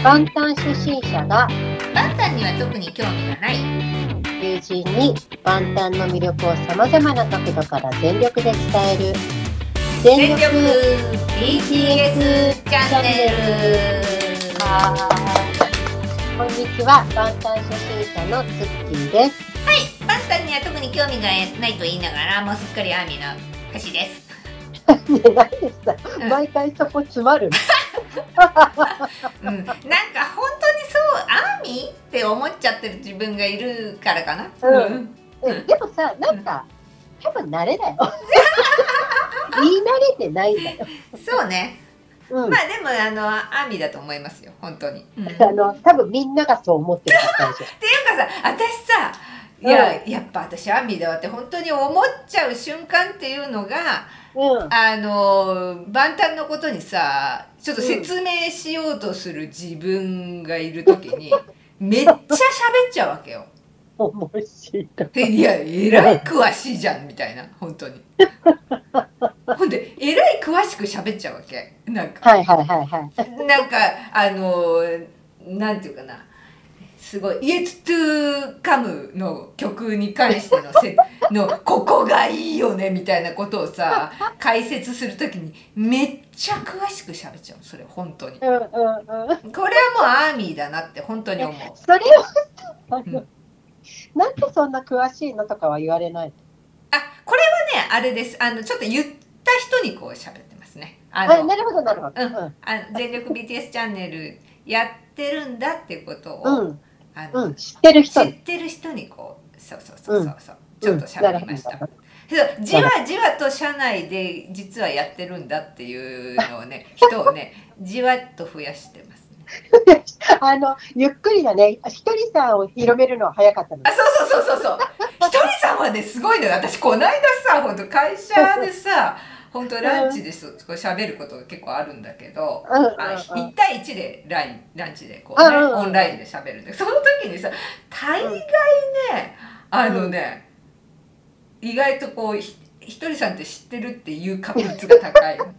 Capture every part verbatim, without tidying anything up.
バンタン初心者がバンタンには特に興味がない友人にバンタンの魅力をさまざまな角度から全力で伝える全力ビーティーエス チャンネル。 こんにちは、バンタン初心者のツッキーです。 はい、バンタンには特に興味がないと言いながらもうすっかりアーミーの橋です。 ね、なんでさ、毎回そこ詰まるのうん、なんか本当にそうアーミーって思っちゃってる自分がいるからかな、 うんうん、でもさ、なんか、うん、多分慣れだよ言い慣れてないんだよそうね、うん、まあでもあのアーミーだと思いますよ本当に、うん、 あの多分みんながそう思ってるからっていうかさ、私さいや、うん、やっぱ私アーミーだわって本当に思っちゃう瞬間っていうのが、うん、あの万端のことにさちょっと説明しようとする自分がいるときに、うん、めっちゃ喋っちゃうわけよ。 面白い。 いやえらい詳しいじゃんみたいな本当に。ほんでえらい詳しく喋っちゃうわけ。なんかはいはいはいはい。 なんかあのなんていうかな。すごい Yet to Come の曲に関してのせのここがいいよねみたいなことをさ解説するときにめっちゃ詳しく喋っちゃう。それ本当に、うんうんうん、これはもうアーミーだなって本当に思う。 それは、うん、なんでそんな詳しいのとかは言われない。 あ、これはねあれです。あのちょっと言った人にこう喋ってますね。あのあ、なるほどなるほど、 うんうん、あの全力 ビーティーエス チャンネルやってるんだっていうことを、うんあのうん、知ってる人知ってる人にこうそうそうそうそうそう、うん、ちょっと喋りました、うん、じわじわと社内で実はやってるんだっていうのをね人をねじわっと増やしてますねあのゆっくりだね。ひとりさんを広めるのは早かったの。 あ、そうそうそうそうそうひとりさんはねすごいのよ。私この間さ本当会社でさ本当ランチで喋ることが結構あるんだけど、うん、あいち対いちでラインランチでこうね、うん、オンラインで喋るんでその時にさ大概ね、うん、あのね、うん、意外とこうひひとりさんって知ってるっていう確率が高い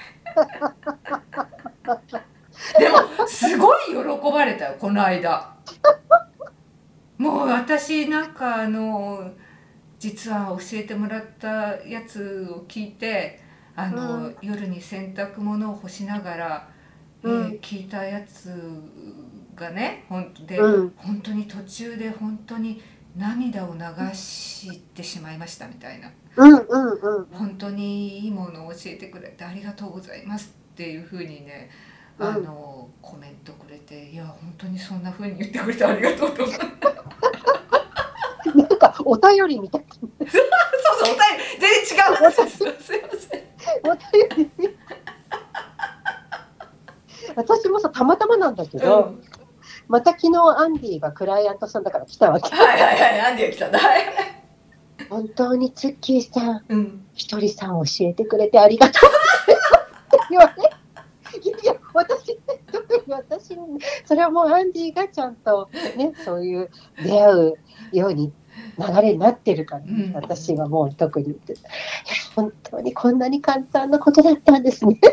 でもすごい喜ばれたよこの間。もう私なんかあの実は教えてもらったやつを聞いてあの、うん、夜に洗濯物を干しながら、うん、えー、聞いたやつがねほんで、うん、本当に途中で本当に涙を流してしまいましたみたいな、 うんうんうん、 本当にいいものを教えてくれてありがとうございますっていう風にねあの、うん、コメントくれていや本当にそんな風に言ってくれてありがとうと思ってなんかお便りみたいそうそうお便り全然違う話ですすいませんお便り私もさたまたまなんだけど、うん、また昨日アンディがクライアントさんだから来たわけ。 はいはいはいアンディが来たんだ本当にツッキーさん、うん、ひとりさん教えてくれてありがとうって言われいや私特に私それはもうアンディがちゃんとねそういう出会うように流れになってるから、うん、私はもう特に言って本当にこんなに簡単なことだったんですね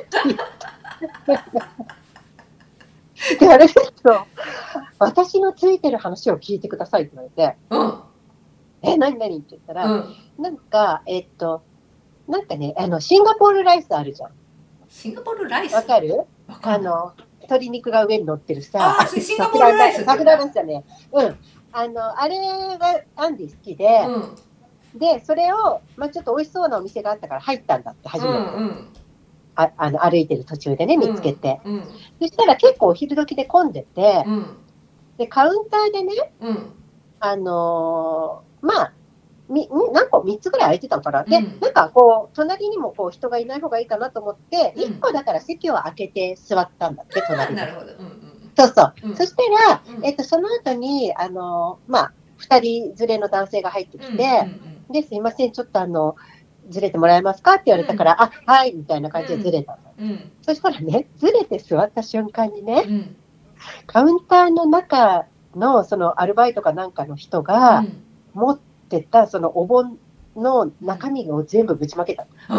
であれですと私のついてる話を聞いてくださいって言われて、うん、え何何って言ったら、うん、なんかえっとなんかねあのシンガポールライスあるじゃん。 シンガポールライスわかる？あの鶏肉が上に乗ってるさあシンガポールライス桜ライスだね。うんあのあれがアンディ好きで、うん、でそれを、まあ、ちょっと美味しそうなお店があったから入ったんだって初めて、うんうん、ああの歩いてる途中でね見つけて、うんうん、そしたら結構お昼時で混んでて、うん、でカウンターでね、うん、あのー、まあみ何個みっつぐらい空いてたから、うん、でなんかこう隣にもこう人がいない方がいいかなと思って、うん、いっこだから席を開けて座ったんだって隣に。 なるほど、うんうん、 そうそう、うん、そしたら、うんえっと、その後にあのまあふたり連れの男性が入ってきて、うんうんうん、ですいませんちょっとあのずれてもらえますかって言われたから、うん、あはいみたいな感じでずれたの、うん、そしたらねずれて座った瞬間にね、うん、カウンターの中のそのアルバイトかなんかの人が持ってたそのお盆の中身を全部ぶちまけた、うん、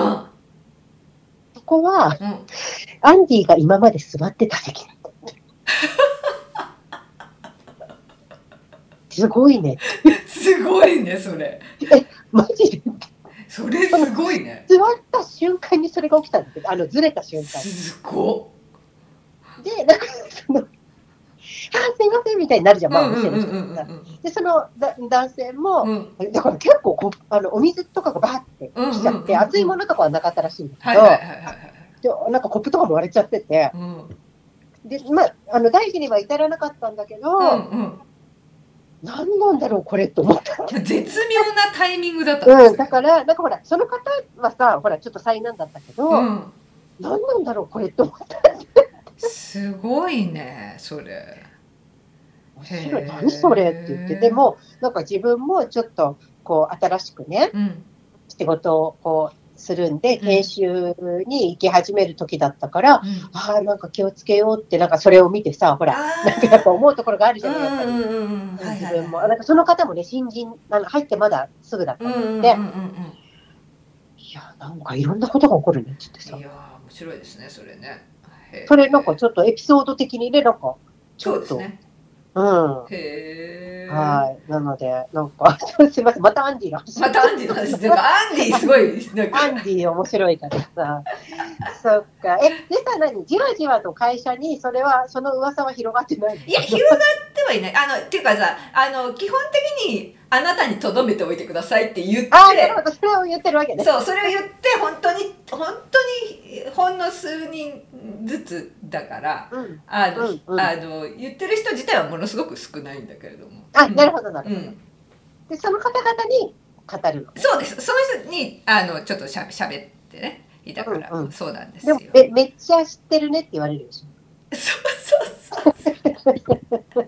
そこは、うん、アンディが今まで座ってた席なんだってすごいね。 すごいねそれ。 え、マジで。 それすごいね。 座った瞬間にそれが起きたんだけど、あのずれた瞬間。 すごっ。で、なんかその、あ、すいませんみたいになるじゃん、まあ、お店の人が。で、そのだ男性も、うん、だから結構こあのお水とかがバーって来ちゃって、熱いものとかはなかったらしいんだけど、でなんかコップとかも割れちゃってて、うん、で、まあ、あの大事には至らなかったんだけど、うんうん、何なんだろうこれと思った。 絶妙なタイミングだったんですよ、 うん、だからなんかほらその方はさ、ほらちょっと災難だったけど、うん、何なんだろうこれと思った。 すごいねそれ。 面白い、何それって言って、でもなんか自分もちょっとこう新しくね、うん、仕事をこうするんで、研修に行き始める時だったから、うん、ああなんか気をつけようってなんかそれを見てさ、ほらなんかやっぱ思うところがあるじゃない、やっぱり自分もなんかその方もね新人あの入ってまだすぐだったので、いやなんかいろんなことが起こるねって言ってさ、 いや面白いですねそれね。 それなんかちょっとエピソード的にねなんかちょっとそうですね。 うん、へー、はい、なのでなんかすみません、またアンディの話、 またアンディの話でもアンディすごいなんかアンディ面白いからさそっか、えでさ、何じわじわと会社にそれはその噂は広がってない？ いや広がってはいない。あのっていうかさ、あの基本的にあなたに留めておいてくださいって言って、 ああなるほど、それを言ってるわけね。 そう、それを言って本当に本当にほんの数人ずつだから、うん、あの、うんうん、あの言ってる人自体はものすごく少ないんだけれども。 あ、なるほどなるほど、うん、でその方々に語るの、ね、 そうです。その人にあのちょっとしゃしゃべってねいたから、うんうん、そうなんですよ。でもえめっちゃ知ってるねって言われるでしょ。 そうそうそう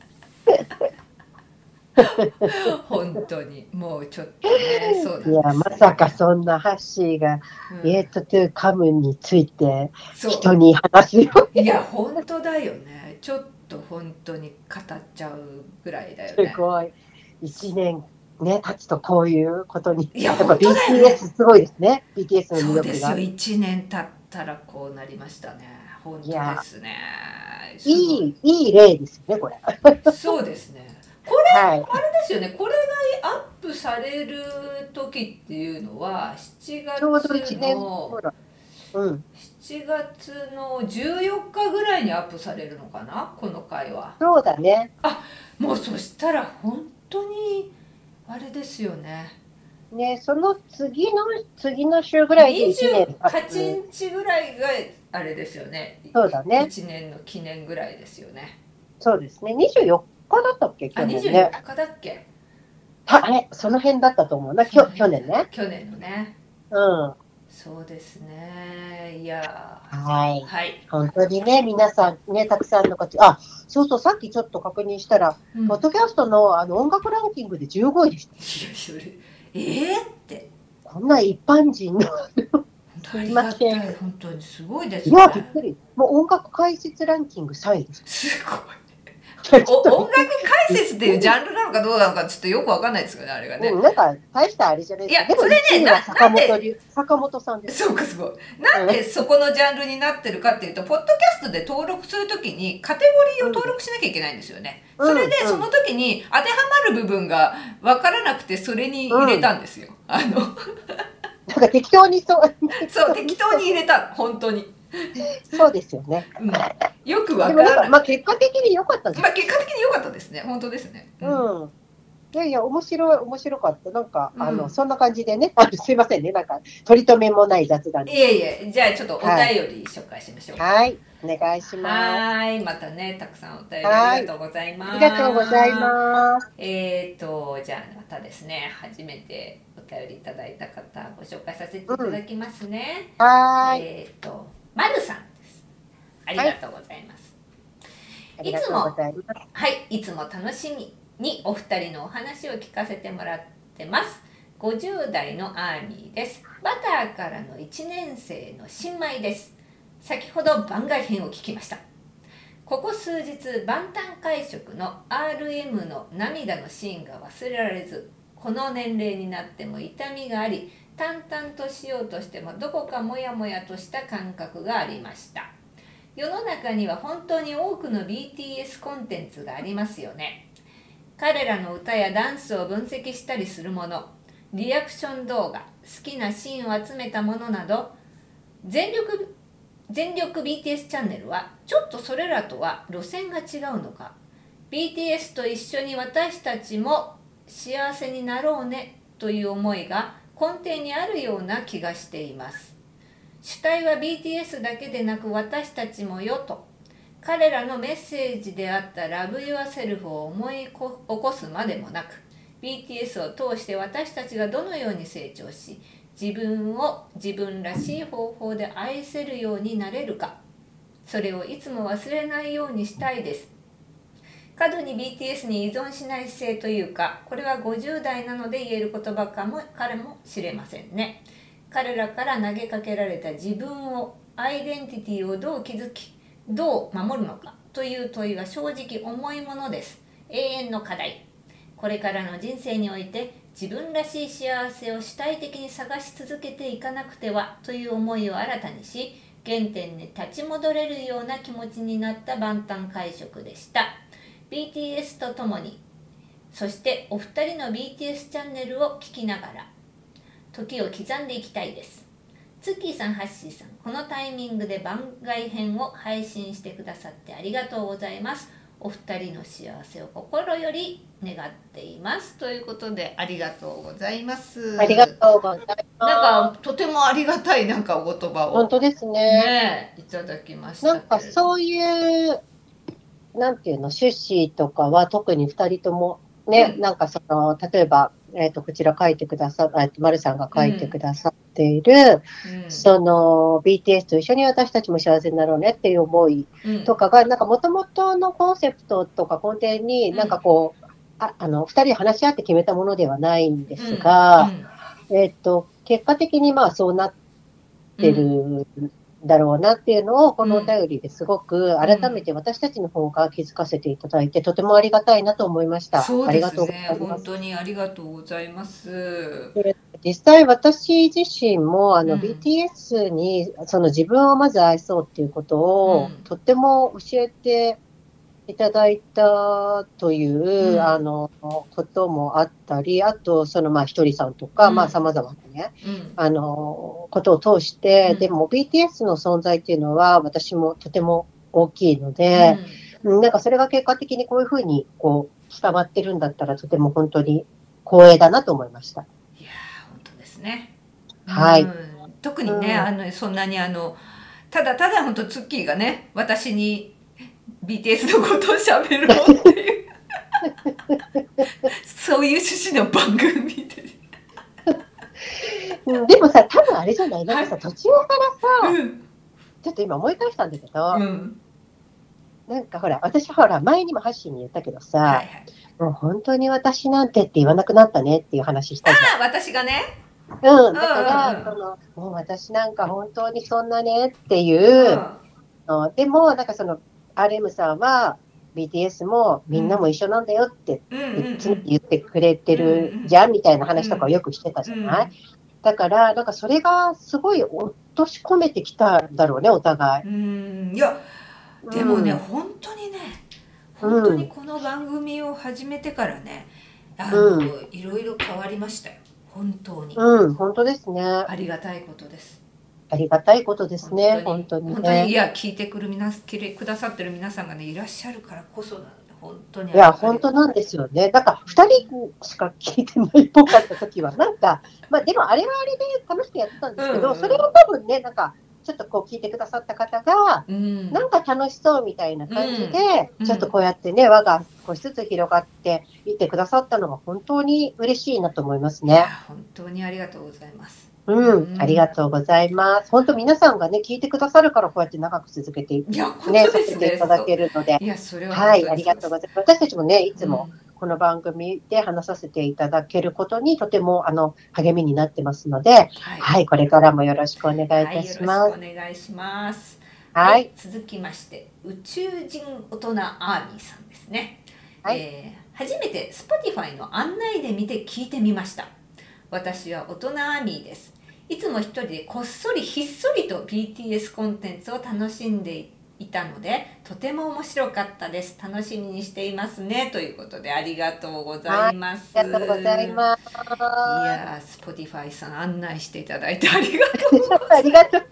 本当にもうちょっとね、そうなんですよ。いやまさかそんなハッシーが、うん、イエットトゥカムについて人に話すよ。 いや本当だよね。ちょっと本当に語っちゃうぐらいだよね。 すごいいちねんね経つとこういうことに。 いや本当だよね。 ビーティーエス すごいですね。ビーティーエス の魅力が。 そうですよ。いちねん経ったらこうなりましたね。本当ですね。 いいいい例ですよねこれ。 そうですね。これ、はい、あれですよね。これがアップされる時っていうのはしちがつのちょうどいちねんほら、うん、しちがつのじゅうよっかぐらいにアップされるのかな、この回は。 そうだね。 あ、もうそしたら本当にあれですよね。 ね、その次の次の週ぐらいでにじゅうはちにちぐらいがあれですよね。 そうだね。 いちねんの記念ぐらいですよね。 そうですね。にじゅうよっかだったっけ？去年ね。 あ、にじゅうよっかだっけ？ あれ、その辺だったと思うな。きょ去年ね。 去年のね。 うん。 そうですね。いや、 はい、 はい、 本当にね、皆さんね、たくさんの方、あ、そうそう、さっきちょっと確認したら、うん、ポッドキャストのあの音楽ランキングでじゅうごいでした。 えー、って。 こんな一般人のすいません。本当にすごいですね。 いや、びっくり。もう音楽解説ランキングさんいです。 すごい。お音楽解説っていうジャンルなのかどうなのかちょっとよくわかんないですよね、あれがね。 うん、なんか大したあれじゃないですか。 いや、それね、な坂本龍坂本さんです。 そうか、すごい。なんでそこのジャンルになってるかっていうと、ポッドキャストで登録するときにカテゴリーを登録しなきゃいけないんですよね。うん、それでその時に当てはまる部分がわからなくてそれに入れたんですよ。うん、あのなんか適当にそう。 そう、適当に入れた、本当に。 そうですよね。 うん、よくわからない。 まあ結果的に良かったまあ結果的に良かったですね。本当ですね。 うん。うん、いやいや面白い面白かった。なんか、うん、あのそんな感じでね。あすいませんね。なんか取り留めもない雑談で。 いえいえ。じゃあちょっとお便り紹介しましょう。 はい。お願いします。 はい。またねたくさんお便りありがとうございます。 ありがとうございます。 えっとじゃあまたですね、初めてお便りいただいた方ご紹介させていただきますね。 うん、はい。 えっとまるさん。ありがとうございます。はい、いつも、はい、いつも楽しみにお二人のお話を聞かせてもらってます。ごじゅう代のアーミーです。バターからのいちねん生の新米です。先ほど番外編を聞きました。ここ数日万端会食の アールエム の涙のシーンが忘れられず、この年齢になっても痛みがあり、淡々としようとしてもどこかモヤモヤとした感覚がありました。世の中には本当に多くの ビーティーエス コンテンツがありますよね。 彼らの歌やダンスを分析したりするもの、リアクション動画、好きなシーンを集めたものなど、全力全力 ビーティーエス チャンネルはちょっとそれらとは路線が違うのか、 ビーティーエス と一緒に私たちも幸せになろうねという思いが根底にあるような気がしています。主体は ビーティーエス だけでなく私たちもよと、彼らのメッセージであったラブ・ユア・セルフを思い起こすまでもなく、 ビーティーエス を通して私たちがどのように成長し、自分を自分らしい方法で愛せるようになれるか、それをいつも忘れないようにしたいです。過度に ビーティーエス に依存しない姿勢というか、これはごじゅう代なので言える言葉かも彼もしれませんね。彼らから投げかけられた自分を、アイデンティティをどう築き、どう守るのかという問いは正直重いものです。永遠の課題。これからの人生において自分らしい幸せを主体的に探し続けていかなくてはという思いを新たにし、原点に立ち戻れるような気持ちになった万端会食でした。 ビーティーエス とともに、そしてお二人の ビーティーエス チャンネルを聞きながら時を刻んでいきたいです。ツッキーさん、ハッシーさん、このタイミングで番外編を配信してくださってありがとうございます。お二人の幸せを心より願っていますということで、ありがとうございます。 ありがとうございます。 なんかとてもありがたいなんかお言葉を本当ですね。 ねいただきましたけれど。 なんかそういうなんていうの趣旨とかは特にふたりともね、うん、なんかその例えば、えーと、こちら書いてくださっまるさんが書いてくださっている、うん、その ビーティーエス と一緒に私たちも幸せになろうねっていう思いとかが、うん、なんか元々のコンセプトとか根底になんかこう、うん、ああのふたりで話し合って決めたものではないんですが、うんうん、えーと、結果的にまあそうなってる、うんだろうなっていうのをこのお便りですごく改めて私たちの方が気づかせていただいて、うん、とてもありがたいなと思いました。 そうですね、本当にありがとうございます。 実際私自身もあの、うん、ビーティーエス にその自分をまず愛そうっていうことを、うん、とっても教えていただいたという、うん、あのこともあったり、あとそのまあひとりさんとか、うん、まあ様々なね、うん、あのことを通して、うん、でも ビーティーエス の存在っていうのは私もとても大きいので、うん、なんかそれが結果的にこういうふうにこう伝わってるんだったらとても本当に光栄だなと思いました。 いや本当ですね。 はい。 うん、特にね、うん、あのそんなにあのただただ本当ツッキーがね私にビーティーエス のことをしゃべろうっていうそういう趣旨の番組ででもさ、多分あれじゃない、なんかさ、途中からさ、うん、ちょっと今思い返したんだけど、うん、なんかほら私ほら前にもハッシーに言ったけどさ、はいはい、もう本当に私なんてって言わなくなったねっていう話したじゃん。 ああ、私がね、 うん、だから、うんうんうん、そのもう私なんか本当にそんなねっていう、うん、でもなんかそのアールエム さんは ビーティーエス もみんなも一緒なんだよって言ってくれてるじゃんみたいな話とかをよくしてたじゃない。だからなんかそれがすごい落とし込めてきたんだろうね、お互い。 うん、いやでもね、うん、本当にね本当にこの番組を始めてからね、うん、あの、いろいろ変わりましたよ、本当に。 うん、本当ですね。 ありがたいことです。 ありがたいことですね、本当に。 本当に、ね、いや聞いてくる皆くださってる皆さんがねいらっしゃるからこそなんで、本当に。 いや本当なんですよね。だからふたりしか聞いてないっぽかった時はなんか、まあでもあれはあれで楽しくやってたんですけど、うんうん、それを多分ねなんかちょっとこう聞いてくださった方が、うん、なんか楽しそうみたいな感じで、うん、ちょっとこうやってね輪が少しずつ広がっていってくださったのが本当に嬉しいなと思いますね。いや本当にありがとうございます。 うん、うん、ありがとうございます。本当皆さんがね聞いてくださるからこうやって長く続けていねさせていただけるので、 いやそれははい、ありがとうございます。私たちもねいつもこの番組で話させていただけることにとてもあの励みになってますので、はい、はい、これからもよろしくお願いいたします。 はい、よろしくお願いします。 はい、はい、 続きまして宇宙人大人アーミーさんですね。はい、えー、初めて Spotify の案内で見て聞いてみました。私は大人アーミーです。いつも一人でこっそりひっそりと ビーティーエス コンテンツを楽しんでいいたのでとても面白かったです。楽しみにしていますねということでありがとうございます。 ありがとうございます。いやー Spotify さん案内していただいてありがとうございます。 ありがとう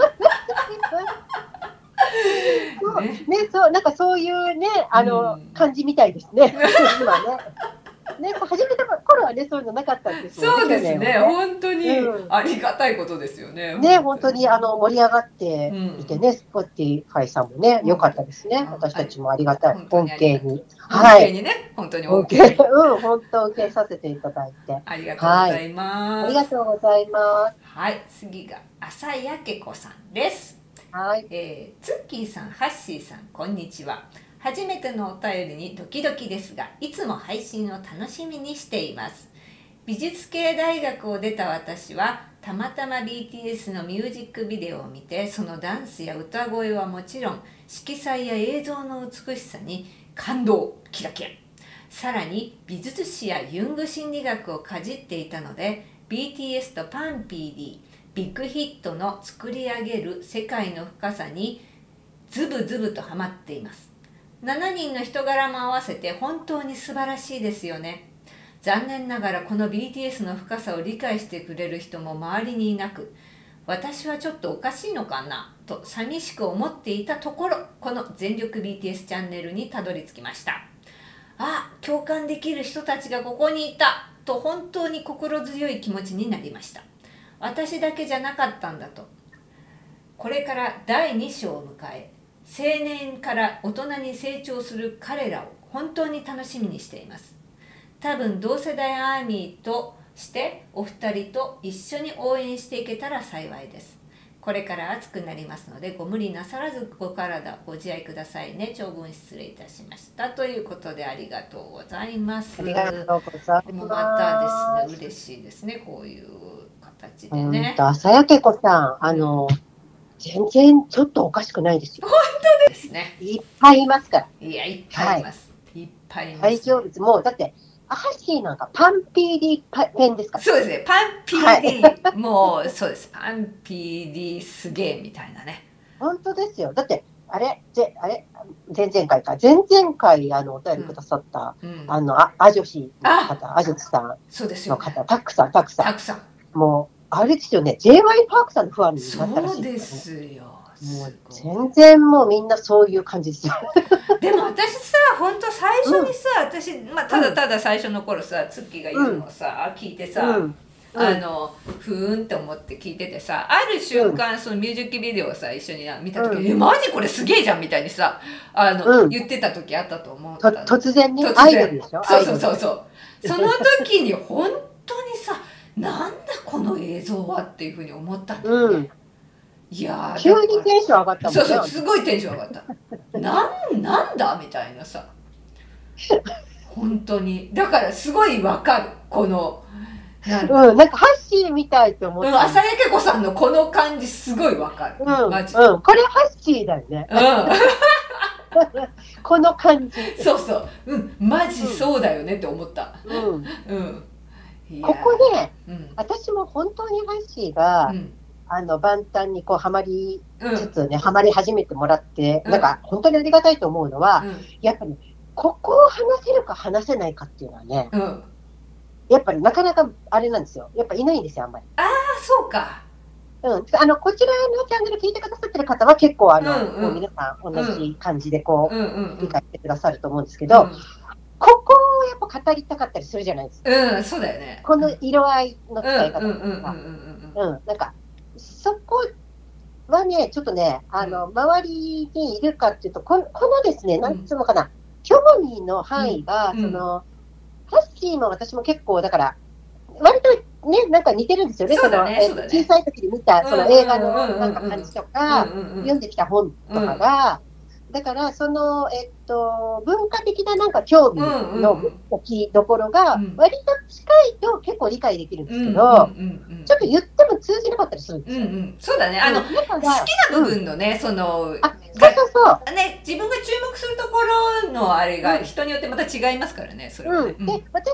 そうね、そうなんかそういうねあの、うん、感じみたいですね今ね。ね、始めた頃はねそういうのなかったんですよね。そうですね、ね本当にありがたいことですよね。 うん、ね本当にあの盛り上がっていてね、うん、Spotify さんもね良かったですね。うん、私たちもありがたい恩恵に、 はい、にね本当に恩恵に、 うん本当受けさせていただいてありがとうございます。 はい、ありがとうございます。 はい、次が朝やけこさんです。 はい、 えー、ツッキーさん、ハッシーさん、こんにちは。初めてのお便りにドキドキですが、いつも配信を楽しみにしています。美術系大学を出た私は、たまたま ビーティーエス のミュージックビデオを見て、そのダンスや歌声はもちろん、色彩や映像の美しさに感動、キラキラ。さらに、美術史やユング心理学をかじっていたので、ビーティーエス とパンピーディー、ビッグヒットの作り上げる世界の深さにズブズブとハマっています。しちにんの人柄も合わせて本当に素晴らしいですよね。残念ながらこの ビーティーエス の深さを理解してくれる人も周りにいなく、私はちょっとおかしいのかなと寂しく思っていたところ、この全力 ビーティーエス チャンネルにたどり着きました。あ、共感できる人たちがここにいたと本当に心強い気持ちになりました。私だけじゃなかったんだと。これからだいに章を迎え、青年から大人に成長する彼らを本当に楽しみにしています。多分同世代アーミーとしてお二人と一緒に応援していけたら幸いです。これから暑くなりますのでご無理なさらずご体ご自愛くださいね。長文失礼いたしましたということでありがとうございます。 ありがとうございます。 もまたですね嬉しいですねこういう形でね。 朝やけこさんあの全然ちょっとおかしくないですよ。 本当ですね。 いっぱいいますから。 いやいっぱいいます。はい、いっぱいいます、ね。 大丈夫です。もうだってアハッシーなんかパンピーディーペンですか。 そうですね。パンピーディー、はい、もうそうです。パンピーディーすげえみたいなね。 本当ですよ。だってあれぜあれ前々回か前々回あのお便りくださった、うん、あのあアジョシの方アジョシさんの方、ね、タクさんタクさんタクさんもうあれですよね。ジェイワイ パークさんのファンになったらしいですよね。そうですよ。 もう全然もうみんなそういう感じですよ。 でも私さ本当最初にさ、うん、私、まあ、ただただ最初の頃さ、うん、ツッキーが言うのをさ、うん、聞いてさ、うん、あのふーんって思って聞いててさある瞬間、うん、そのミュージックビデオをさ一緒に見た時に、うん、えマジこれすげえじゃんみたいにさあの、うん、言ってた時あったと思うと突然ねアイドルでしょ。 そうそうそうそうその時に本当にさなんだこの映像はっていうふうに思ったんだよね。うんいや急にテンション上がったもんね。 そうそうすごいテンション上がったなんなんだみたいなさ本当にだからすごいわかるこのなんか、うん、なんかハッシーみたいと思って、 うん、朝やけこさんのこの感じすごいわかる、 うん、 マジ、 うん、これハッシーだよね、うん、この感じそうそう、うん、マジそうだよねって思った、うんうん、ここで、うん、私も本当にハッシーが、うんあの万端にこうハマりつつね、うん、ハマり始めてもらって、うん、なんか本当にありがたいと思うのは、うん、やっぱり、ね、ここを話せるか話せないかっていうのはね、うん、やっぱりなかなかあれなんですよ。やっぱいないんですよあんまり。 ああそうか。 うん、あのこちらのチャンネル聞いてくださってる方は結構あの、うんうん、皆さん同じ感じでこう、うんうんうん、理解してくださると思うんですけど、うん、ここをやっぱ語りたかったりするじゃないですか。 うんそうだよね。 この色合いの使い方とか、うんなんか。そこはね、ちょっとね、あの、うん、周りにいるかっていうと、この、このですね、うん、なんつうのかな、興味の範囲が、うん、その、ハッシーも私も結構、だから、割とね、なんか似てるんですよね、そ, その、ね、小さい時に見た、その映画のなんか感じとか、読んできた本とかが、だから、その、えっと、文化的ななんか興味の置きどころが、割と近いと結構理解できるんですけど、ちょっと言っても通じなかったりするんですよ。うんうん、 そうだね。あの、うん、好きな部分のね、うん、その、 あ、そうそうそう。 ね、自分が注目するところのあれが人によってまた違いますからね、それはね。 うん、で、私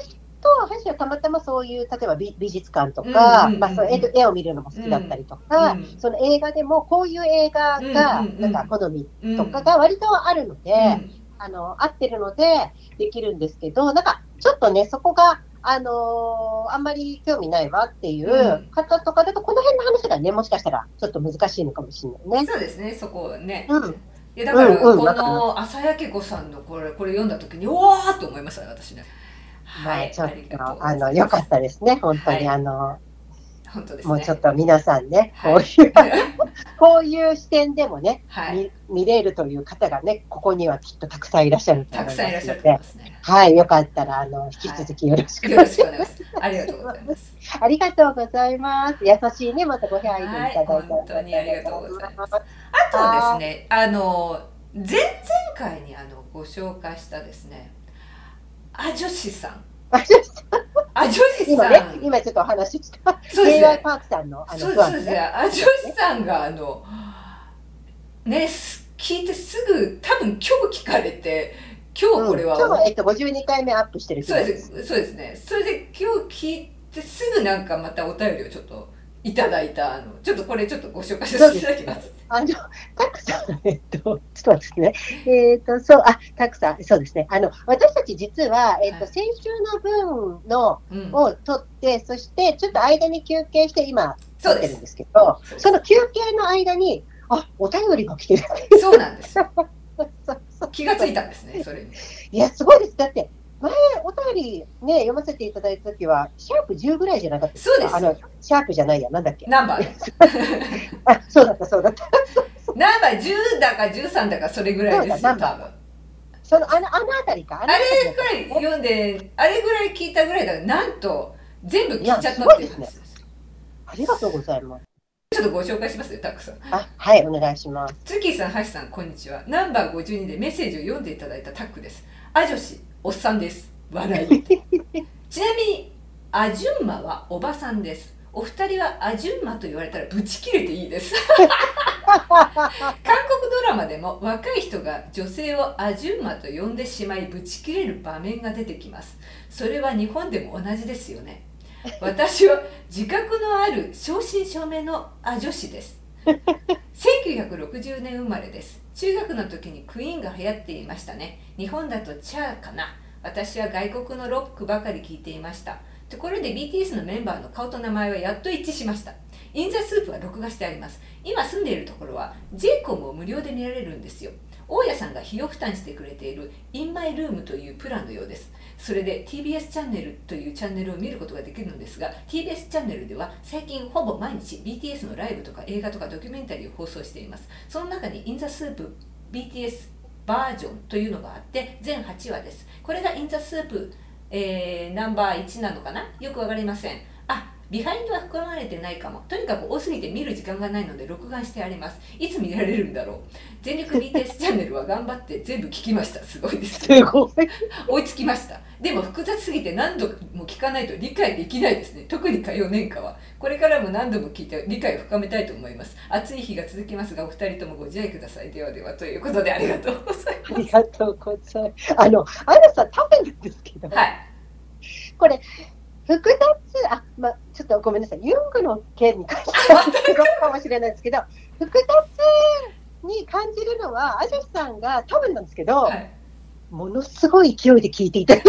と橋はたまたまそういう例えば 美, 美術館とか、まあ、その 絵, 絵を見るのも好きだったりとか、うんうん、その映画でもこういう映画がなんか好みとかが割とあるので、うんうん、あの合ってるのでできるんですけど、なんかちょっとねそこがあのー、あんまり興味ないわっていう方とかだと、この辺の話がねもしかしたらちょっと難しいのかもしれないね。 そうですね、そこね、 うん、 いやだからこの朝焼け子さんのこれこれ読んだ時におわーっと思いましたね私ね。 はい、ちょっとあの良かったですね本当に、はい、あの本当ですね、 もうちょっと皆さんね、はい、こういうこういう視点でもね、はい、見, 見れるという方がねここにはきっとたくさんいらっしゃると思いますので、たくさんいらっしゃるますね。はい、よかったらあの引き続きよろしくお願いします。 ありがとうございます。 ありがとうございます。優しいねまたご配慮いただいて、はい、 本当にありがとうございます。あとですね、あの前々回にあのご紹介したですね、あ女子さん。 あ女子さん。 あ女子さん。 今ね、今ちょっとお話しした。 そうですね。 ケーワイ パークさんのあのそうですね。あ女子さんがあのね聞いてすぐ多分今日聞かれて今日これは、 うん、今日はえっとごじゅうにかいめアップしてる日です。そうですそうですね。それで今日聞いてすぐなんかまたお便りをちょっといただいたあのちょっとこれちょっとご紹介させていただきます。 あのたくさんえっとちょっと待ってねえっとそうあたくさんそうですねあの私たち実はえっと、はい、先週の分の、うん、を取ってそしてちょっと間に休憩して今撮ってるんですけど そ, その休憩の間にあお便りが来てるそうなんですよ気がついたんですねそれに。 いやすごいです。だって前お便りね読ませていただいたときはシャープじゅうぐらいじゃなかったですか。 そうです。 あのシャープじゃないやなんだっけナンバーあそうだったそうだったナンバーじゅうだかじゅうさんだかそれぐらいですよ多分。 そのあのあのあたりかあれぐらい読んであれぐらい聞いたぐらいだからなんと全部聞いちゃったっていう話です。 ね、ありがとうございます。 ちょっとご紹介しますよたくさん。 あはいお願いします。 ツッキーさんハシさんこんにちは。ナンバーごじゅうにでメッセージを読んでいただいたタックです。あ女子おっさんです。笑いちなみにアジュンマはおばさんです。お二人はアジュンマと言われたらブチ切れていいです韓国ドラマでも若い人が女性をアジュンマと呼んでしまいブチ切れる場面が出てきます。それは日本でも同じですよね。私は自覚のある正真正銘のア女子ですせんきゅうひゃくろくじゅうねん生まれです。中学の時にクイーンが流行っていましたね。日本だとチャーかな。私は外国のロックばかり聴いていました。ところで ビーティーエス のメンバーの顔と名前はやっと一致しました。インザスープは録画してあります。今住んでいるところは ジェイコム を無料で見られるんですよ。大家さんが費用負担してくれている インマイルームというプランのようです。それで ティービーエス チャンネルというチャンネルを見ることができるのですが ティービーエス チャンネルでは最近ほぼ毎日 ビーティーエス のライブとか映画とかドキュメンタリーを放送しています。その中に インザスープ ビーティーエス バージョンというのがあって全はちわです。これが インザスープ、えー、ナンバーいちなのかな、よくわかりません。あビハインドは含まれてないかも。とにかく多すぎて見る時間がないので録画してあります。いつ見られるんだろう。全力 ビーティーエス チャンネルは頑張って全部聞きました。すごいです。 すごい。 追いつきました。でも複雑すぎて何度も聞かないと理解できないですね。特に歌謡年歌は。これからも何度も聞いて理解を深めたいと思います。暑い日が続きますがお二人ともご自愛ください。ではではということでありがとうございます。 ありがとうございます。あのあやさん食べるんですけど。 はい。 これ。複雑あ、まあ、ちょっとごめんなさいユングの件に関しては違うかもしれないですけど複雑に感じるのはアジャシさんが多分なんですけど、はい、ものすごい勢いで聞いていたも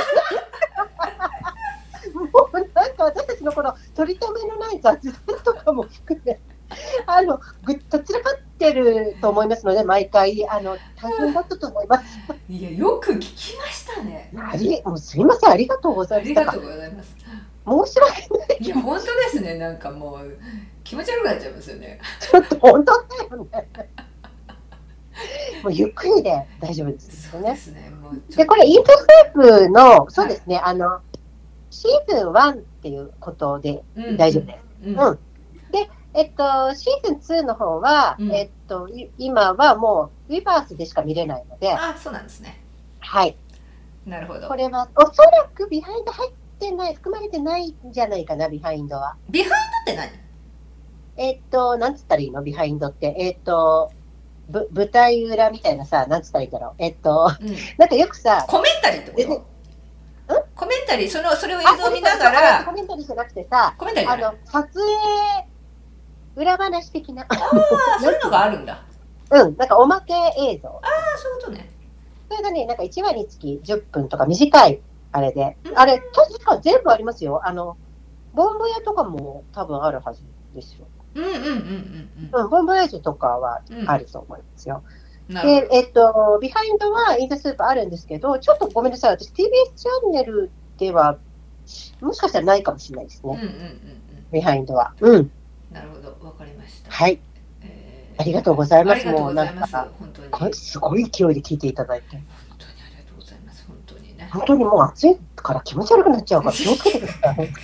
うなんか私たちのこの取り留めのない雑談とかも含めあのぐどちらかってると思いますので毎回あの大変だったと思います。 いやよく聞きましたね。 ありもうすいませんありがとうございます。 ありがとうございます。 申し訳ない。 いや本当ですね。なんかもう気持ち悪くなっちゃいますよね。 ちょっと本当だよね。もうゆっくりで大丈夫ですよね。そうですね。もうでこれインターセーフのそうですね、はい、あのシーズンワンっていうことで大丈夫です。うん。うんうん、でえっと、シーズンツーの方は、うんえっと、今はもうリバースでしか見れないので。 あ、そうなんですね。 はい。 なるほど。 これはおそらくビハインド入ってない、含まれてないんじゃないかな、ビハインドは。 ビハインドって何？ えっと、なんつったらいいのビハインドって。えっと、ぶ舞台裏みたいなさ、なんつったらいいんだろう。えっと、うん、なんかよくさ、 コメンタリーってこと？ コメンタリー、そのそれを映像を見ながら、 コメンタリーじゃなくてさ、 コメンタリーあの撮影裏話的な、ああそういうのがあるんだ。 うん、なんかおまけ映像。ああ、そういうことね。 それがね、なんかいちわにつきじゅっぷんとか短いあれで、あれ確か全部ありますよ。あのボンボヤとかも多分あるはずですよ。 うんうんうんうんうん。うん、 ボンボヤージュとかはあると思いますよ。 うん、 で、えっと、ビハインドはインザスープあるんですけど、ちょっとごめんなさい、私 ティービーエス チャンネルでは、もしかしたらないかもしれないですね。うんうんうんうん、ビハインドは。うん。 なるほど、わかりました。 はい。えー、ありがとうございます。 ありがとうございます。本当に。 すごい勢いで聞いていただいて。 本当にありがとうございます。本当にね。 本当にもう暑いから気持ち悪くなっちゃうから気をつけてください。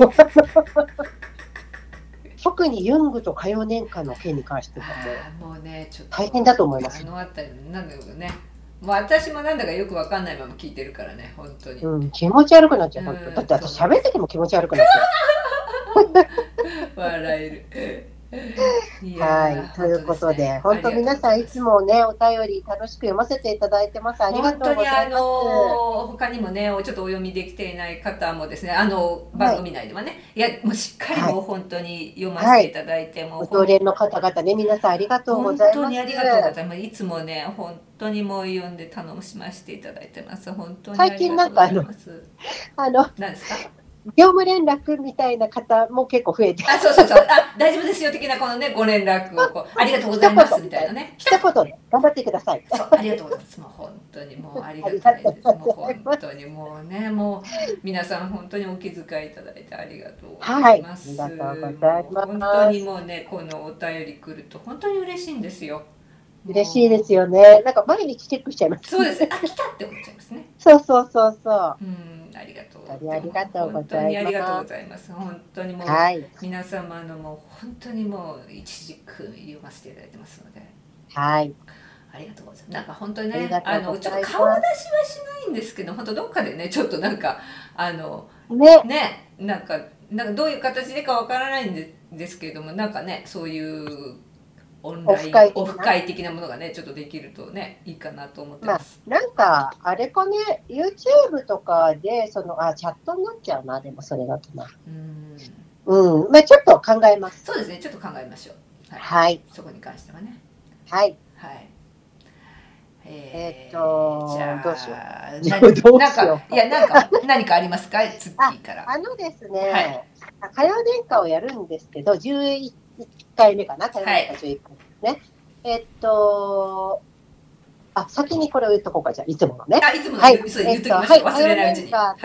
特にユングと歌謡年間の件に関してはもう、もうね、ちょっと大変だと思います。 あのあたりなんだろうね。もう私もなんだかよくわかんないまま聞いてるからね、本当に。 うん、気持ち悪くなっちゃう。本当だって私喋ってても気持ち悪くなっちゃう。 笑える。 はい、ということで、ね、本当皆さんいつもねお便り楽しく読ませていただいてます。ありがとうございます。本当にあの他にもねちょっとお読みできていない方もですね、あの番組内ではね、はい、いやもうしっかりもう本当に読ませていただいて、はい、もうご常連の方々ね皆さんありがとうございます。 本当にありがとうございます。いつもね本当にもう読んで頼しましていただいてます。本当にありがとうございます。 最近なんかあのあの何ですか？ 業務連絡みたいな方も結構増えて、 あ、そうそうそう、あ、大丈夫ですよ的なこのねご連絡をこうありがとうございますみたいなね。 一言で頑張ってください。 そう、ありがとうございます。もう本当にもうありがたいです。もう本当にもうねもう皆さん本当にお気遣いいただいてありがとうございます。 はい、ありがとうございます。 本当にもうねこのお便り来ると本当に嬉しいんですよ。 嬉しいですよね。なんか毎日チェックしちゃいます。 そうです。あ、来たって思っちゃいますね。 そうそうそうそう。 うん、ありがとう。 ありがとうございます。 本当にありがとうございます。本当にもう、はい、皆様のもう本当にもう一軸読ませていただいてますので。 はい。 ありがとうございます。なんか本当にね、あのちょっと顔出しはしないんですけど、本当どっかでねちょっとなんかあのねねなんかなんかどういう形でかわからないんでですけれども、なんかねそういうオンラインオフ会的なものがねちょっとできるとねいいかなと思ってます。 まあ、なんかあれかね YouTube とかでそのあチャットになっちゃうな、でもそれだとな。うん、うん、まあちょっと考えます。 そうですね、ちょっと考えましょう。 はい。はい、 そこに関してはね。 はいはい。 えー、っとじゃあどうしよう。 なんかいやなんか何かありますか、ツッキーから。 あ, あのですね、はい、歌謡年歌をやるんですけどじゅういっかいめかな、歌謡年歌じゅういっかいめですね。はい、えっとあ先にこれを言っとこうか、じゃあいつものね。 あいつもの、はい、言っときましょう、忘れないうちに。 はい、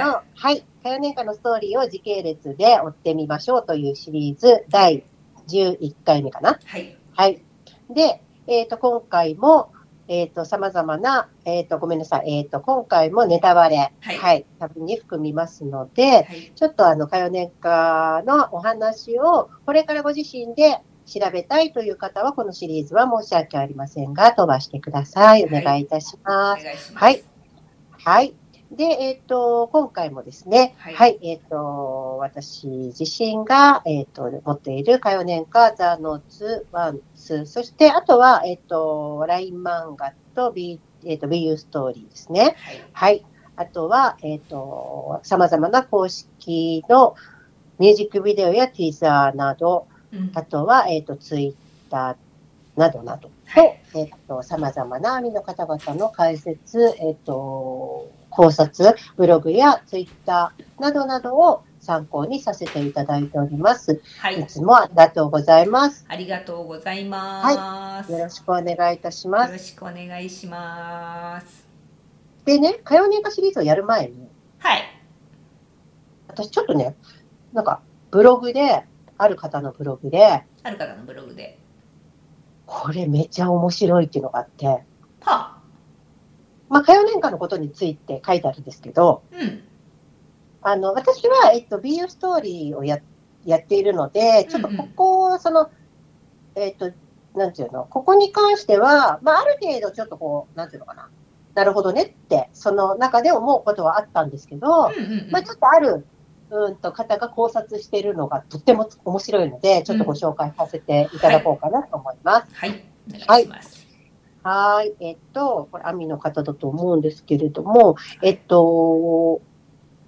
歌謡年歌のストーリーを時系列で追ってみましょうというシリーズだいじゅういっかいめかな。 はい。 はい。で、えっと今回もえっと様々なえっとごめんなさい、えっと今回もネタバレ、はい、はい、多分に含みますので、はい、ちょっとあの歌謡年歌のお話をこれからご自身で調べたいという方はこのシリーズは申し訳ありませんが飛ばしてください。お願いいたします。はい。はい。で、えっと、今回もですね、はい、はい、えっと、私自身が、えっと、持っている歌謡年歌、ザ・ノーツ、ワン、ツー、そして、あとは、えっと、ライン漫画と B、えっと、ビーユー ストーリーですね。はい。はい、あとは、えっと、様々な公式のミュージックビデオやティーザーなど、うん、あとは、えっと、ツイッターなどなどと、はい、えっと、様々なアミの方々の解説、えっと、考察、ブログやツイッターなどなどを参考にさせていただいております。はい。いつもありがとうございます。 ありがとうございます。はい。 よろしくお願いいたします。 よろしくお願いします。 でね、歌謡年歌シリーズをやる前に、 はい。 私ちょっとね、なんかブログで、ある方のブログで、 ある方のブログで、 これめっちゃ面白いっていうのがあって、はあ、 まあ、歌謡年歌のことについて書いてあるんですけど、うん、あの私は、えっと、ビーユー ストーリーを や, やっているので、ちょっとここ、うんうん、その、えっと、なんていうの、ここに関しては、まあ、ある程度ちょっとこう、なんていうのかな、なるほどねって、その中で思うことはあったんですけど、うんうんうん、まあ、ちょっとある、うんと方が考察しているのがとっても面白いので、ちょっとご紹介させていただこうかなと思います。 はい、はい、お願いします。 はい、えっと、これ、アミの方だと思うんですけれども、えっと、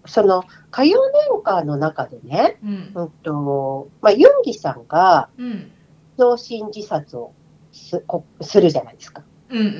その歌謡年歌の中でね、うんうんとまあ、ユンギさんが同心自殺を す, するじゃないですか。 うんうんうん、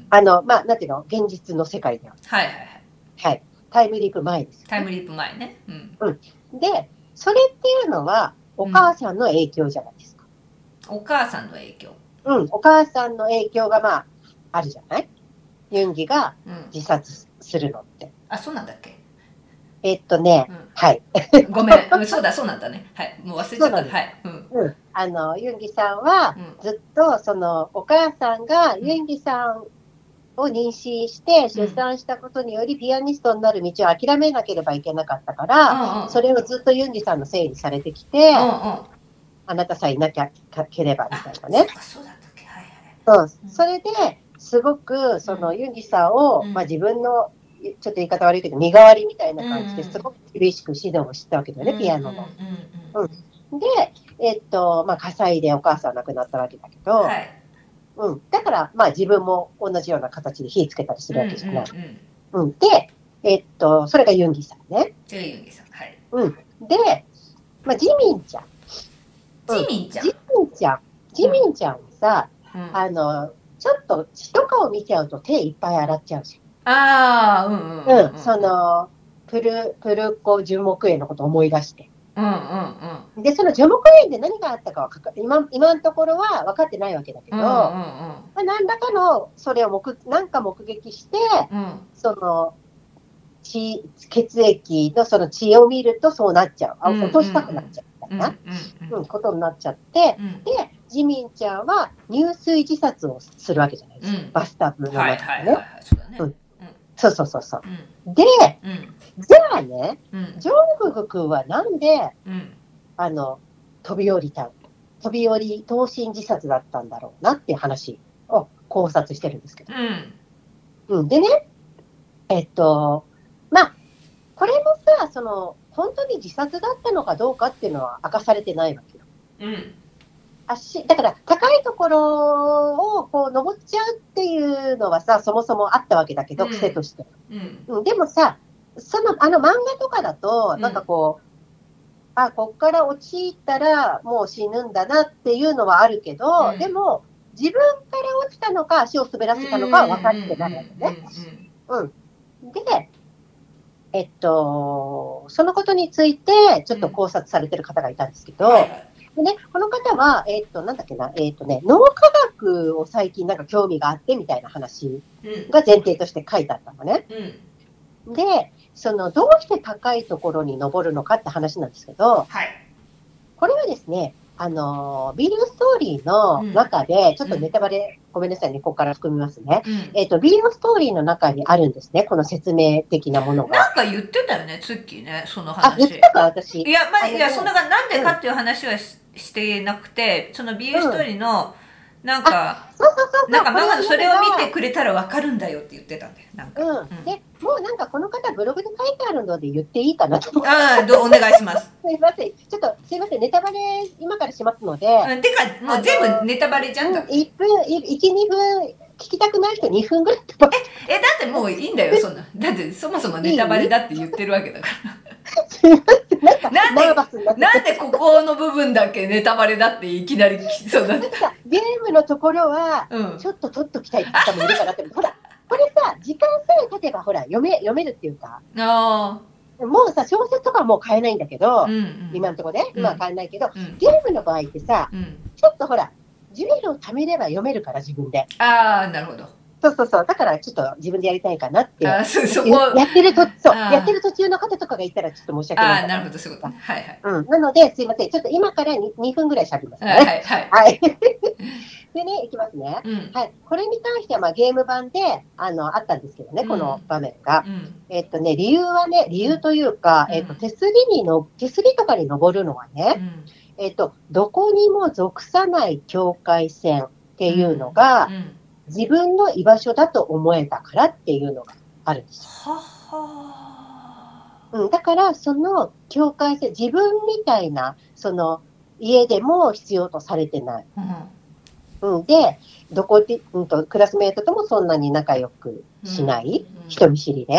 あの、まあ、なんていうの、現実の世界では。 はいはいはい。 はい。タイムリープ前ですよ、ね。 タイムリープ前ね。うん。 うん、で、それっていうのは、お母さんの影響じゃないですか。 うん、お母さんの影響。 うん、お母さんの影響が、まあ、あるじゃない？ユンギが自殺するのって。うん、 あ、そうなんだっけ？ えっとね、うん、はい。 ごめん、そうだ、そうなんだね。はい、もう忘れちゃった。はい。 うん。うん、あの、ユンギさんは、ずっと、その、お母さんがユンギさんを妊娠して出産したことにより、ピアニストになる道を諦めなければいけなかったから、うんうん、それをずっとユンギさんのせいにされてきて、うんうん、あなたさえいなきゃければみたいなね。 そうだったっけ？はいはい。そう、それですごく、その、ユンギさんを、うん、まあ、自分の、ちょっと言い方悪いけど、身代わりみたいな感じですごく厳しく指導をしたわけだよね、うん、ピアノの。うん、で、えっと、まあ、火災でお母さん亡くなったわけだけど、はい、うん、だから、まあ、自分も同じような形で火つけたりするわけじゃない。うんうんうん、で、えっと、それがユンギさんね。 ユンギさん、はい。 うん、で、まあ、ジミンちゃん。 ジミンちゃん、 うん、ジミンちゃん。ジミンちゃんさ、うん、あの、ちょっと血とかを見ちゃうと手いっぱい洗っちゃうし。 ああ、うんうんうん、うん。 うん、その、プル、プルコ樹木園のことを思い出して。 うんうんうん、 で、その樹木園で何があったかはかか今、今のところは分かってないわけだけど、うんうんうん、まあ、何らかのそれを目、なんか目撃して、うん、その血、血液のその血を見るとそうなっちゃう。あ、落としたくなっちゃうみたいな、うんうん、ことになっちゃって、うん、で、ジミンちゃんは入水自殺をするわけじゃないですか。うん、バスタブの中でね。はいはいはい、そうだね。うん、そうそうそうそう。うん、で、うん、じゃあね、うん、ジョングク君はなんで、うん、あの飛び降りた飛び降り投身自殺だったんだろうなっていう話を考察してるんですけど、うんうん、でね、えっとまあこれもさ、その本当に自殺だったのかどうかっていうのは明かされてないわけよ。うん、足だから高いところをこう登っちゃうっていうのはさ、そもそもあったわけだけど、うん、癖として、うんうん、でもさ、そのあの漫画とかだとなんかこう、うん、あ、こっから落ちたらもう死ぬんだなっていうのはあるけど、うん、でも自分から落ちたのか足を滑らせたのかは分かってないわけね。うん。で、えっと、そのことについてちょっと考察されてる方がいたんですけど、うん、でね、この方は、えっと、なんだっけな、えっとね、脳科学を最近なんか興味があってみたいな話が前提として書いてあったのね。うん、で、そのどうして高いところに登るのかって話なんですけど、はい、これはですね、あのビールストーリーの中で、うん、ちょっとネタバレ、うん、ごめんなさいね、ここから含みますね。うん、えっと、ビールストーリーの中にあるんですね、この説明的なものが。 なんか言ってたよね、ツッキーね、その話。 あ、言ってたか、私。 いや、まあ、いや、そんな、なんでかっていう話は し,、うん、してなくて、そのビールストーリーの、なんか、なんか、まあ、それを見てくれたらわかるんだよって言ってたんだよ。なんか。 うん。うん、で、もうなんかこの方ブログで書いてあるので言っていいかなと思って。 ああ、どうお願いします。 すいません。ちょっとすいません。ネタバレ今からしますので。 うん、てか、もう全部ネタバレじゃんだ。 うん、いっぷん、いち、にふん聞きたくない人にふんぐらい。 え、え、だってもういいんだよ、そんな。だってそもそもネタバレだって言ってるわけだから。なんで、なんでここの部分だけネタバレだっていきなりそうだった。 ゲームのところは、ちょっと取っときたいって方もいるかなって。ほら、これさ、時間さえ経てばほら、読め、読めるっていうか。あもうさ、小説とかはもう買えないんだけど、うんうん、今のところね、今は買えないけど、うん、ゲームの場合ってさ、うん、ちょっとほら、ジュエルを貯めれば読めるから、自分で。 ああ、なるほど。 そうそうそう。だからちょっと自分でやりたいかなって。 あそそこやってると、そう、やってる途中の方とかがいたらちょっと申し訳ない。 あなるほど、そういうこと。はいはい。 うん。なので、すいません。ちょっと今から 2, にふんぐらい喋りますね。 はいはい。はい。 はい、でね、いきますね、うん。はい。これに関しては、まあ、ゲーム版で、あの、あったんですけどね、この場面が。うん、えっとね、理由はね、理由というか、うん、えっと、手すりにの、手すりとかに登るのはね、うん、えっと、どこにも属さない境界線っていうのが、うんうん自分の居場所だと思えたからっていうのがあるんですよ。はは、うん、だからその境界線、自分みたいなその家でも必要とされてない。うんうん、で、どこで、うんと、クラスメートともそんなに仲良くしない、うん、人見知りで、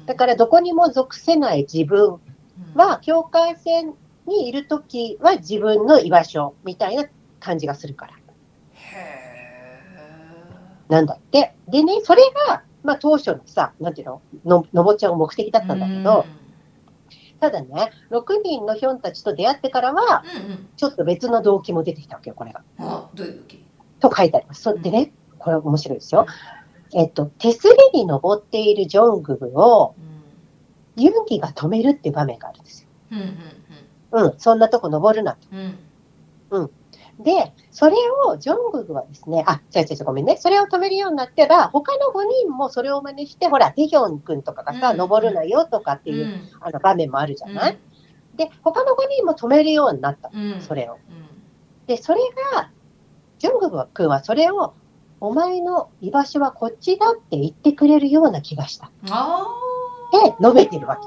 だからどこにも属せない自分は境界線にいるときは自分の居場所みたいな感じがするから。へー。なんだって。でね、それが、まあ当初のさ、なんていうの、の、のぼっちゃんの目的だったんだけど、ただね、ろくにんのヒョンたちと出会ってからは、うんうん、ちょっと別の動機も出てきたわけよ、これが。 あ、どういう動機？ と書いてあります。そでね、これ面白いですよ。うん、えっと、手すりに登っているジョングクを、うん、ユンギが止めるっていう場面があるんですよ。うんうんうん。うん、そんなとこ登るなと。うん。うん。で、それをジョングクはですね、あ、違う違うごめんね。それを止めるようになったら、他のごにんもそれを真似して、ほら、テヒョン君とかがさ、うん、登るなよとかっていう、うん、あの場面もあるじゃない、うん、で、他のごにんも止めるようになった。うん、それを。うん、で、それが、ジョングク君はそれを、お前の居場所はこっちだって言ってくれるような気がした。あで、述べてるわけ。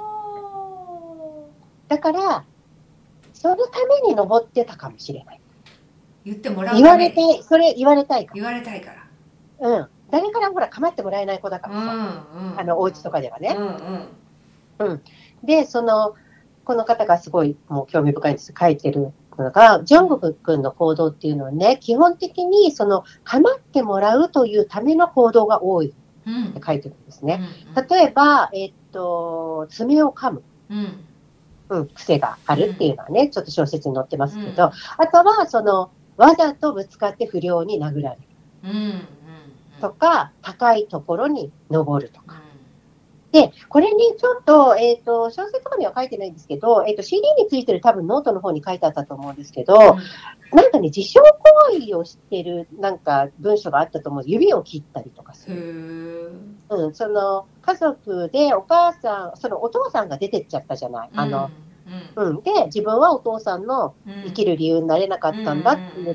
だから、そのために登ってたかもしれない。言ってもらうために。言われて、それ言われたいから。言われたいから。うん。誰からほら構ってもらえない子だからさ。うんうん、あの、お家とかではね。うん、うん。うん。で、その、この方がすごいもう興味深いんです。書いてるのが、ジョングク君の行動っていうのはね、基本的にその、構ってもらうというための行動が多いって書いてるんですね。うんうん、例えば、えっと、爪を噛む。うんうん、癖があるっていうのはね、うん、ちょっと小説に載ってますけど、うん、あとは、その、わざとぶつかって不良に殴られる。うんうんうん、とか、高いところに登るとか。うん、で、これにちょっと、えっと、小説とかには書いてないんですけど、えっと、シーディー についてる多分ノートの方に書いてあったと思うんですけど、うん、なんかね、自傷行為をしてるなんか文章があったと思う。指を切ったりとかする。うん、その、家族でお母さん、そのお父さんが出てっちゃったじゃない。あの、うんうん、で、自分はお父さんの生きる理由になれなかったんだって言って、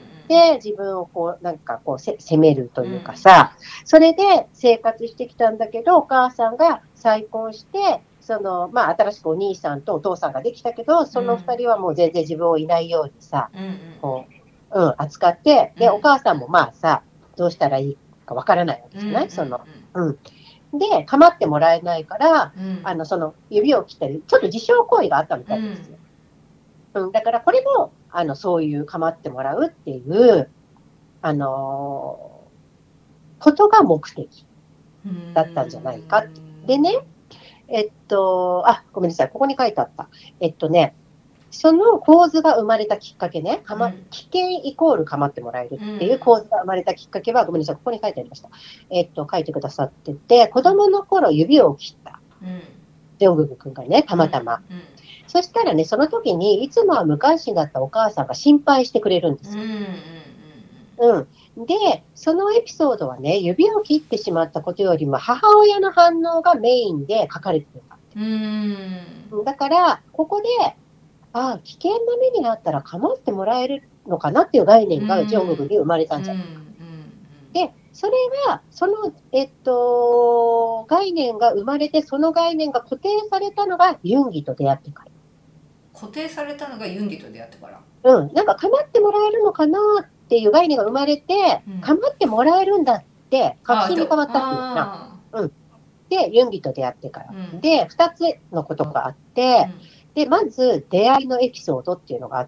自分をこう、なんかこう、責めるというかさ、それで生活してきたんだけど、お母さんが再婚して、その、まあ、新しくお兄さんとお父さんができたけど、その二人はもう全然自分をいないようにさ、こう、うん、扱って、で、お母さんもまあさ、どうしたらいいかわからないわけじゃない？その、うん。で、構ってもらえないから、うん、あの、その、指を切ったり、ちょっと自傷行為があったみたいですよ。うん、だからこれも、あの、そういう構ってもらうっていう、あのー、ことが目的だったんじゃないか。でね、えっと、あ、ごめんなさい、ここに書いてあった。えっとね、その構図が生まれたきっかけね、かま、危険イコール構ってもらえるっていう構図が生まれたきっかけは、ごめんなさい、ここに書いてありました。えっと、書いてくださってて、子供の頃指を切った。ジョングク君がね、たまたま。うんうん、そしたらね、その時に、いつもは無関心だったお母さんが心配してくれるんですよ。うん。で、そのエピソードはね、指を切ってしまったことよりも、母親の反応がメインで書かれてるんだって。うん。だから、ここで、ああ、危険な目になったら構ってもらえるのかなっていう概念がジョングクに生まれたんじゃないか。で、それが、その、えっと、概念が生まれて、その概念が固定されたのがユンギと出会ってから。固定されたのがユンギと出会ってから。うん、なんか構ってもらえるのかなっていう概念が生まれて、うん、構ってもらえるんだって確信に変わったっていうかな。うん。で、ユンギと出会ってから。うん、で、二つのことがあって、うん、で、まず出会いのエピソードっていうのがあって、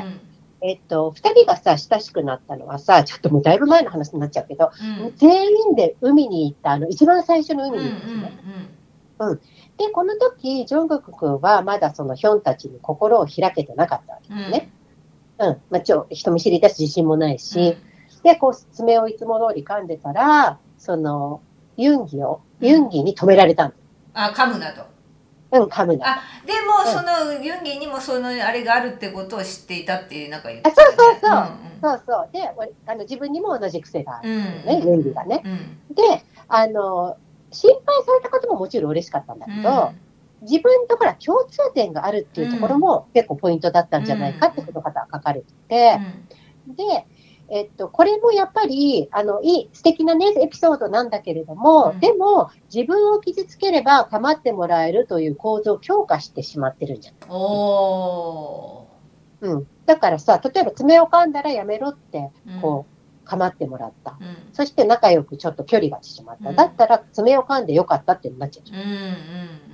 うんえっと、二人がさ、親しくなったのはさ、ちょっともうだいぶ前の話になっちゃうけど、うん、全員で海に行った、あの、一番最初の海に行ったんですね。うん、うんうん。で、この時、ジョングク君はまだそのヒョンたちに心を開けてなかったわけですね。うん。うん、まあ、ちょ、人見知りだし自信もないし、うん、で、こう、爪をいつも通り噛んでたら、その、ユンギを、ユンギに止められたんです。うん、あ、噛むなと。うん、噛むな。あ、でも、その、ユンギにもその、あれがあるってことを知っていたっていう、なんか言ってたよね。あ、そうそうそう。うんうん、そうそう。で、あの、自分にも同じ癖があるね、ユンギがね、うん。で、あの、心配されたことももちろん嬉しかったんだけど、うん、自分とほら、共通点があるっていうところも結構ポイントだったんじゃないかってこの方は書かれてて、うん、で、えっと、これもやっぱり、あの、いい、素敵なね、エピソードなんだけれども、うん、でも、自分を傷つければ構ってもらえるという構造を強化してしまってるんじゃない。おー。うん。だからさ、例えば爪を噛んだらやめろって、こう、構ってもらった。うん、そして仲良くちょっと距離が縮まった。うん、だったら爪を噛んでよかったってなっちゃう。うんうんうん。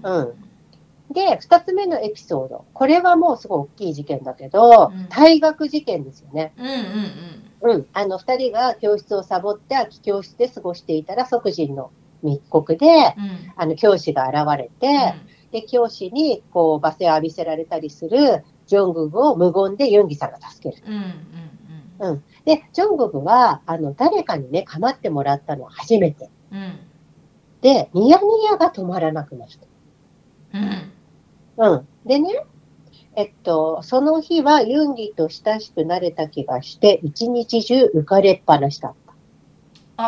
うん。で、ふたつめのエピソード。これはもうすごい大きい事件だけど、うん、退学事件ですよね。 うんうんうん。 うん。あの、二人が教室をサボって空き教室で過ごしていたら、即人の密告で、うん、あの、教師が現れて、うん、で、教師に、こう、罵声を浴びせられたりする、ジョングクを無言でユンギさんが助ける。うんうんうん。うん。で、ジョングクは、あの、誰かにね、構ってもらったのは初めて。うん。で、ニヤニヤが止まらなくなると。うん。うん。でね、えっと、その日はユンギと親しくなれた気がして、一日中浮かれっぱなしだった。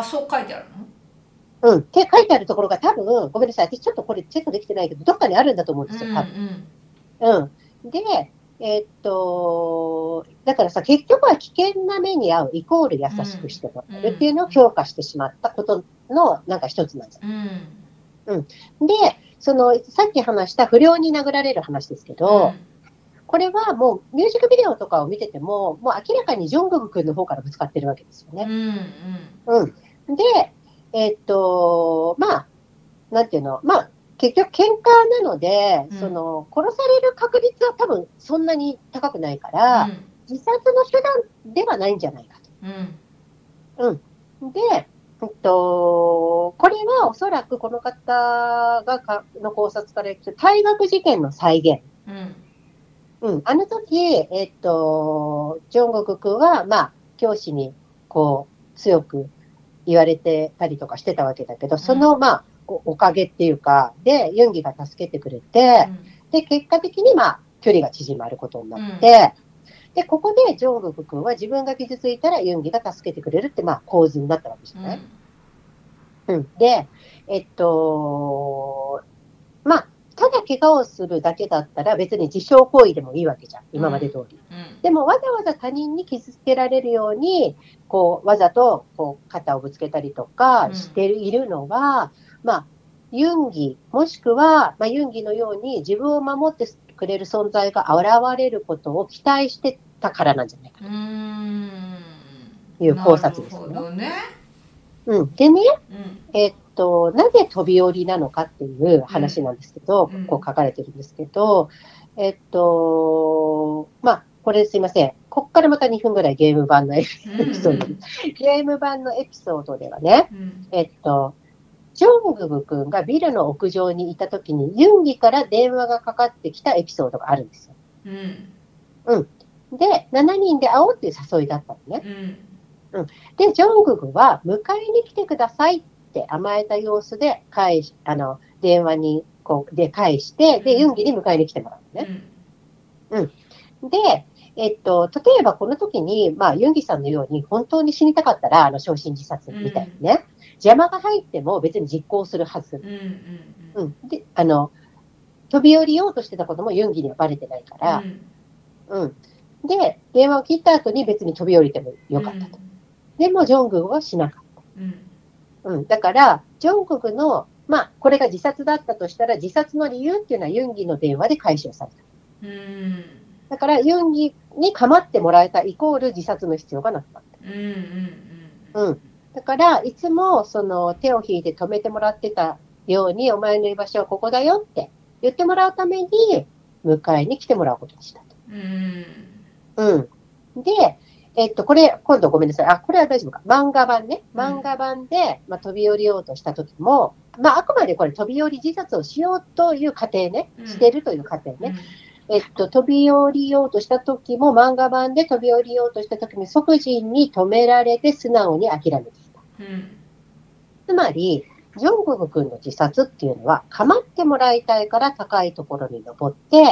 あ、そう書いてあるの？うん。って書いてあるところが多分、ごめんなさい。私ちょっとこれチェックできてないけど、どっかにあるんだと思うんですよ、多分。うん、うん。うん。で、えっと、だからさ、結局は危険な目に遭うイコール優しくしてもらえるっていうのを強化してしまったことの、なんか一つなんです。うん。うん。で、その、さっき話した不良に殴られる話ですけど、うん、これはもうミュージックビデオとかを見てても、もう明らかにジョングク君の方からぶつかってるわけですよね。うんうん。うん。で、えっと、まあ、なんていうの、まあ、結局喧嘩なので、うん、その、殺される確率は多分そんなに高くないから、うん、自殺の手段ではないんじゃないかと。うん。うん。で、えっと、これはおそらくこの方がかの考察からいくと、退学事件の再現。うん。うん。あの時、えっと、ジョングク君は、まあ、教師に、こう、強く言われてたりとかしてたわけだけど、その、まあ、お, おかげっていうか、で、ユンギが助けてくれて、うん、で、結果的に、まあ、距離が縮まることになって、うん、で、ここでジョングク君は自分が傷ついたらユンギが助けてくれるって、まあ、構図になったわけじゃない？うん。うん、で、えっと、まあ、ただ怪我をするだけだったら別に自傷行為でもいいわけじゃん。今まで通り。うんうん、でもわざわざ他人に傷つけられるように、こう、わざとこう肩をぶつけたりとかしているのは、うん、まあ、ユンギ、もしくは、まあ、ユンギのように自分を守ってくれる存在が現れることを期待してたからなんじゃないかという考察ですね。なるほどね。うん。でね、うん、えっと、なぜ飛び降りなのかっていう話なんですけど、うん、こう書かれてるんですけど、えっと、まあ、これすいません。こっからまたにふんぐらいゲーム版のエピソード、うん、ゲーム版のエピソードではね、うん、えっと、ジョングク君がビルの屋上にいたときに、ユンギから電話がかかってきたエピソードがあるんですよ。うん。うん。で、しちにんで会おうっていう誘いだったのね。うん。うん。で、ジョングクは迎えに来てくださいって甘えた様子で返し、あの、電話にこう、で返して、で、ユンギに迎えに来てもらうのね。うん。うん。で、えっと、例えばこの時に、まあ、ユンギさんのように本当に死にたかったら、あの、焼身自殺みたいにね、うん、邪魔が入っても別に実行するはず。うんうんうんうん、で、あの、飛び降りようとしてたこともユンギにはバレてないから、うん、うん。で、電話を切った後に別に飛び降りてもよかったと。うん、でも、ジョングクはしなかった。うん。うん。だから、ジョングクの、まあ、これが自殺だったとしたら、自殺の理由っていうのはユンギの電話で解消された。うんだから、ユンギに構ってもらえたイコール自殺の必要がなくなった。うんうんうん。うん。だから、いつも、その、手を引いて止めてもらってたように、お前の居場所はここだよって言ってもらうために、迎えに来てもらうことにしたと。うん。うん。で、えっと、これ、今度ごめんなさい。あ、これは大丈夫か。漫画版ね。漫画版で、まあ、飛び降りようとした時も、まあ、あくまでこれ飛び降り自殺をしようという過程ね。してるという過程ね。うんえっと、飛び降りようとした時も、漫画版で飛び降りようとした時に即人に止められて素直に諦めていた。うん、つまり、ジョングク君の自殺っていうのは、構ってもらいたいから高いところに登って、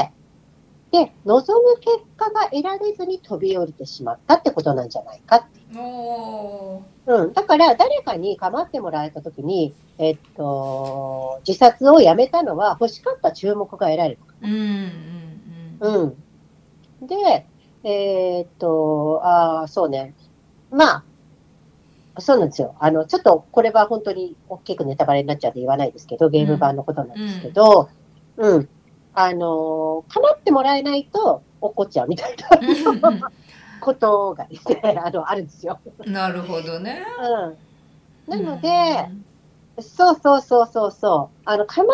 で、望む結果が得られずに飛び降りてしまったってことなんじゃないかって。おうん。だから、誰かに構ってもらえた時に、えっと、自殺をやめたのは欲しかった注目が得られる。うん。うん。で、えー、っと、あそうね。まあ、そうなんですよ。あの、ちょっとこれは本当に大きくネタバレになっちゃって言わないですけど、ゲーム版のことなんですけど、うん。うん、あの、構ってもらえないと怒っちゃうみたいなことがですね、あの、あるんですよ。 なるほどね。 うん。なので、そうそうそうそうそう。あの、構っ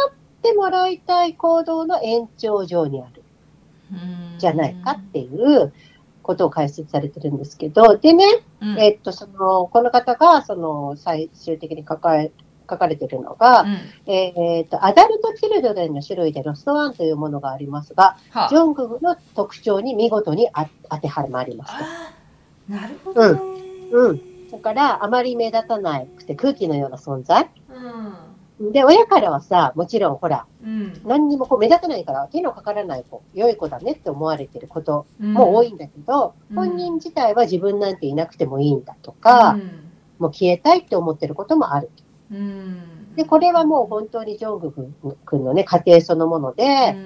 ってもらいたい行動の延長上にあるじゃないかっていうことを解説されてるんですけど、でね、うん、えっとそのこの方がその最終的に書かれ書かれているのが、うん、えー、とアダルトチルドレンの種類でロストワンというものがありますが、はあ、ジョングクの特徴に見事にあ当てはまりますと。 あ、なるほどね、 うんうん、だからあまり目立たなくて空気のような存在、うん、で親からはさ、もちろんほら、うん、何にもこう目立たないから手のかからない子、良い子だねって思われてることも多いんだけど、うん、本人自体は自分なんていなくてもいいんだとか、うん、もう消えたいって思ってることもある。うん、でこれはもう本当にジョングク君のね家庭そのもので、うん、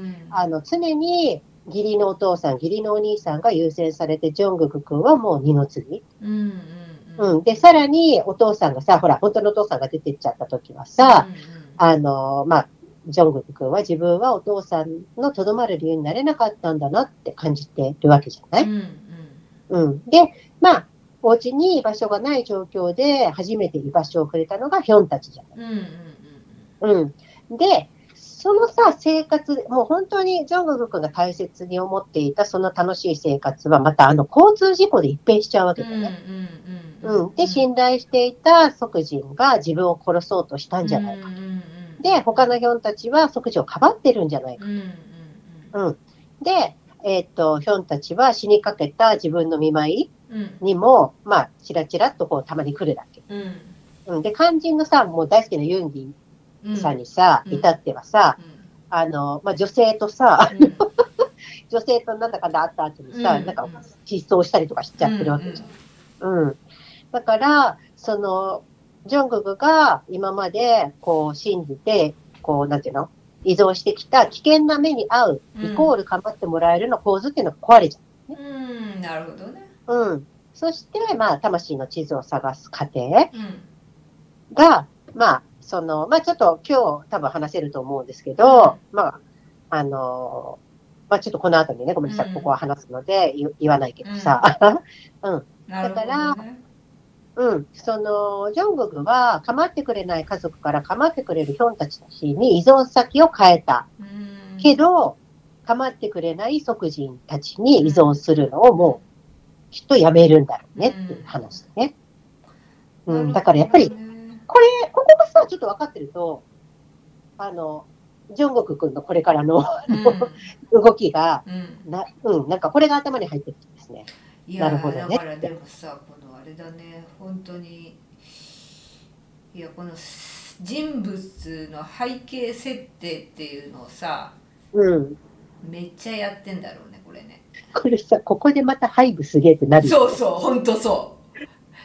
あの常に義理のお父さん義理のお兄さんが優先されて、ジョングク君はもう二の次、うんうんうん、でさらにお父さんがさ、ほら本当のお父さんが出てっちゃった時はさ、うんうん、あのまあジョングク君は自分はお父さんのとどまる理由になれなかったんだなって感じてるわけじゃない、うんうんうん、でまあお家に居場所がない状況で初めて居場所をくれたのがヒョンたちじゃない。うんうんうんうん、で、そのさ生活、もう本当にジョングク君が大切に思っていたその楽しい生活はまたあの交通事故で一変しちゃうわけだね。で、信頼していた即人が自分を殺そうとしたんじゃないかと。うんうんうん、で、他のヒョンたちは即人をかばってるんじゃないかと。うんうんうん、で、えーと、ヒョンたちは死にかけた自分の見舞いにも、うん、まあ、ちらちらっとこうたまに来るだけ。うんうん、で、肝心のさ、もう大好きなユンギさんにさ、うん、至ってはさ、うん、あの、まあ、女性とさ、うん、女性となんだかんだあった後にさ、うん、なんか失踪したりとかしちゃってるわけじゃん。うんうん、だから、その、ジョングクが今までこう信じて、こう、なんていうの、依存してきた危険な目に遭う、イコール構ってもらえるの構図っていうのが壊れちゃう、ね。 うん、なるほどね。 うん。そして、まあ、魂の地図を探す過程が、うん、まあ、その、まあ、ちょっと今日多分話せると思うんですけど、うん、まあ、あの、まあ、ちょっとこの後にね、ごめんなさい、うん、ここは話すので言わないけどさ。うん。うん、だから、ね、うん、その、ジョングクは構ってくれない家族から構ってくれるヒョンたちに依存先を変えた。うん、けど、構ってくれない即人たちに依存するのをもう、きっとやめるんだろうねっていう話でね。うん、うん、だからやっぱり、これ、ここがさ、ちょっと分かってると、あの、ジョングク君のこれからの、うん、動きが、うん、な、うん、なんかこれが頭に入ってきてですね。 いや、なるほどね。だからでもさ、このあれだね、本当に、いや、この人物の背景設定っていうのをさ、うん、めっちゃやってんだろうね、これね。 これさ、ここでまたハイブすげえってなる。 そうそう、本当そう。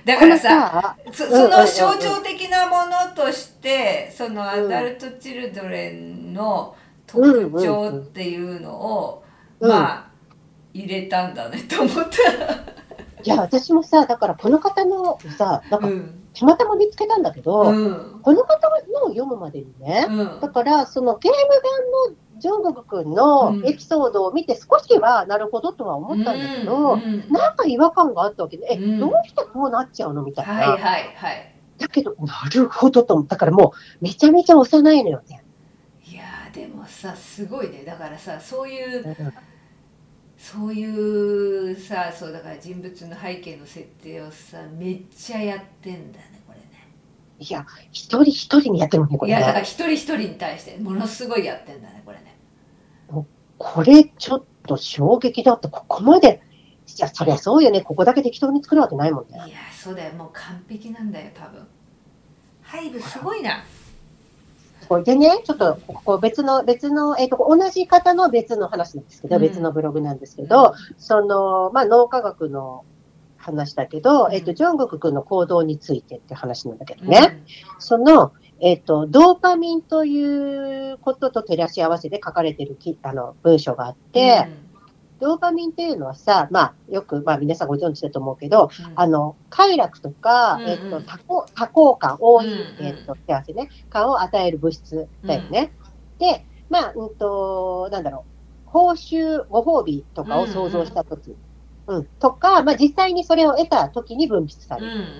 だからさ、そ, その象徴的なものとして、そのアダルトチルドレンの特徴っていうのを、うんうんうん、まあ入れたんだねと思った。 いや、私もさ、だからこの方のさ、なんか、たまたま見つけたんだけど、うん、この方の読むまでにね、うん、だからそのゲーム版のジョングク君のエピソードを見て少しはなるほどとは思ったんだけど、うん、なんか違和感があったわけで、え、うん、どうしてこうなっちゃうのみたいな。 はいはいはい。 だけど、なるほどと思った。だからもうめちゃめちゃ幼いのよね。 いやーでもさ、すごいね。だからさ、そういう、うん、そういうさ、そうだから人物の背景の設定をさ、めっちゃやってんだね、これね。 いや、一人一人にやってるもんね、これね。 いや、だから一人一人に対してものすごいやってんだね、これね。 これちょっと衝撃だった。ここまで、いや、そりゃそうよね。ここだけ適当に作るわけないもんね。 いや、そうだよ。もう完璧なんだよ、多分。ハイブすごいな。 これでね、ちょっとここ別の別の、えー、と同じ方の別の話なんですけど、うん、別のブログなんですけど、うん、そのまあ脳科学の話だけど、うん、えっ、ー、とジョングク君の行動についてって話なんだけどね、うん、そのえっ、ー、とドーパミンということと照らし合わせて書かれているきあの文章があって。うん、ドーパミンっていうのはさ、まあ、よく、まあ、皆さんご存知だと思うけど、うん、あの快楽とか、うんうん、えっと、多幸、多幸感、多い、うんうん、えっと、幸せね、感を与える物質だよね。うん、で、まあ、うんと、なんだろう、報酬、ご褒美とかを想像したとき、うんうん、とか、まあ、実際にそれを得たときに分泌される。うんうん、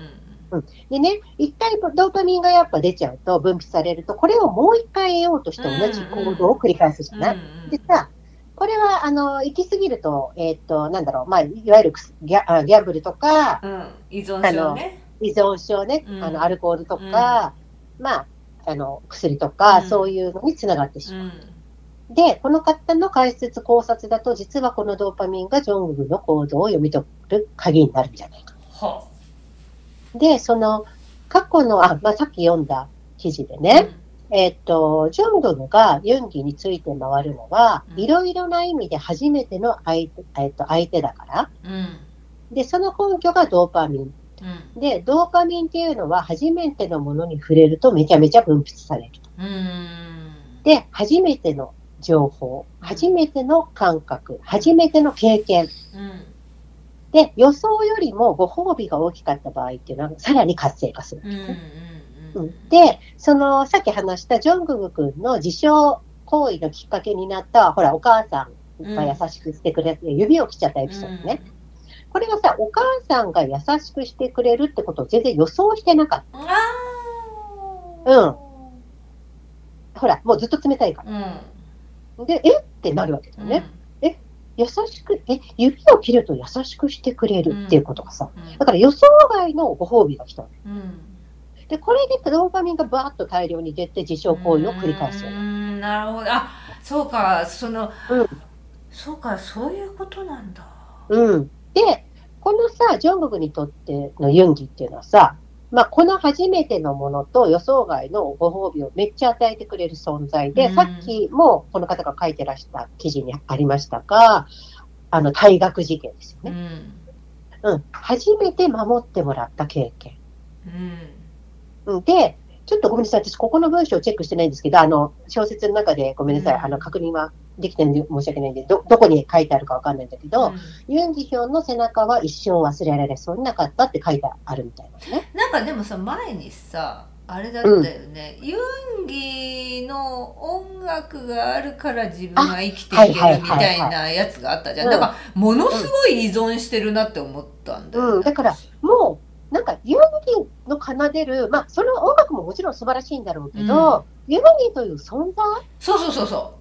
うん、でね、一回ドーパミンがやっぱ出ちゃうと、分泌されると、これをもう一回得ようとして同じ行動を繰り返すじゃない、うんうん、でさ、これは、あの、行き過ぎると、えっと、なんだろう、まあ、いわゆるギャ、ギャンブルとか、 うん、依存症ね。 依存症ね、うん、あの、アルコールとか、うん、まあ、あの、薬とか、うん、そういうのにつながってしまう。うん、で、この方の解説考察だと、実はこのドーパミンがジョングの行動を読み取る鍵になるんじゃないか。はあ、で、その、過去の、あ、まあ、さっき読んだ記事でね、うん、えっと、ジョングがユンギについて回るのは、いろいろな意味で初めての相手、えっと、相手だから、うん、で、その根拠がドーパミン。うん、で、ドーパミンっていうのは初めてのものに触れるとめちゃめちゃ分泌されると。うん、で、初めての情報、初めての感覚、うん、初めての経験、うん、で、予想よりもご褒美が大きかった場合っていうのはさらに活性化するんですね。うんうんうん、で、そのさっき話したジョングク君の自傷行為のきっかけになったほらお母さんが優しくしてくれて、うん、指を切っちゃったエピソードね、うん、これがさ、お母さんが優しくしてくれるってことを全然予想してなかった。うん。ほら、もうずっと冷たいから。うん、で、えってなるわけだよね。うん、え、優しく、え、指を切ると優しくしてくれるっていうことがさ、うん、だから予想外のご褒美が来たわけ。うん、で、これでドーパミンがバーッと大量に出て自傷行為を繰り返すよね。 うん、なるほど。あ、そうか、その、うん、そうか、そういうことなんだ。 うん。で、このさ、ジョングクにとってのユンギっていうのはさ、まあ、この初めてのものと予想外のご褒美をめっちゃ与えてくれる存在で、うん、さっきもこの方が書いてらした記事にありましたが、あの、退学事件ですよね。うん。うん。初めて守ってもらった経験。うん。で、ちょっとごめんなさい。私、ここの文章をチェックしてないんですけど、あの、小説の中でごめんなさい。うん、あの、確認はできてないんで申し訳ないんで、ど、どこに書いてあるかわかんないんだけど、うん、ユンギヒョンの背中は一生忘れられそうになかったって書いてあるみたいなね。 なんかでもさ、前にさ、あれだったよね。うん、ユンギの音楽があるから自分が生きていけるみたいなやつがあったじゃん。だから、ものすごい依存してるなって思ったんだよね。 うん、だから、もう、なんか、ユンギの奏でる、まあ、その音楽ももちろん素晴らしいんだろうけど、うん、ユンギという存在そうそうそうそう。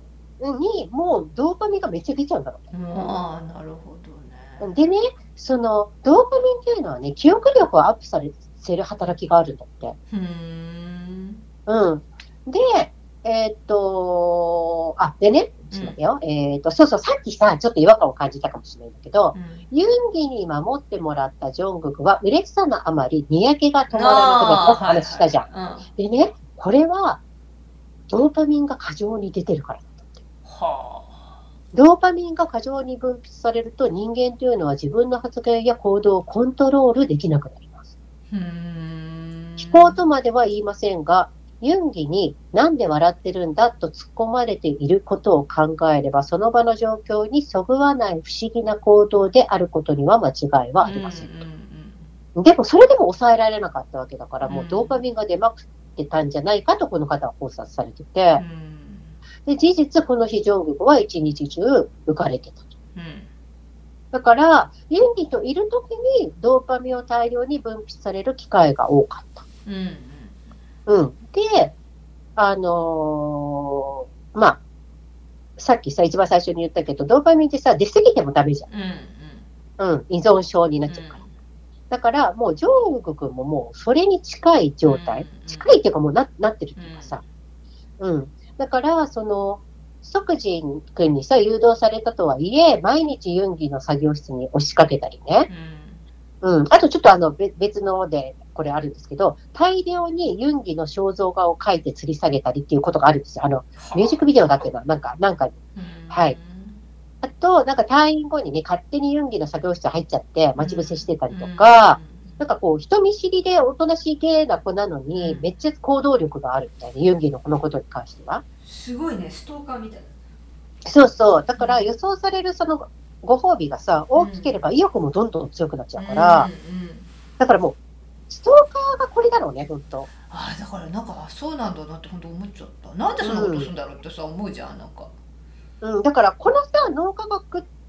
に、もうドーパミンがめっちゃ出ちゃうんだろうね。 ああ、なるほどね。 でね、その、ドーパミンっていうのはね、記憶力をアップさせる働きがあるんだって。うーん。うん。で、えー、っと、あ、でね、ちょっと待ってよ。うん、えー、っと、そうそう、さっきさ、ちょっと違和感を感じたかもしれないんだけど、うん、ユンギに守ってもらったジョングクは、嬉しさのあまり、にやけが止まらなくなったって話したじゃん。はいはいうん、でね、これは、ドーパミンが過剰に出てるからだったって。はあ。ドーパミンが過剰に分泌されると、人間というのは自分の発言や行動をコントロールできなくなります。うーん。思考とまでは言いませんが、ユンギになんで笑ってるんだと突っ込まれていることを考えれば、その場の状況にそぐわない不思議な行動であることには間違いはありませんと。うんうん、でも、それでも抑えられなかったわけだから、もうドーパミンが出まくってたんじゃないかと、この方は考察されてて、で、事実、この日、ジョングクは一日中浮かれてたと。うん、だから、ユンギといるときにドーパミンを大量に分泌される機会が多かった。うんうん、で、あのー、まあ、さっきさ、一番最初に言ったけど、ドーパミンってさ、出過ぎてもダメじゃん。うん、うん、依存症になっちゃうから。うん、だから、もう、ジョングク君ももう、それに近い状態、うん、近いっていうかもうな、なってるっていうかさ、うん。だから、その、ソクジン君にさ、誘導されたとはいえ、毎日ユンギの作業室に押しかけたりね。うん。うん、あと、ちょっとあの、別ので、これあるんですけど、大量にユンギの肖像画を描いて吊り下げたりっていうことがあるんですよ。あの、ミュージックビデオだっていうのは、なんか、なんか、はい。あと、なんか退院後にね、勝手にユンギの作業室入っちゃって、待ち伏せしてたりとか、なんかこう、人見知りでおとなしげな子なのに、めっちゃ行動力があるみたいな、ユンギのこのことに関しては。 すごいね、ストーカーみたいな。そうそう。だから予想されるそのご褒美がさ、大きければ意欲もどんどん強くなっちゃうから、うんうんうん、だからもう、ストーカーがこれだろうね、ほんと。 ああ、だからなんか、そうなんだなって本当思っちゃった。なんでそんなことするんだろうってさ、思うじゃん、なんか。 うん、だからこのさ、脳科学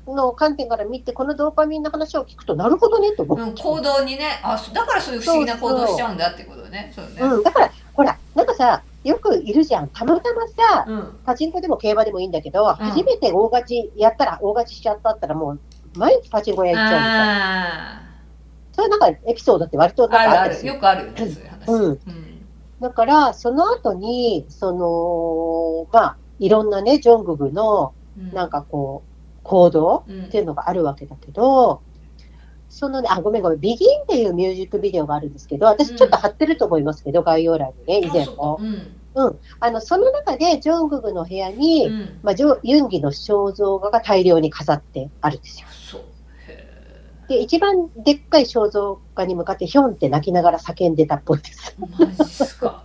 の観点から見てこのドーパミンの話を聞くとなるほどねと思って、 うん、行動にね、あ、だからそういう不思議な行動しちゃうんだってことね。そうね、 うん、だからほらなんかさよくいるじゃん、たまたまさ、うん、パチンコでも競馬でもいいんだけど、うん、初めて大勝ちやったら大勝ちしちゃったったらもう毎日パチンコ屋行っちゃうみたいな、そういうなんかエピソードって割となんかあるある、よくあるよね、そういう話、うんうん、 だからその後にそのまあいろんなねジョングクのなんかこう行動っていうのがあるわけだけど、うん、そのね、あ、ごめんごめん、ビギンっていうミュージックビデオがあるんですけど、私ちょっと貼ってると思いますけど、うん、概要欄にね、以前も。うん。うん。あの、その中で、ジョングクの部屋に、うん、まあ、ユンギの肖像画が大量に飾ってあるんですよ。そう。で、一番でっかい肖像画に向かって、ヒョンって泣きながら叫んでたっぽいです。 マジっすか。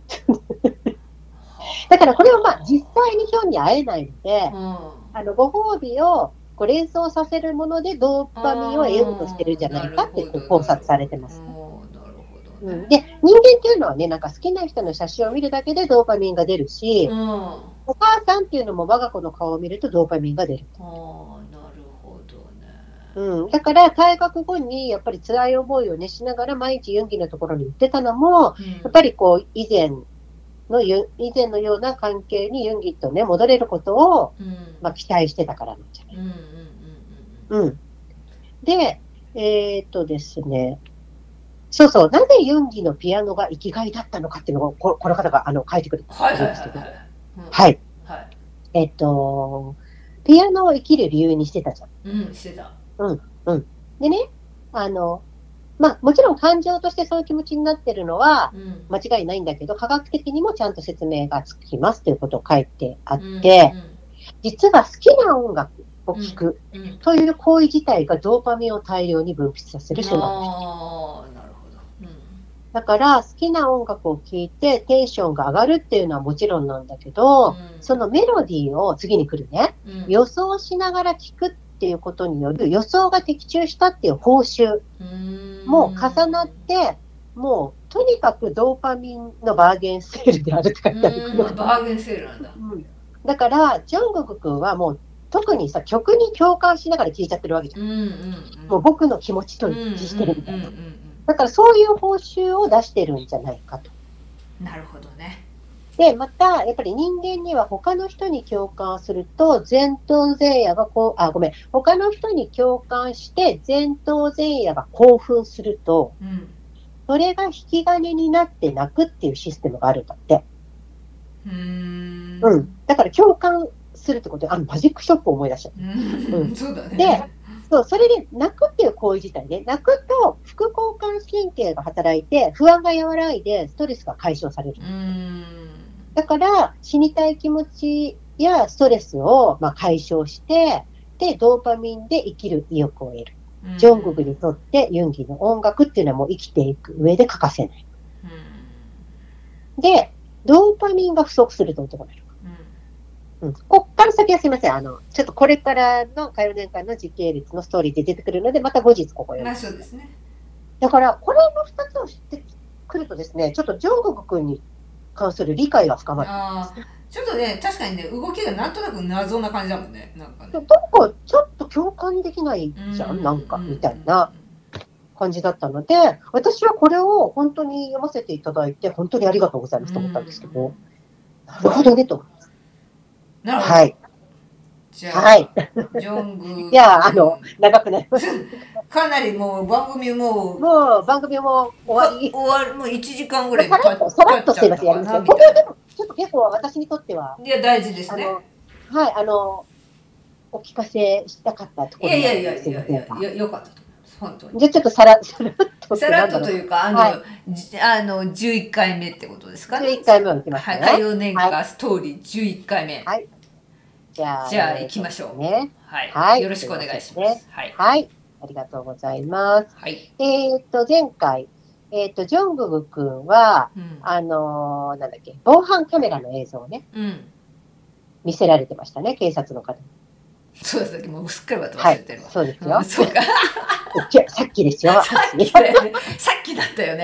だからこれはまあ、実際にヒョンに会えないので、うん、あのご褒美をこう連想させるものでドーパミンを得ようとしてるんじゃないかって考察されてます。うん、で人間っていうのはね、なんか好きな人の写真を見るだけでドーパミンが出るし、うん、お母さんっていうのも我が子の顔を見るとドーパミンが出る。 あ、なるほどね。 うん、だから退学後にやっぱり辛い思いをねしながら毎日ユンギのところに行ってたのも、うん、やっぱりこう以前の以前のような関係にユンギとね戻れることを、うん、まあ、期待してたからなんじゃない。うんうんうんうん、で、えー、っとですね、そうそう、なぜユンギのピアノが生きがいだったのかっていうのをこ, この方があの書いてくれてるんですけど、はい、えー、っとピアノを生きる理由にしてたじゃん。 うん、してた。 うんうん。でね、あの。まあ、もちろん感情としてそういう気持ちになってるのは間違いないんだけど、うん、科学的にもちゃんと説明がつきますということを書いてあって、うんうん、実は好きな音楽を聴くという行為自体がドーパミンを大量に分泌させる手段です。 あ、なるほど。うん、 だから好きな音楽を聴いてテンションが上がるっていうのはもちろんなんだけど、うん、そのメロディーを次に来るね、うん、予想しながら聴くっていうことによる予想が的中したっていう報酬も重なって、もうとにかくドーパミンのバーゲンセールであるって書いてある。 バーゲンセールなんだ。 うん、だからジョングク君はもう特にさ曲に共感しながら聴いちゃってるわけじゃん。うんうんうん、もう僕の気持ちと一致してるみたいな。だからそういう報酬を出してるんじゃないかと。 なるほどね。 で、また、やっぱり人間には他の人に共感すると、前頭前野がこう、あ、ごめん、他の人に共感して前頭前野が興奮すると、うん、それが引き金になって泣くっていうシステムがあるんだって。うーん。うん。だから共感するってことで、あの、マジックショップを思い出しちゃった。うん。そうだね。で、そう、それで泣くっていう行為自体ね、泣くと副交感神経が働いて、不安が和らいで、ストレスが解消される。うーん。だから死にたい気持ちやストレスをまあ解消して、でドーパミンで生きる意欲を得る。うん、ジョングクにとってユンギの音楽っていうのはもう生きていく上で欠かせない。うん、でドーパミンが不足するとどうなるか。うんうん、こっから先はすいません、あのちょっとこれからの火曜年間の時系列のストーリーで出てくるのでまた後日ここ読みます。 まあそうですね。 だからこれのふたつを知ってくるとですね、ちょっとジョングク君に関する理解が深まる。 あ、ちょっとね、確かにね、動きがなんとなく謎な感じだもんね。なんかね。 どこちょっと共感できないじゃん、なんかみたいな感じだったので、私はこれを本当に読ませていただいて本当にありがとうございますと思ったんですけど、なるほどねと思います。 なるほど。はい。じゃあ、 はい、 ジョング。 いやあの長くなります。 かなりもう番組もうもう番組も終わり終わるもういちじかんぐらいさらっとさらっとすいませんやりますけど、ここでもちょっと結構私にとってはいや大事ですね。 あのはいあのお聞かせしたかったところいやいやいやいやいやいやよかったと思います本当に。 じゃあちょっとさらさらっとさらっとというかあの、はい、あのじゅういっかいめってことですかね。 じゅういっかいめを行きましたね。 はい、火曜年間ストーリーじゅういっかいめ。はい。 じゃあじゃあ行きましょう。 ね。 はい。はい、よろしくお願いします。 はい。はい。ありがとうございます。はい、えっと、前回、えっと、ジョングク君は、うん、あのー、なんだっけ、防犯カメラの映像をね、うん、見せられてましたね、警察の方に。 そうですね、もうすっかり忘れてるわ。 はい、そうですよ。 そうか。 さっきですよ。 さっきだよね。さっきだったよね。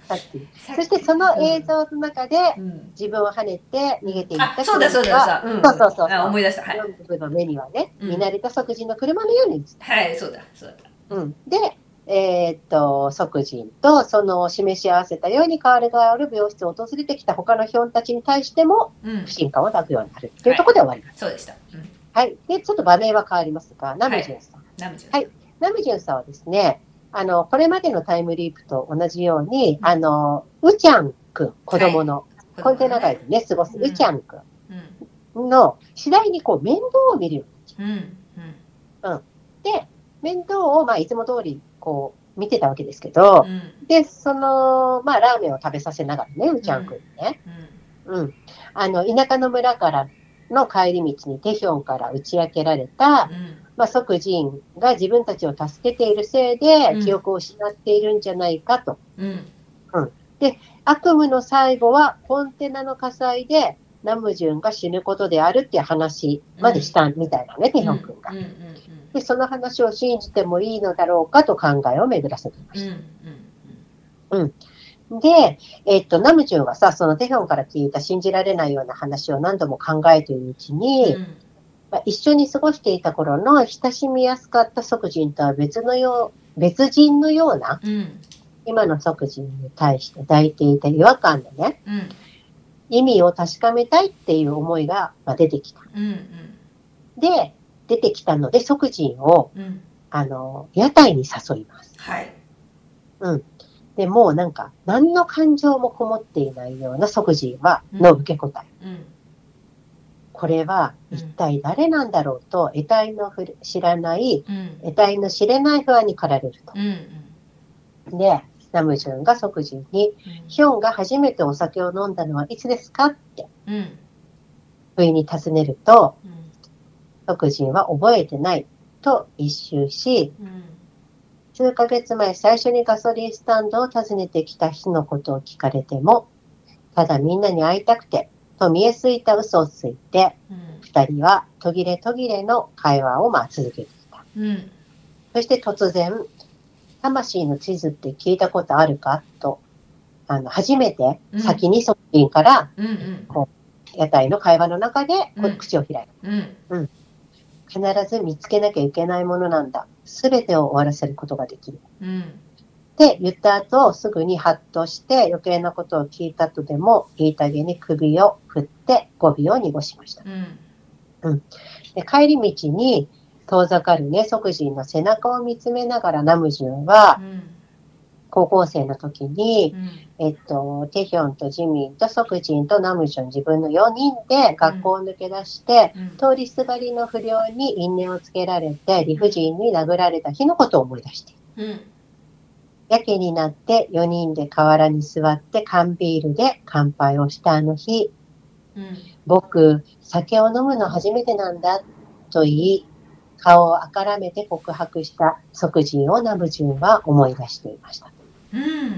たっていう。そしてその映像の中で、うん、自分を跳ねて逃げていった人が、そうだそうだそうだ、 うん、そうそうそうあ、思い出した。はい。 よん部の目にはね、見慣れた即人の車のように映った。 はい、そうだそうだ。 うん、で、えー、っと即人とその示し合わせたように代わる代わる病室を訪れてきた他のヒョンたちに対しても不信感を抱くようになるというところで終わります。 はい、そうでした。うん、 はい。で、ちょっと場面は変わりますが、ナムジュンさん。 はい、ナムジュンさん。はい。ナムジュンさんはですね、あの、これまでのタイムリープと同じように、うん、あの、ウチャン君、子供の、はい、コンテナ街でね、過ごすウチャン君の次第にこう面倒を見るようになっちゃう。うん。うん。で、面倒を、まあ、いつも通り、こう、見てたわけですけど、うん、で、その、まあ、ラーメンを食べさせながらね、ウチャン君にね、うん。うん。あの、田舎の村からの帰り道にテヒョンから打ち明けられた、うんまあ、即人が自分たちを助けているせいで記憶を失っているんじゃないかと。うんうん、で、悪夢の最後はコンテナの火災でナムジュンが死ぬことであるっていう話までしたみたいなね、テヒョン君が。で、その話を信じてもいいのだろうかと考えを巡らせていました。うんうんうん、で、えっと、ナムジュンはさ、そのテヒョンから聞いた信じられないような話を何度も考えているうちに、うん一緒に過ごしていた頃の親しみやすかった即人とは別のよう、別人のような、うん、今の即人に対して抱いていた違和感のね、うん、意味を確かめたいっていう思いが出てきた。うんうん、で、出てきたので即人を、うん、あの、屋台に誘います。はい。うん。で、もうなんか、何の感情もこもっていないような即人は、の受け答え。うんうんこれは一体誰なんだろうと、得体の知らない、うん、得体の知れない不安に駆られると。うんうん、で、ナムジュンが即人に、うん、ヒョンが初めてお酒を飲んだのはいつですかって、うん、不意に尋ねると、うん、即人は覚えてないと一周し、うん、数ヶ月前最初にガソリンスタンドを訪ねてきた日のことを聞かれても、ただみんなに会いたくて、と見えすいた嘘をついて、うん、二人は途切れ途切れの会話をまあ続けていた、うん、そして突然魂の地図って聞いたことあるかとあの初めて先に側近から、うん、こう屋台の会話の中でこう口を開いた、うんうん、必ず見つけなきゃいけないものなんだ全てを終わらせることができる、うんって言った後、すぐにハッとして余計なことを聞いたとでも、言いたげに首を振って語尾を濁しました。うんうん、で帰り道に遠ざかるね、即人の背中を見つめながらナムジュンは、うん、高校生の時に、うん、えっと、テヒョンとジミンと即人とナムジュン自分のよにんで学校を抜け出して、うん、通りすがりの不良に因縁をつけられて理不尽に殴られた日のことを思い出している。うんやけになってよにんで河原に座って缶ビールで乾杯をしたあの日、うん、僕酒を飲むの初めてなんだと言い顔をあからめて告白した即人をナムジュンは思い出していました、うん、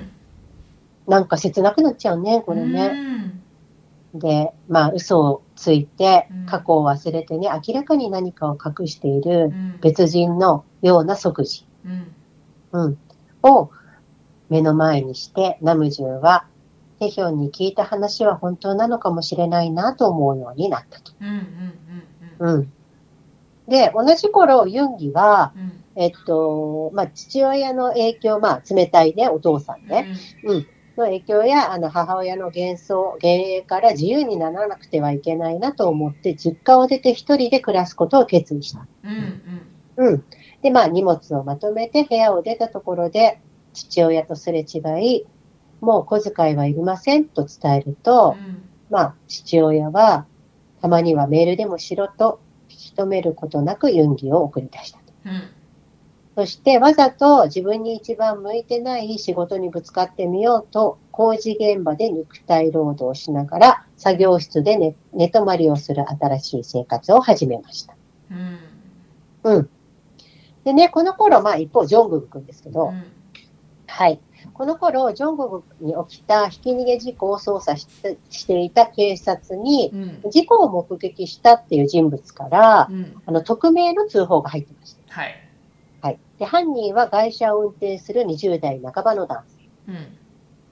なんか切なくなっちゃうねこれね、うん、でまあ嘘をついて過去を忘れてね明らかに何かを隠している別人のような即人、うんうんを目の前にしてナムジュンはテヒョンに聞いた話は本当なのかもしれないなと思うようになったと。うんうんうんうん、で同じ頃ユンギは、うんえっとまあ、父親の影響、まあ、冷たいねお父さんね、うんうん、の影響やあの母親の幻想幻影から自由にならなくてはいけないなと思って実家を出て一人で暮らすことを決意した。うんうんうん、でまあ荷物をまとめて部屋を出たところで父親とすれ違い、もう小遣いはいりませんと伝えると、うん、まあ父親はたまにはメールでもしろと引き止めることなくユンギを送り出した、うん。そしてわざと自分に一番向いてない仕事にぶつかってみようと工事現場で肉体労働をしながら作業室で 寝, 寝泊まりをする新しい生活を始めました。うん。うん、でねこの頃まあ一方ジョングク君ですけど。うんはい、この頃ジョングクに起きたひき逃げ事故を捜査 し, していた警察に、うん、事故を目撃したっていう人物から、うん、あの匿名の通報が入ってました、はいはい、で犯人は外車を運転するにじゅう代半ばの男性、うん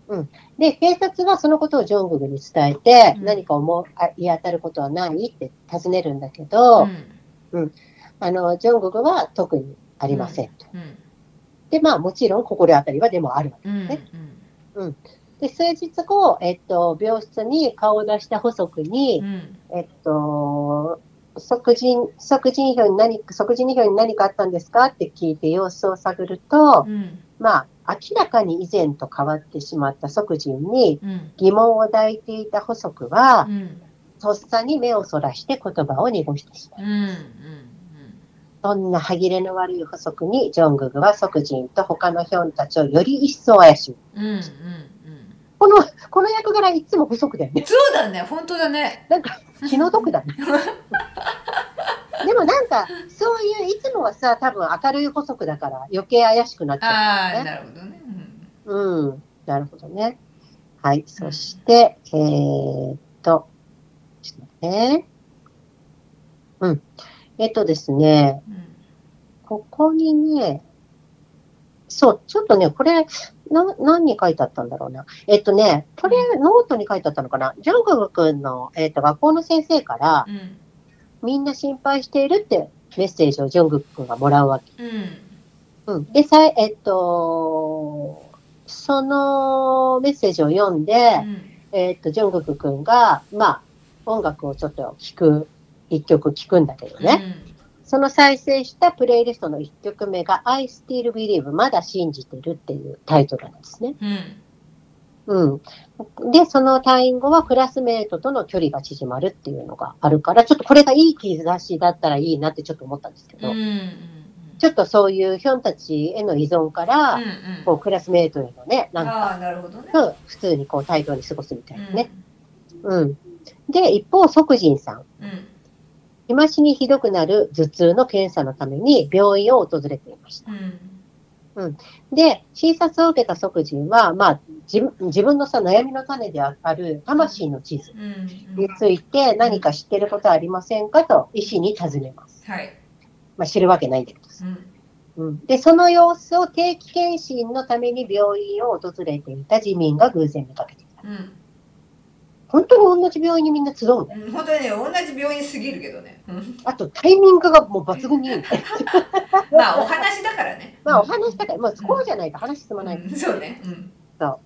うん、で警察はそのことをジョングクに伝えて、うん、何か思い当たることはないって尋ねるんだけど、うんうん、あのジョングクは特にありませんと。うんうん、でまあもちろん心当たりはでもあるわけですね。うんうんうん、で数日後、えっと、病室に顔を出した補足に、うん、えっと即人即人票に何即人票に何かあったんですかって聞いて様子を探ると、うん、まあ明らかに以前と変わってしまった即人に疑問を抱いていた補足は、うん、とっさに目をそらして言葉を濁してしまいます。うんうん、そんな歯切れの悪い補足にジョングクは即人と他のヒョンたちをより一層怪しむ。うんうんうん、このこの役柄いつも補足だよね。 そうだね、本当だね。 なんか気の毒だね。でもなんかそういういつもはさ多分明るい補足だから余計怪しくなっちゃう、ね。 ああ、なるほどね。 うん、うん、なるほどね。はい、そして、うん、えー、っと、ちょっと待ってね。うん、えっとですね、うん、ここにね、そう、ちょっとね、これ、な、何に書いてあったんだろうな。えっとね、これ、ノートに書いてあったのかな。ジョングク君の、えっと、学校の先生から、うん、みんな心配しているってメッセージをジョングク君がもらうわけ。うん。うん、で、さえっと、そのメッセージを読んで、うん、えっと、ジョングク君が、まあ、音楽をちょっと聴く、一曲聴くんだけどね。うん、その再生したプレイリストの一曲目が I Still Believe まだ信じてるっていうタイトルなんですね。うん。うん。で、その退院後はクラスメートとの距離が縮まるっていうのがあるから、ちょっとこれがいい兆しだったらいいなってちょっと思ったんですけど、うん、ちょっとそういうヒョンたちへの依存から、うんうん、こうクラスメートへのね、なんか、なるほどね、普通にこう対等に過ごすみたいなね。うん。うん、で、一方、即人さん。うん日増しにひどくなる頭痛の検査のために病院を訪れていました。うんうん、で、診察を受けた即人は、まあ、自, 自分のさ悩みの種である魂の地図について何か知ってることはありませんかと医師に尋ねます。はい、まあ、知るわけないんだけどさ、うんうん。で、その様子を定期検診のために病院を訪れていた自民が偶然見かけていた。うん本当に同じ病院にみんな集うね。 うん、本当にね、同じ病院すぎるけどね。うん、 あとタイミングがもう抜群にいい、ね。 まあお話だからね。 まあお話だから、まあこうじゃないと話進まない、 うんうん。そうね。うん、 そう。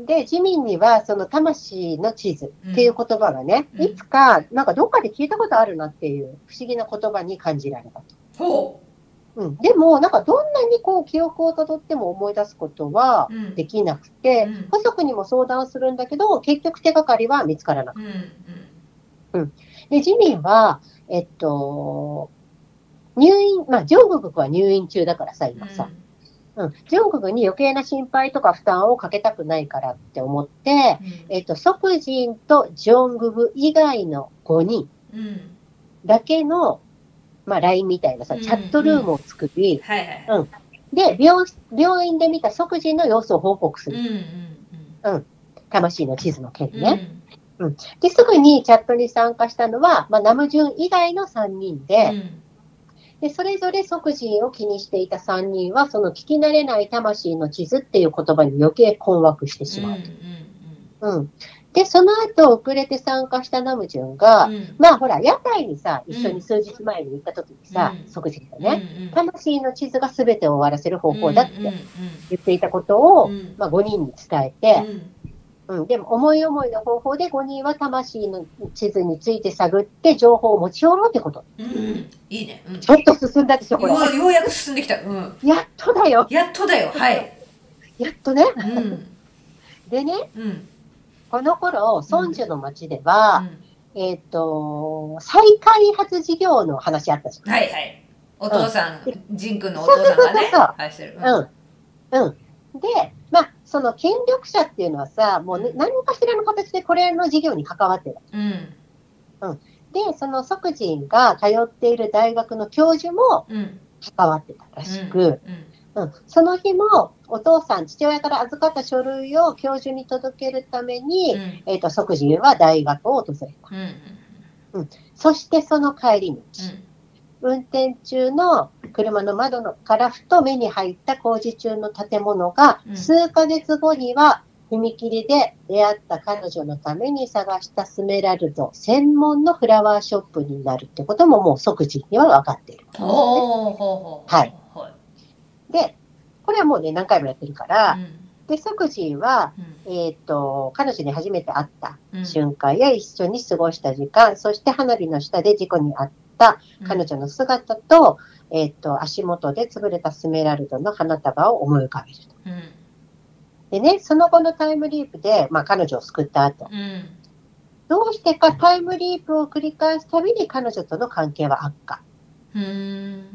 で、自民にはその魂の地図っていう言葉がね、うん、いつかなんかどっかで聞いたことあるなっていう不思議な言葉に感じられたと。ほう。うん、でもなんかどんなにこう記憶をたどっても思い出すことはできなくて、うん、家族にも相談するんだけど結局手がかりは見つからなかった。うんうんうん、で自民は、えっと、入院、まあジョングクは入院中だからさ今さ、うんうん、ジョングクに余計な心配とか負担をかけたくないからって思って、うんえっと、即人とジョングク以外のごにんだけのまあ、ライン みたいなさ、チャットルームを作り、で病、病院で見た即時の様子を報告する。うんうんうん、魂の地図の件ね、うんうん。で、すぐにチャットに参加したのは、まあ、ナムジュン以外のさんにんで、うん、で、それぞれ即時を気にしていたさんにんは、その聞き慣れない魂の地図っていう言葉に余計困惑してしまう。うんうんうんうんで、その後遅れて参加したナムジュンが、うん、まあほら、屋台にさ、一緒に数日前に行った時にさ、うん、即時がね、うんうん、魂の地図が全てを終わらせる方法だって言っていたことを、うん、まあごにんに伝えて、うんうん、でも思い思いの方法でごにんは魂の地図について探って情報を持ち寄ろうってこと。 うん、いいね、うん。 ちょっと進んだでしょ、これ。 ようやく進んできた。うん、 やっとだよ。 やっとだよ、はい。 やっとね。うん、でね、うんこの頃、ソンジュの町では、うん、えっ、ー、と、再開発事業の話あったじゃん。 はいはい。お父さん、うん、ジン君のお父さんがね、 話してる。うん。うん。で、まあ、その権力者っていうのはさ、もう、ね、何かしらの形でこれの事業に関わってる。うん。うん。で、その即人が通っている大学の教授も関わってたらしく、うんうんうん、その日もお父さん、父親から預かった書類を教授に届けるために、うんえー、と即人は大学を訪れた、うんうん、そしてその帰り道、うん、運転中の車の窓のからふと目に入った工事中の建物が、うん、数ヶ月後には踏切で出会った彼女のために探したスメラルド専門のフラワーショップになるってことももう即時には分かっている、ね。 はい。 で、これはもうね何回もやってるから、うん、で即時は、うん、えっと彼女に初めて会った瞬間や一緒に過ごした時間、うん、そして花火の下で事故に遭った彼女の姿と、うん、えっと足元で潰れたスメラルドの花束を思い浮かべると。うん、でね、その後のタイムリープで、まあ、彼女を救った後、うん、どうしてかタイムリープを繰り返すたびに彼女との関係は悪化。うん、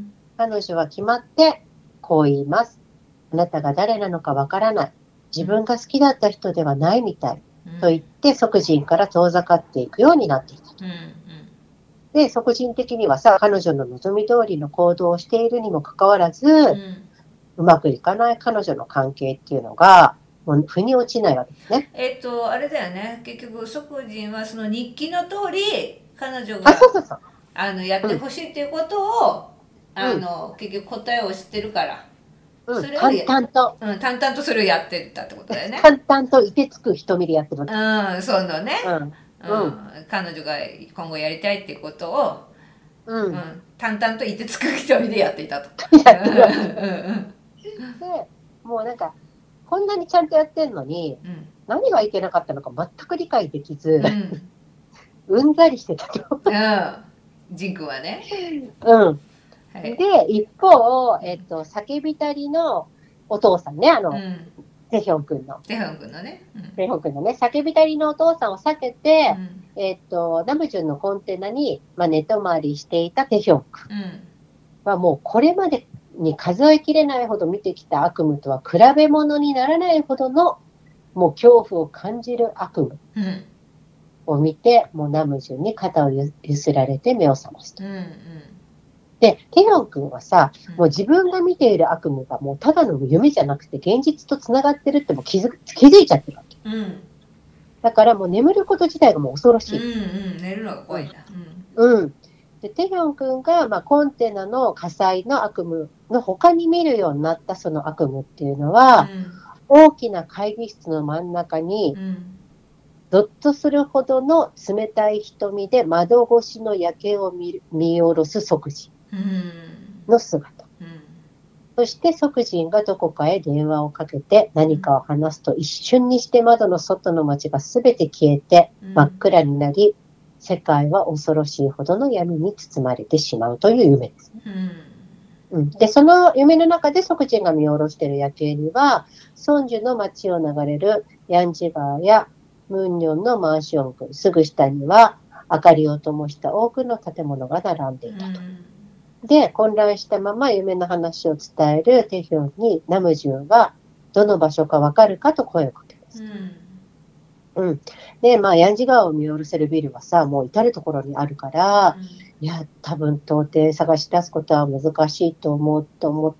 彼女は決まってこう言います。あなたが誰なのかわからない。自分が好きだった人ではないみたい。うん、と言って即人から遠ざかっていくようになっていたと。うんうん、で、即人的にはさ、彼女の望み通りの行動をしているにもかかわらず、うん、うまくいかない彼女の関係っていうのが、もう腑に落ちないわけですね。 えっと、あれだよね。結局、即人はその日記の通り、彼女があそうそうそうあのやってほしいっていうことを、うん、あの結局答えを知ってるから。 うん、それ淡々と、 うん、淡々とそれをやってたってことだよね。 淡々といてつく瞳でやってるわけ。 うん、そうだね。うん、うん、彼女が今後やりたいっていうことを、うんうん、淡々といてつく瞳でやっていたと。やってるわけ。で、 もうなんかこんなにちゃんとやってんのに、うん、何がいけなかったのか全く理解できず、うん、うんざりしてたと。 うん、ジン君はね。 うん。で、一方、えっと、叫びたりのお父さんね、あの、うん、テヒョン君の。 テヒョン君のね。 うん、テヒョン君のね、叫びたりのお父さんを避けて、うん、えっと、ナムジュンのコンテナに、まあ、寝泊まりしていたテヒョン君は、うん、もうこれまでに数えきれないほど見てきた悪夢とは比べ物にならないほどの、もう恐怖を感じる悪夢を見て、うん、もうナムジュンに肩をゆすられて目を覚ますと。うんうんで、テヒョン君はさ、もう自分が見ている悪夢がもうただの夢じゃなくて現実とつながってるってもう気づ気づいちゃってるわけ。うん、だからもう眠ること自体がもう恐ろしい。 うんうん、寝るのが怖いな。 うん。うん、で、テヒョン君が、まあ、コンテナの火災の悪夢の他に見るようになったその悪夢っていうのは、うん、大きな会議室の真ん中に、うんゾッとするほどの冷たい瞳で窓越しの夜景を 見, 見下ろす即人の姿、うん、そして即人がどこかへ電話をかけて何かを話すと一瞬にして窓の外の街がすべて消えて真っ暗になり、うん、世界は恐ろしいほどの闇に包まれてしまうという夢です、うんうん、でその夢の中で即人が見下ろしている夜景にはソンジュの街を流れるヤンジ川やムンニョンのマンション群、すぐ下には明かりを灯した多くの建物が並んでいたと。うん、で、混乱したまま夢の話を伝えるテヒョンにナムジュンはどの場所かわかるかと声をかけます。うんうん、で、まあ、ヤンジ川を見下ろせるビルはさ、もう至るところにあるから、うん、いや、多分到底探し出すことは難しいと思うと思って、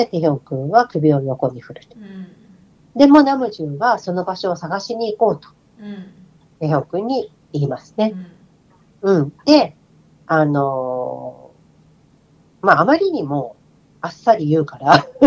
テヒョン君は首を横に振ると。うん、でもナムジュンはその場所を探しに行こうと。うん、テヒョン君に言いますね。うん。うん、で、あのー、まあ、あまりにもあっさり言うから、うん、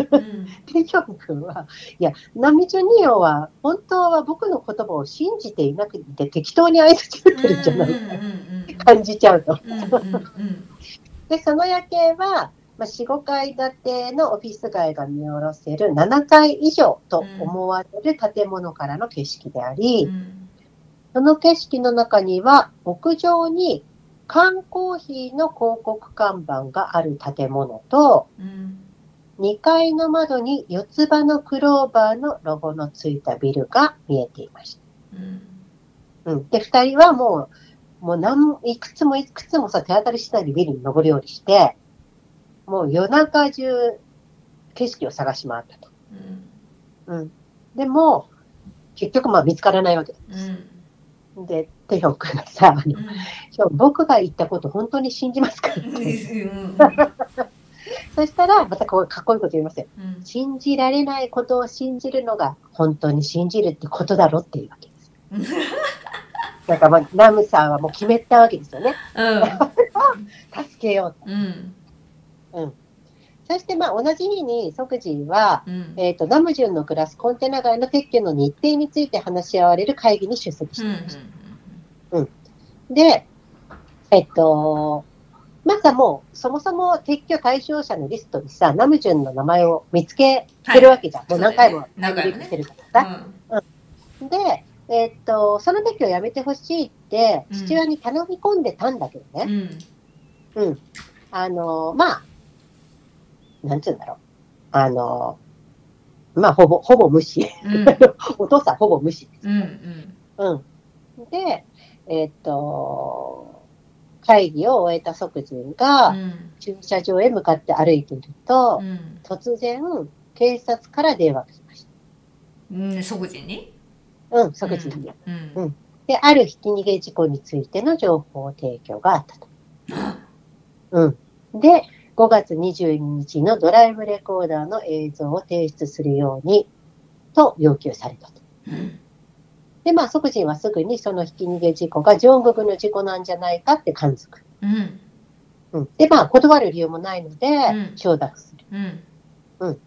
テヒョン君は、いや、ナムジュニオは本当は僕の言葉を信じていなくて適当に相槌打ってるんじゃないかって感じちゃうと。で、その夜景は、まあ、よん、ごかい建てのオフィス街が見下ろせるななかい以上と思われる建物からの景色であり、うん、その景色の中には屋上に缶コーヒーの広告看板がある建物と、うん、にかいの窓に四つ葉のクローバーのロゴのついたビルが見えていました。うんうん、で、ふたりはもう、もう何いくつもいくつもさ、手当たり次第でビルに上り下りして、もう夜中中景色を探し回ったと。うんうん、でも、結局まあ見つからないわけです。うん、で、テヒョン君がさ、あの、うん、僕が言ったこと本当に信じますかって。そしたら、またこうかっこいいこと言いますよ、うん。信じられないことを信じるのが本当に信じるってことだろっていうわけです。なんかもうナムさんはもう決めたわけですよね。うん、助けようと。うんうん、 そしてまあ同じ日に即時は、 うん、 えーと、ナムジュンの暮らすコンテナ街の撤去の日程について話し合われる会議に出席していました。うんうんうん、で、えっと、まずはもうそもそも撤去対象者のリストにさ、ナムジュンの名前を見つけてるわけじゃん。はい、もう何回もタイムリープしてるからさ。うんうん、で、えっと、その時をやめてほしいって父親に頼み込んでたんだけどね。うん。うん、あの、まあ、なんて言うんだろう。あの、まあ、ほぼ、ほぼ無視。うん、お父さんほぼ無視です。うんうん。うん。で、えっと、会議を終えた即人が、駐車場へ向かって歩いていると、うん、突然、警察から電話が来ました。 うん、即人に？ うん、即人に、うん。うん。で、あるひき逃げ事故についての情報提供があったと。うん。で、ごがつにじゅうににちのドライブレコーダーの映像を提出するようにと要求されたと。うん、で、まあ、即人はすぐにそのひき逃げ事故がジョングクの事故なんじゃないかって感づく。うんうん、で、まあ、断る理由もないので、承諾する。うんうん、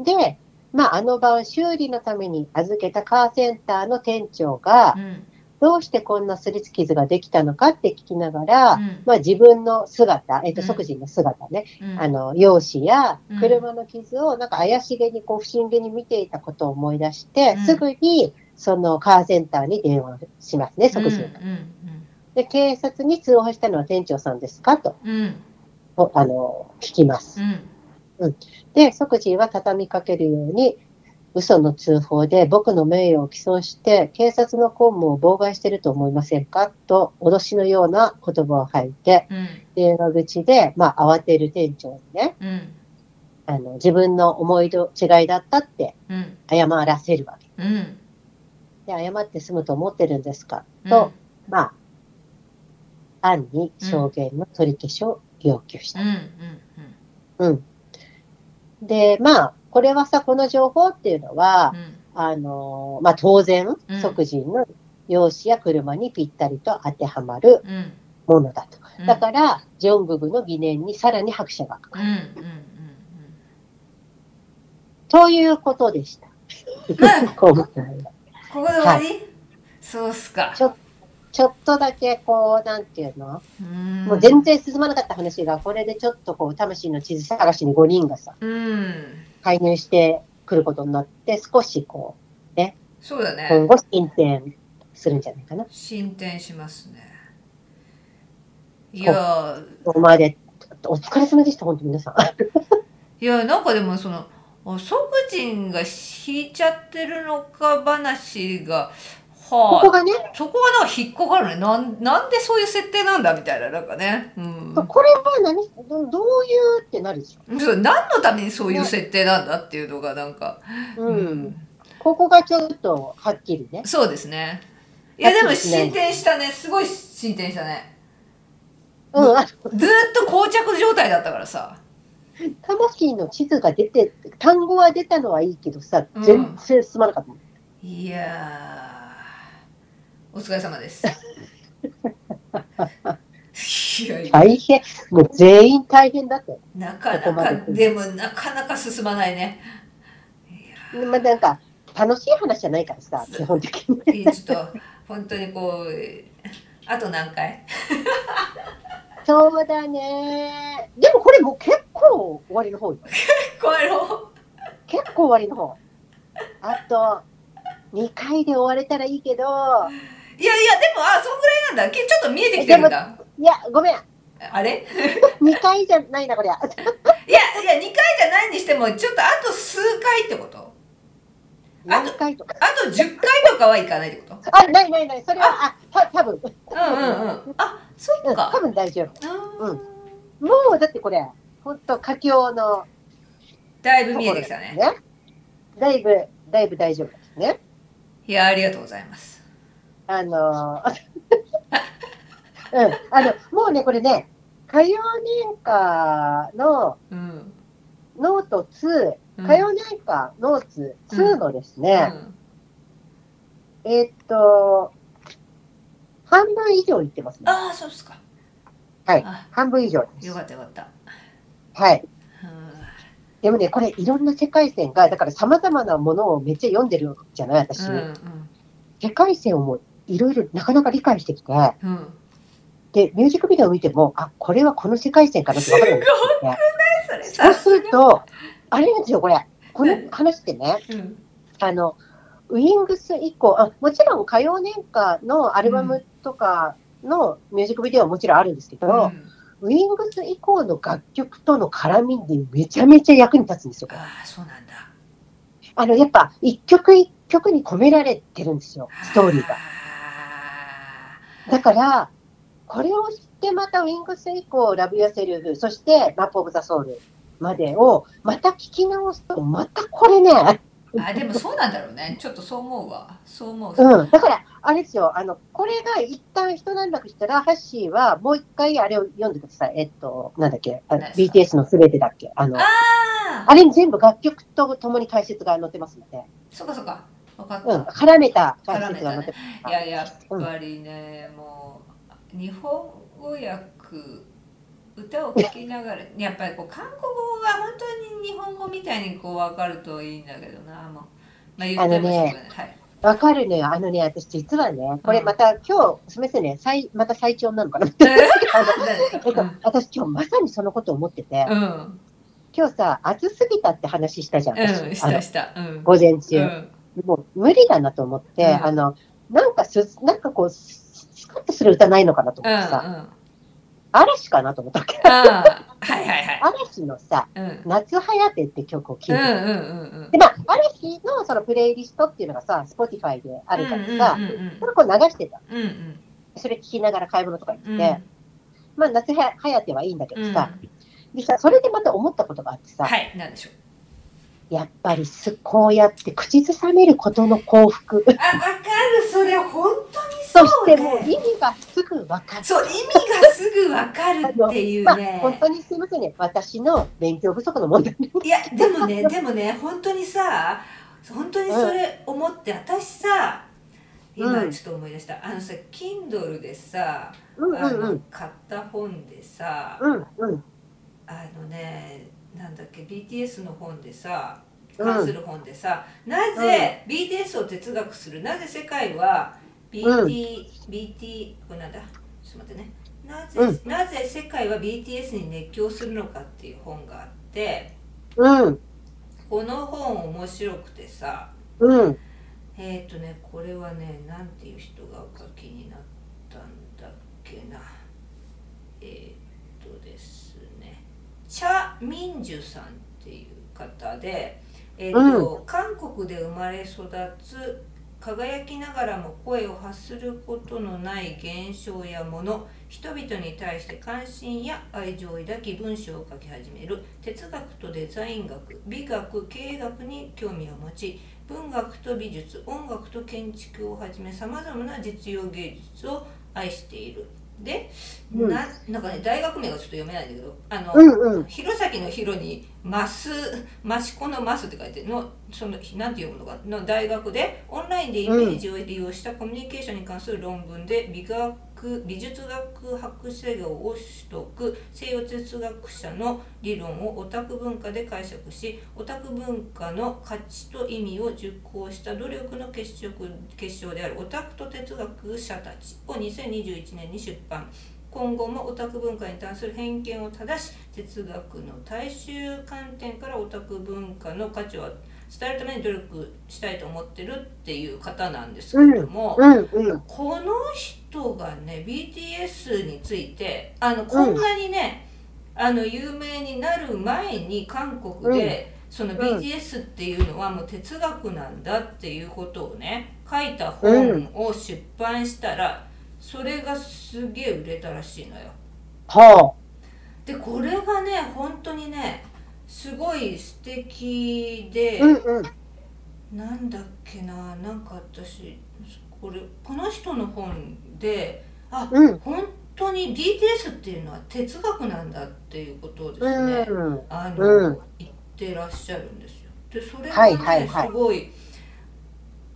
で、まあ、あの晩、修理のために預けたカーセンターの店長が、うんどうしてこんなすり傷ができたのかって聞きながら、うん、まあ自分の姿、えっと、即人の姿ね、うん、あの、容姿や車の傷をなんか怪しげにこう不審げに見ていたことを思い出して、うん、すぐにそのカーセンターに電話しますね、即人が。うんうんうん、で、警察に通報したのは店長さんですかと、うん、あの、聞きます。うんうん、で、即人は畳みかけるように、嘘の通報で僕の名誉を毀損して警察の公務を妨害していると思いませんかと脅しのような言葉を吐いて、うん、電話口で、まあ、慌てる店長にね、うん、あの自分の思いの違いだったって謝らせるわけ、うん、で謝って済むと思ってるんですか、うん、と、まあ暗に証言の取り消しを要求した、うんうんうんうん、でまあこれはさ、この情報っていうのは、うん、あの、まあ、当然、うん、即人の容姿や車にぴったりと当てはまるものだと。うん、だから、ジョングクの疑念にさらに拍車がかかる。うんうんうんうん、ということでした。 うん、ここで終わり、はい、そうっすか。 ちょちょっとだけこう、なんていうの、うん、もう全然進まなかった話が、これでちょっとこう、魂の地図探しにごにんがさ、うん、介入してくることになって、少しこう、ね。 そうだね。 今後進展するんじゃないかな。 進展しますね。いやここまで、お疲れ様でした、本当皆さん。 いや、なんかでもその、即人が引いちゃってるのか話が、はあ、 ここがね、 そこがなんか引っかかるね。なん、なんでそういう設定なんだみたいな、なんかね。うん、 これは何ど、どういうってなるでしょ。 そう、何のためにそういう設定なんだっていうのがなんか、 ね、うん、うん。ここがちょっとはっきりね。 そうですね。いやでも進展したね。すごい進展したね。うん、ずっと膠着状態だったからさ。 魂の地図が出て、単語は出たのはいいけどさ、全然進まなかった。うん、 いやー、お疲れ様です。 いやいや大変、もう全員大変だって。 なかなか、でもなかなか進まないね。 いやまあなんか、楽しい話じゃないからさ、基本的に。 ちょっと、本当にこう、あと何回そうだね。でもこれもう結構終わりの方よ。 結構終わりの方結構終わりの方。あと、にかいで終われたらいいけど。いやいや、 でも、あ、そんぐらいなんだ。ちょっと見えてきてるんだ。 いや、ごめん。 あれにかいじゃないな、こりゃ。 いや、いや、にかいじゃないにしても、ちょっとあと数回ってことあと、 回とかあとじゅっかいとかはいかないってことあ、ないないない。それは、あ、た多分うんうんうん。あ、そっか。 うん、多分大丈夫。うん。もう、だってこれ、ほんと、佳境の。 だいぶ見えてきたね。ね。 だいぶ、だいぶ大丈夫ですね。 いや、ありがとうございます。 あのー、うん、あの、もうね、これね、歌謡年歌のノートツー、歌謡年歌ノーツツーのですね、うん、えー、っと、半分以上いってますね。 ああ、そうですか。 はい、半分以上です。 よかったよかった。 はい。 でもね、これいろんな世界線が、だから様々なものをめっちゃ読んでるじゃない、私。うんうん、世界線をもういろいろなかなか理解してきて、うん、で、ミュージックビデオを見ても、あ、これはこの世界線かなって分かるんですよ、ね。すごくないそれさ。そうすると、あれなんですよ、これ。この話ってね、うん、あの、ウィングス以降あ、もちろん歌謡年歌のアルバムとかのミュージックビデオはもちろんあるんですけど、うん、ウィングス以降の楽曲との絡みにめちゃめちゃ役に立つんですよ。 ああ、そうなんだ。 あの、やっぱ一曲一曲に込められてるんですよ、ストーリーが。だから、これを知ってまたウィングス以降、ラブ・ユア・セルフ、そしてマップ・オブ・ザ・ソウルまでをまた聞き直すと、またこれね、 あ、でもそうなんだろうね。ちょっとそう思うわ。そう思う。 うん。だから、あれですよ。あの、これが一旦一段落したら、ハッシーはもう一回あれを読んでください。えっと、なんだっけ。ビーティーエス のすべてだっけ。あの、あ, あれに全部楽曲とともに解説が載ってますので。 そうかそうか。分かった。 うん。絡めた解説が載ってます、 ね。いや、やっぱりね、うん、もう、日本語訳、歌を聴きながらやっぱりこう韓国語が本当に日本語みたいにこう分かるといいんだけどな。もう、まあ、言ってもしょうがない。はい。 わかるのよ。あのね、私実はね、これまた、うん、今日、すみませんね、再また再調なのかなえっと、私今日まさにそのことを思ってて、うん、今日さ、暑すぎたって話したじゃん。私うん、したした。うん、 午前中、うん。もう無理だなと思って、うん、あの、なんかす、なんかこう、スカッとする歌ないのかなと思ってさ、うんうん、嵐かなと思ったわけ。 はいはいはい。 嵐のさ、うん、夏はやてって曲を聴いてる、 うんうんうんうん、 で、まあ、嵐のそのプレイリストっていうのがさ、Spotify であるからさ、うんうんうんうん、それをこう流してた、うんうん。それ聴きながら買い物とか行って、うん、まあ、夏はやてはいいんだけどさ、うん、でさ、それでまた思ったことがあってさ、 はい、なんでしょう。 やっぱりすこうやって口ずさめることの幸福。 あ、わかる、それ本当にそう、ね。 そしてもう意味がすぐわかる。 そう、意味がすぐわかるっていうね。まあ、 本当にすいませんね、私の勉強不足の問題。 いや、でもね、でもね、本当にさ、本当にそれ思って、うん、私さ、今ちょっと思い出した、うん、あのさ、Kindle でさ、うんうんうん、あの買った本でさ、うんうん、あのね、なんだっけ ビーティーエス の本でさ関する本でさ、うん、なぜ ビーティーエス を哲学するなぜ世界は ビーティー、うん、ビーティー これなんだちょっと待ってねなぜ、うん、なぜ世界は ビーティーエス に熱狂するのかっていう本があって、うん、この本面白くてさ、うん、えっ、ー、とねこれはねなんていう人がお書きになったんだっけなえっ、ー、とですねチャ・ミンジュさんっていう方で、えーとうん、韓国で生まれ育つ輝きながらも声を発することのない現象やもの人々に対して関心や愛情を抱き文章を書き始める哲学とデザイン学美学経営学に興味を持ち文学と美術音楽と建築をはじめさまざまな実用芸術を愛しているで、うん、な, なんかね大学名がちょっと読めないんだけどあの、うんうん、弘前の弘にマス益子のマスって書いてのそのなんて読むのかの大学でオンラインでイメージを利用したコミュニケーションに関する論文で美学美術学博士号を取得西洋哲学者の理論をオタク文化で解釈しオタク文化の価値と意味を熟考した努力の結晶結晶であるオタクと哲学者たちをにせんにじゅういちねんに出版今後もオタク文化に対する偏見を正し哲学の大衆観点からオタク文化の価値を伝えるために努力したいと思ってるっていう方なんですけれども、うんうんうん、この人がね ビーティーエス についてあのこんなにね、うん、あの有名になる前に韓国で、うん、その ビーティーエス っていうのはもう哲学なんだっていうことをね書いた本を出版したら、うん、それがすげえ売れたらしいのよ。はあ、でこれがね本当にねすごい素敵で、うんうん、なんだっけな、なんか私これこの人の本であ、うん、本当に ビーティーエス っていうのは哲学なんだっていうことをですね、うん、あの、うん、言ってらっしゃるんですよ。でそれがね、はいはいはい、すごい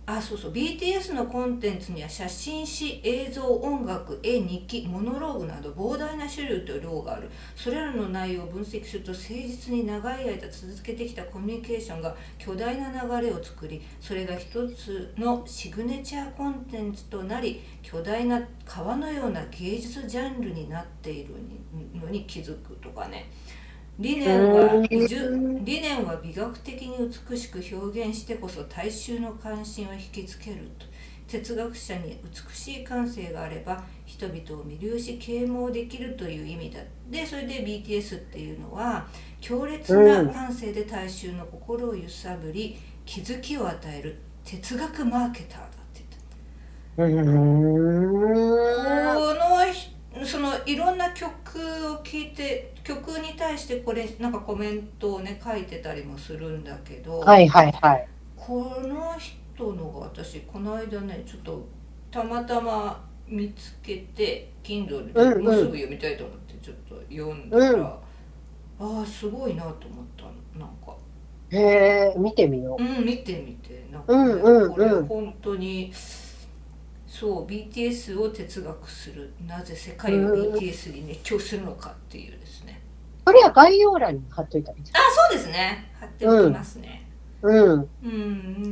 あ、そうそう、 ビーティーエス のコンテンツには写真、詩、映像、音楽、絵、日記、モノローグなど膨大な種類と量がある。それらの内容を分析すると、誠実に長い間続けてきたコミュニケーションが巨大な流れを作り、それが一つのシグネチャーコンテンツとなり、巨大な川のような芸術ジャンルになっているのに気づくとかね。理念は理念は美学的に美しく表現してこそ大衆の関心を引きつけると。哲学者に美しい感性があれば人々を魅了し啓蒙できるという意味だ。でそれで ビーティーエス っていうのは強烈な感性で大衆の心を揺さぶり気づきを与える哲学マーケターだって言ってた。この人そのいろんな曲を聴いて曲に対してこれなんかコメントをね書いてたりもするんだけど、 はいはいはい、 この人のが私この間ねちょっとたまたま見つけて Kindle でもうすぐ読みたいと思ってちょっと読んだら、うん、ああすごいなと思ったの。なんかへえ見てみよう。 うん見てみてなんか、ねうんうんうん、これ本当にそう ビーティーエス を哲学するなぜ世界を ビーティーエス に熱狂するのかっていうですね。 これは概要欄に貼っといたらいいですか。 あ、そうですね。貼っておきますね。 うん。 うん、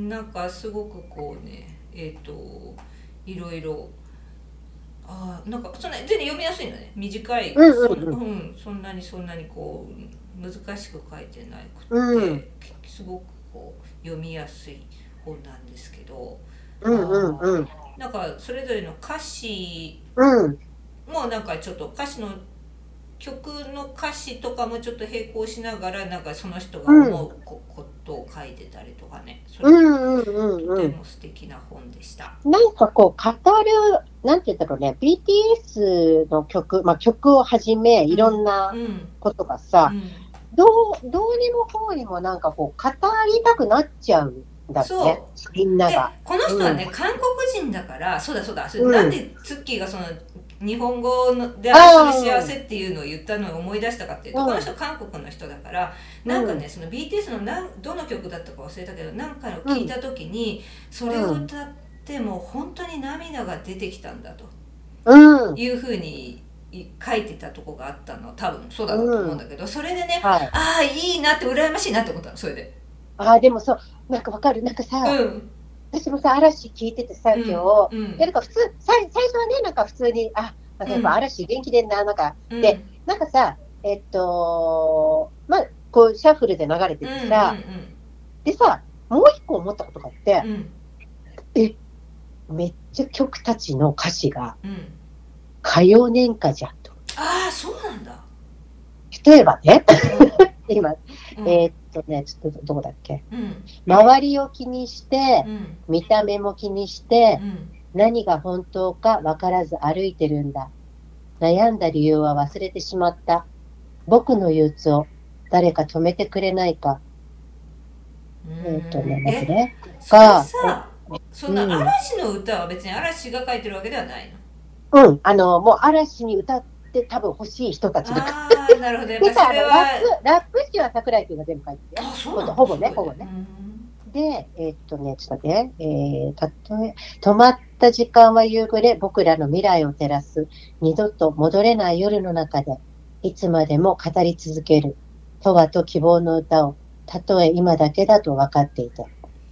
なんかすごくこうね、えっといろいろあなんかそんな全然読みやすいのね。短い、うんうんうんそ、うん、そんなにそんなにこう難しく書いてなくて、うん、すごくこう読みやすい本なんですけど。 うんうんうん。 なんかそれぞれの歌詞もなんかちょっと歌詞の曲の歌詞とかもちょっと並行しながらなんかその人が思うことを書いてたりとかね、それとても素敵な本でした。 なんかこう語るなんて言ったかね ビーティーエス の曲、まあ、曲をはじめいろんなことがさ、うんうん、どうどうにもこうにもなんかこう語りたくなっちゃう。だね、そうみんながでこの人はね、うん、韓国人だからそうだそうだ、うん、なんでツッキーがその日本語ので愛する幸せっていうのを言ったのを思い出したかっていうと、うん、この人韓国の人だからなんかね、うん、その ビーティーエス の何どの曲だったか忘れたけど何回も聞いた時に、それを歌っても本当に涙が出てきたんだと、うん、いうふうに書いてたとこがあったの多分そうだろうと思うんだけど、それでね、はい、ああいいなって羨ましいなって思ったのそれで。 あでもそうなんかわかるなんかさ、うん、私もさ嵐聞いててさ今日、うんうん、なんか普通最最初はねなんか普通にあなんかやっぱ嵐元気でんななんか、うん、でなんかさえっとまあこうシャッフルで流れててさ、うんうんうん、でさもう一個思ったことがあって、うん、えめっちゃ曲たちの歌詞が、うん、歌謡年歌じゃんと。 ああそうなんだ。 例えばね、うん、今、うん、えー、っとね、ちょっとどこだっけ、うん、周りを気にして、うん、見た目も気にして、うん、何が本当か分からず歩いてるんだ。悩んだ理由は忘れてしまった。僕の憂鬱を誰か止めてくれないか。えー、っとね、まずね。 それさ、そんな嵐の歌は別に嵐が書いてるわけではないの？うん、あの、もう嵐に歌って、で多分欲しい人たちだから。 ああ、なるほど。やっぱそれはラップ、ラップ詞は桜井君が全部書いてるよ。あ、そうなんだ。ほぼね、ほぼね。で、えー、っとね、ちょっとね、えー、たとえ、止まった時間は夕暮れ、僕らの未来を照らす、二度と戻れない夜の中で、いつまでも語り続ける、永遠と希望の歌を、たとえ今だけだと分かっていて。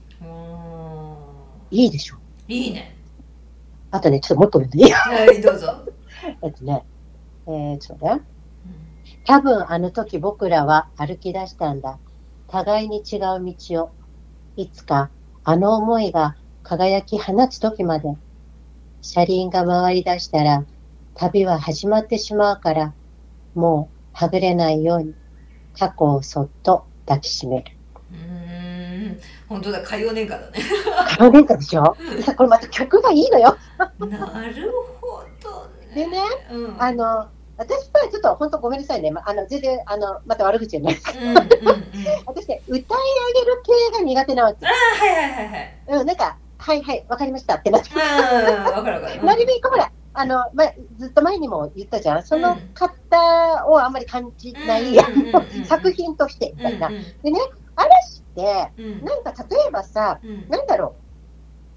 いいでしょ。 いいね。 あとね、ちょっともう一個言っていい？ はい、どうぞ。 えっとね、えー、ちょっとね。多分あの時僕らは歩き出したんだ。互いに違う道を。いつかあの思いが輝き放つ時まで。車輪が回り出したら旅は始まってしまうから、もうはぐれないように過去をそっと抱きしめる。 うーん、本当だ、歌謡年歌だね。 歌謡年歌でしょ。さ、これまた曲がいいのよ。 なるほどね。 でね、うん、あの私はちょっと本当ごめんなさいね、まあの全然あのまた悪口じゃないですけど、うんうんうん、私ね歌い上げる系が苦手なわけ。 ああはいはいはいはい。 うんなんかはいはいわかりましたってなって。うんわかるわかる。 なるべくほらあのまあずっと前にも言ったじゃん。その方をあんまり感じない、うん、作品としてみたいな。うんうん、でね嵐って、うん、なんか例えばさ、うん、なんだろ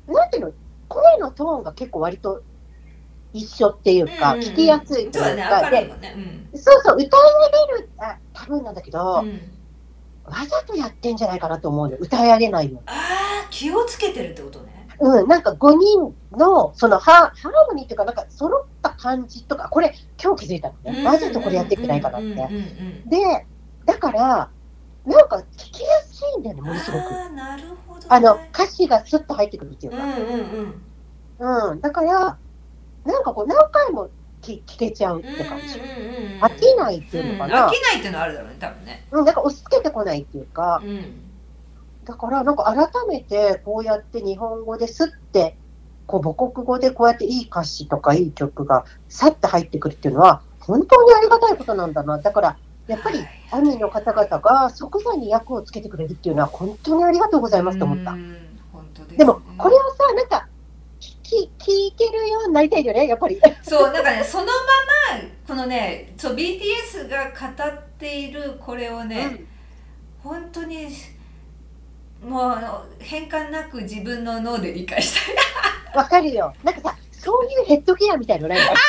なんていうの、声のトーンが結構割と一緒っていうか、うんうんうん、聞きやすいというか、 そうだね、明るいもんね、 うん、そうそう、歌い上げる、あ、多分なんだけど、うん、わざとやってんじゃないかなと思うの、歌い上げないの。 ああ、気をつけてるってことね。 うん、なんかごにんのそのハーモニーっていうか、なんか揃った感じとか、これ今日気づいたのね、わざとこれやってくないかなって。で、だからなんか聞きやすいんだよね、ものすごく。 あ、なるほどね、 あの歌詞がスッと入ってくるっていうか、 うんうんうんうん、だからなんかこう何回も聞けちゃうって感じ、飽きないっていうのかな、 うん、飽きないっていうのはあるだろうね、多分ね、 うん、なんか押し付けてこないっていうか、うん、だからなんか改めてこうやって日本語ですってこう母国語でこうやっていい歌詞とかいい曲がさっと入ってくるっていうのは本当にありがたいことなんだな。だからやっぱりアニの方々が即座に役をつけてくれるっていうのは本当にありがとうございますと思った。本当ですね。でもこれをさ、なんか聞, 聞けるようになりたいよね、やっぱり。 そう、なんかね、そのままこのね、そう ビーティーエス が語っているこれをね、うん、本当にもう変換なく自分の脳で理解したい。 わかるよ。なんかさ、そういうヘッドギアみたいなのない？ああ、いいね、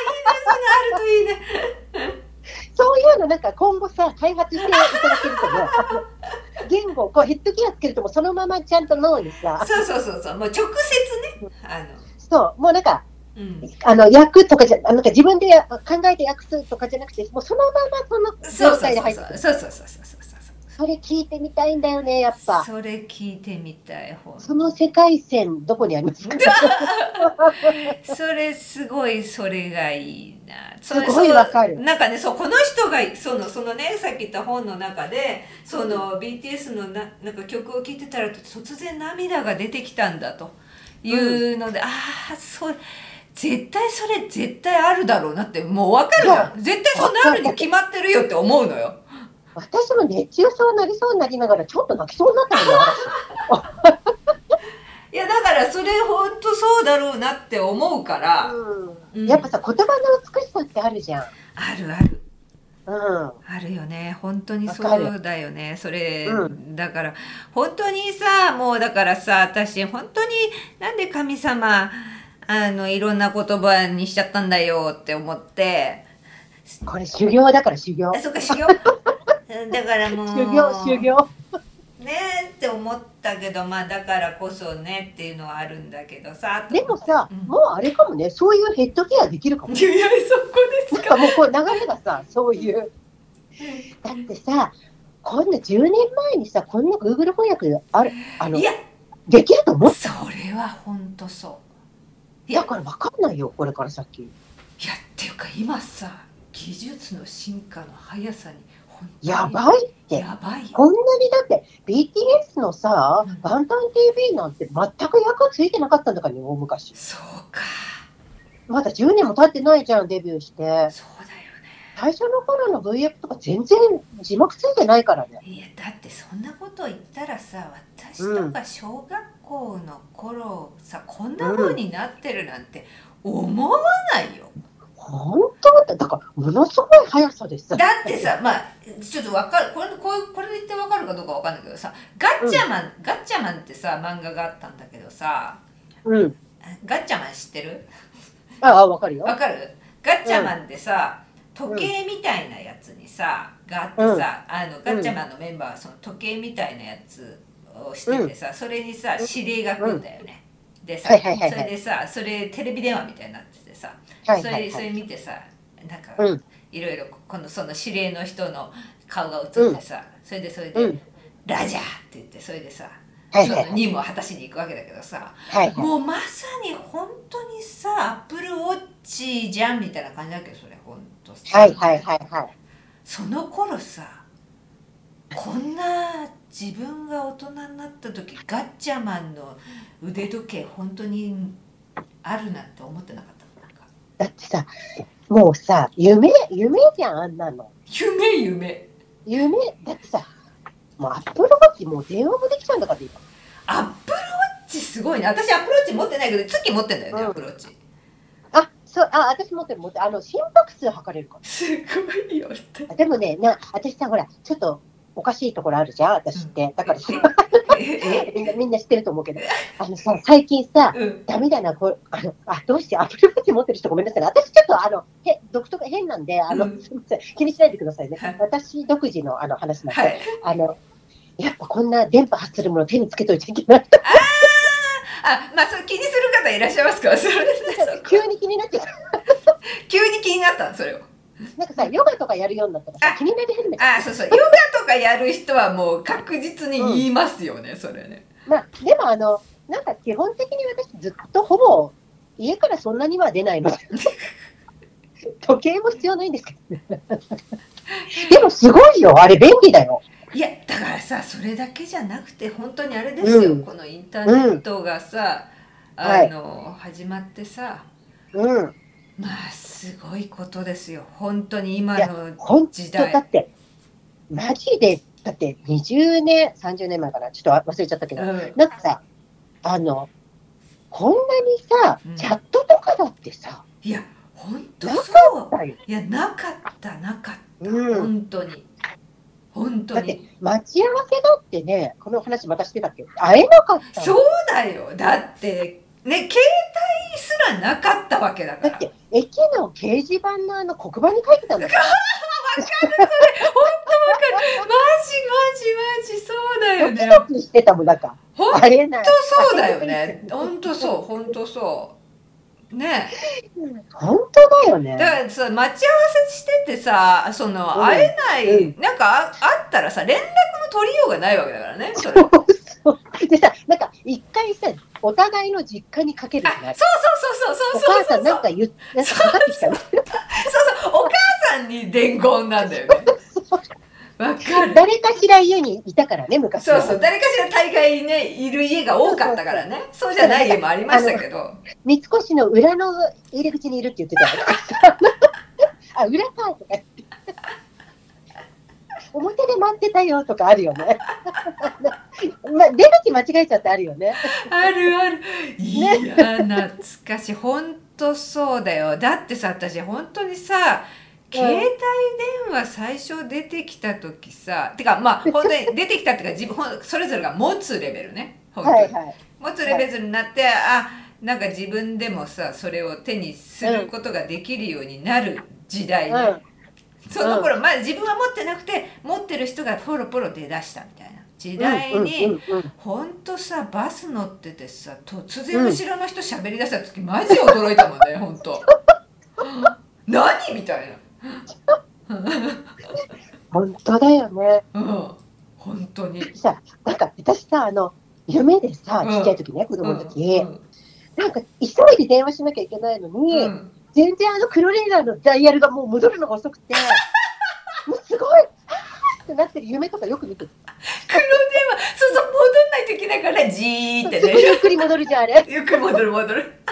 それあるといいね。 そういうのなんか今後さ、開発していただけるとね、言語をこうヘッドギアつけるともうそのままちゃんと脳にさ。 そうそうそうそう、もう直接ね。あのそう、もうなんか、うん、あの訳とかじゃ、なんか自分で考えて訳すとかじゃなくて、もうそのままその状態で入ってくる。 そうそうそうそうそうそう。 それ聞いてみたいんだよね、やっぱ。 それ聞いてみたい。 その世界線どこにありますか？ それすごい、それがいいな。 すごいわかる。 なんかね、そうこの人がそのそのね、さっき言った本の中でその ビーティーエス のななんか曲を聴いてたら突然涙が出てきたんだというので、うん、ああ、そう。絶対それ絶対あるだろうなってもうわかるじゃん。絶対そんなあるに決まってるよって思うのよ。 私も熱中症になりそうになりながらちょっと泣きそうになったのよ。 いやだからそれ本当そうだろうなって思うから、 うん、やっぱさ、言葉の美しさってあるじゃん。 あるある、 うん、 あるよね、本当にそうだよね、それ、うん、だから本当にさ、もうだからさ、私本当になんで神様あのいろんな言葉にしちゃったんだよって思って。 これ修行だから、修行。 あ、そっか、修行。だからもう修行修行ねえって思ったけど、まあだからこそねっていうのはあるんだけどさ。 でもさ、うん、もうあれかもね、そういうヘッドケアできるかも。 いやいや、そこですか。 なんかもうこう流れがさ、そういうだってさ、こんなじゅうねんまえにさ、こんな Google 翻訳ある、あのいやできると思った。 それは本当そう。 だから分かんないよ、これから先。いやっていうか今さ、技術の進化の速さに本当にやばいって。 やばいよ。 こんなにだって ビーティーエス のさ、うん、バンタン ティーブイ なんて全く役ついてなかったんだからね、大昔。 そうか。 まだじゅうねんも経ってないじゃん、デビューして。 そうだよね。 最初の頃の ブイエフ とか全然字幕ついてないからね。 いやだってそんなこと言ったらさ、私とか小学校の頃さ、うん、こんな風になってるなんて思わないよ。 本当だ、だからものすごい速さです。 だってさ、まあちょっとわかる、これこれこれで言ってわかるかどうかわかんないけどさ、ガッチャマン、うん、ガッチャマンってさ漫画があったんだけどさ、 うん、 ガッチャマン知ってる？ ああ、わかるよ。 わかる？ガッチャマンってさ、うん、時計みたいなやつにさがあってさ、うん、あのガッチャマンのメンバーはその時計みたいなやつをしててさ、うん、それにさ指令が来るんだよね。うん、でさ、はいはいはいはい、それでさ、それテレビ電話みたいになっててさ、はいはいはい、それそれ見てさ、なんか、うん、いろいろこのその指令の人の顔が映ってさ、うん、それでそれで、うん、ラジャーって言ってそれでさ、はいはいはい、その任務を果たしに行くわけだけどさ、はいはい、もうまさに本当にさ、アップルウォッチじゃんみたいな感じだけど、それ本当さ、 はいはいはいはい、 その頃さ、こんな自分が大人になった時ガッチャマンの腕時計本当にあるなんて思ってなかった。なんかだってさ、もうさ、夢夢じゃん、あんなの。 夢夢夢だってさ、もうアップルウォッチもう電話もできちゃうんだから今。 アップルウォッチすごいね。私アップルウォッチ持ってないけど月持ってんだよね、うん、アップルウォッチ。 あ、そう、あ、私持ってる持ってる、あの心拍数測れるから。 すごいよ。 でもね、な、私さ、ほらちょっとおかしいところあるじゃん、私って。だからさ、みんな知ってると思うけど、あのさ、最近さ、うん、ダメだな、これ、あの、あ、どうして、アップルウォッチ持ってる人ごめんなさい。私ちょっと、あの、へ独特変なんで、あの、うん、すみません、気にしないでくださいね。はい、私独自のあの話なんで、はい、あの、やっぱこんな電波発するものを手につけといちゃいけない。 あ、まあ、それ気にする方いらっしゃいますから、それ急に気になって急に気になったそれを。 なんかさ、ヨガとかやるようになったらさ、気になり始めた。 あ、そうそう、ヨガとかやる人はもう確実に言いますよね、うん、それね。 まあ、でもあの、なんか基本的に私ずっとほぼ家からそんなには出ないの。時計も必要ないんですけど、ね、でもすごいよ、あれ便利だよ。 いや、だからさ、それだけじゃなくて、本当にあれですよ、うん、このインターネットがさ、うん、あの、はい、始まってさ、うん、まあすごいことですよ、本当に今の時代。 だってマジで、だってにじゅうねんさんじゅうねんまえかな、ちょっと忘れちゃったけど、うん、なんかさ、あのこんなにさ、うん、チャットとかだってさ、 いや本当そういやなかったなかった、うん、本当に本当に。 だって待ち合わせだってね、この話またしてたっけ、会えなかった。 そうだよ、だってね、携帯すらなかったわけだから。 だって駅の掲示板のあの黒板に書いてたんだから。わかる、それ本当わかる。マジマジマジそうだよね。 ドキドキしてたもん、なんか本当そうだよね。本当そう本当そうね。 本当だよね。 だからさ、待ち合わせしててさ、その、うん、会えない、うん、なんかあったらさ連絡も取りようがないわけだからね。それそうそうでさ、なんか一回さ、お互いの実家にかけるよね。 そうそうそうそうそうそう。 お母さんなんか言ってかかってきたの。そうそうお母さんに伝言なんだよね。わかる。 誰かしら家にいたからね、昔は。そうそう、誰かしら大概ね、いる家が多かったからね。そうじゃない家もありましたけど。 三越の裏の入り口にいるって言ってたよ。あ、裏かとか言って。表で待ってたよとかあるよね。まあ、出口間違えちゃってあるよね。 あるある。いや、懐かしい。本当そうだよ。だってさ、私本当にさ、携帯電話最初出てきた時さ、てかまあ本当に出てきたっていうか、自分それぞれが持つレベルね。本当に、はいはい、持つレベルになって、はい、あ、なんか自分でもさ、それを手にすることができるようになる時代ね。うん、その頃、まあ自分は持ってなくて、持ってる人がポロポロ出だしたみたいな時代に、ほんとさ、バス乗っててさ、突然後ろの人喋り出した時、マジ驚いたもんね、ほんと。何みたいな。 本当だよね。 うん、本当に。 さ、なんか私さ、あの夢でさ、ちっちゃい時ね、子供の時、うんうん、なんか急いで電話しなきゃいけないのに、うん、全然あの黒レーダーのダイヤルがもう戻るのが遅くて、もうすごい、はぁってなってる夢とかよく見てる。 黒電話、そうそう、戻んないといけないからじーってね。 ゆっくり戻るじゃんあれ。 ゆっくり戻る戻る。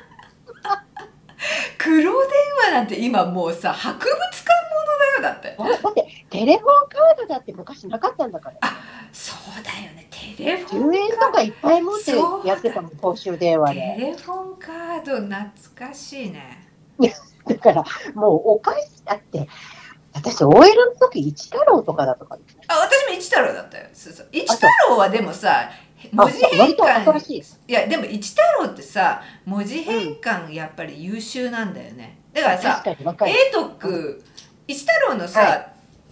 黒電話なんて今もうさ、博物館ものだよ。だってだってテレフォンカードだって昔なかったんだから。 あ、そうだよね、テレフォンじゅうえんとかいっぱい持ってやってたもん、公衆電話で。 テレフォンカード懐かしいね。 だからもうお返しだって、私 オーエル の時一太郎とかだとか、ね、 あ、私も一太郎だったよ。そうそう、一太郎はでもさ、文字変換、いやでも一太郎ってさ、文字変換やっぱり優秀なんだよね。だからさ、エートック、一太郎のさ、はい、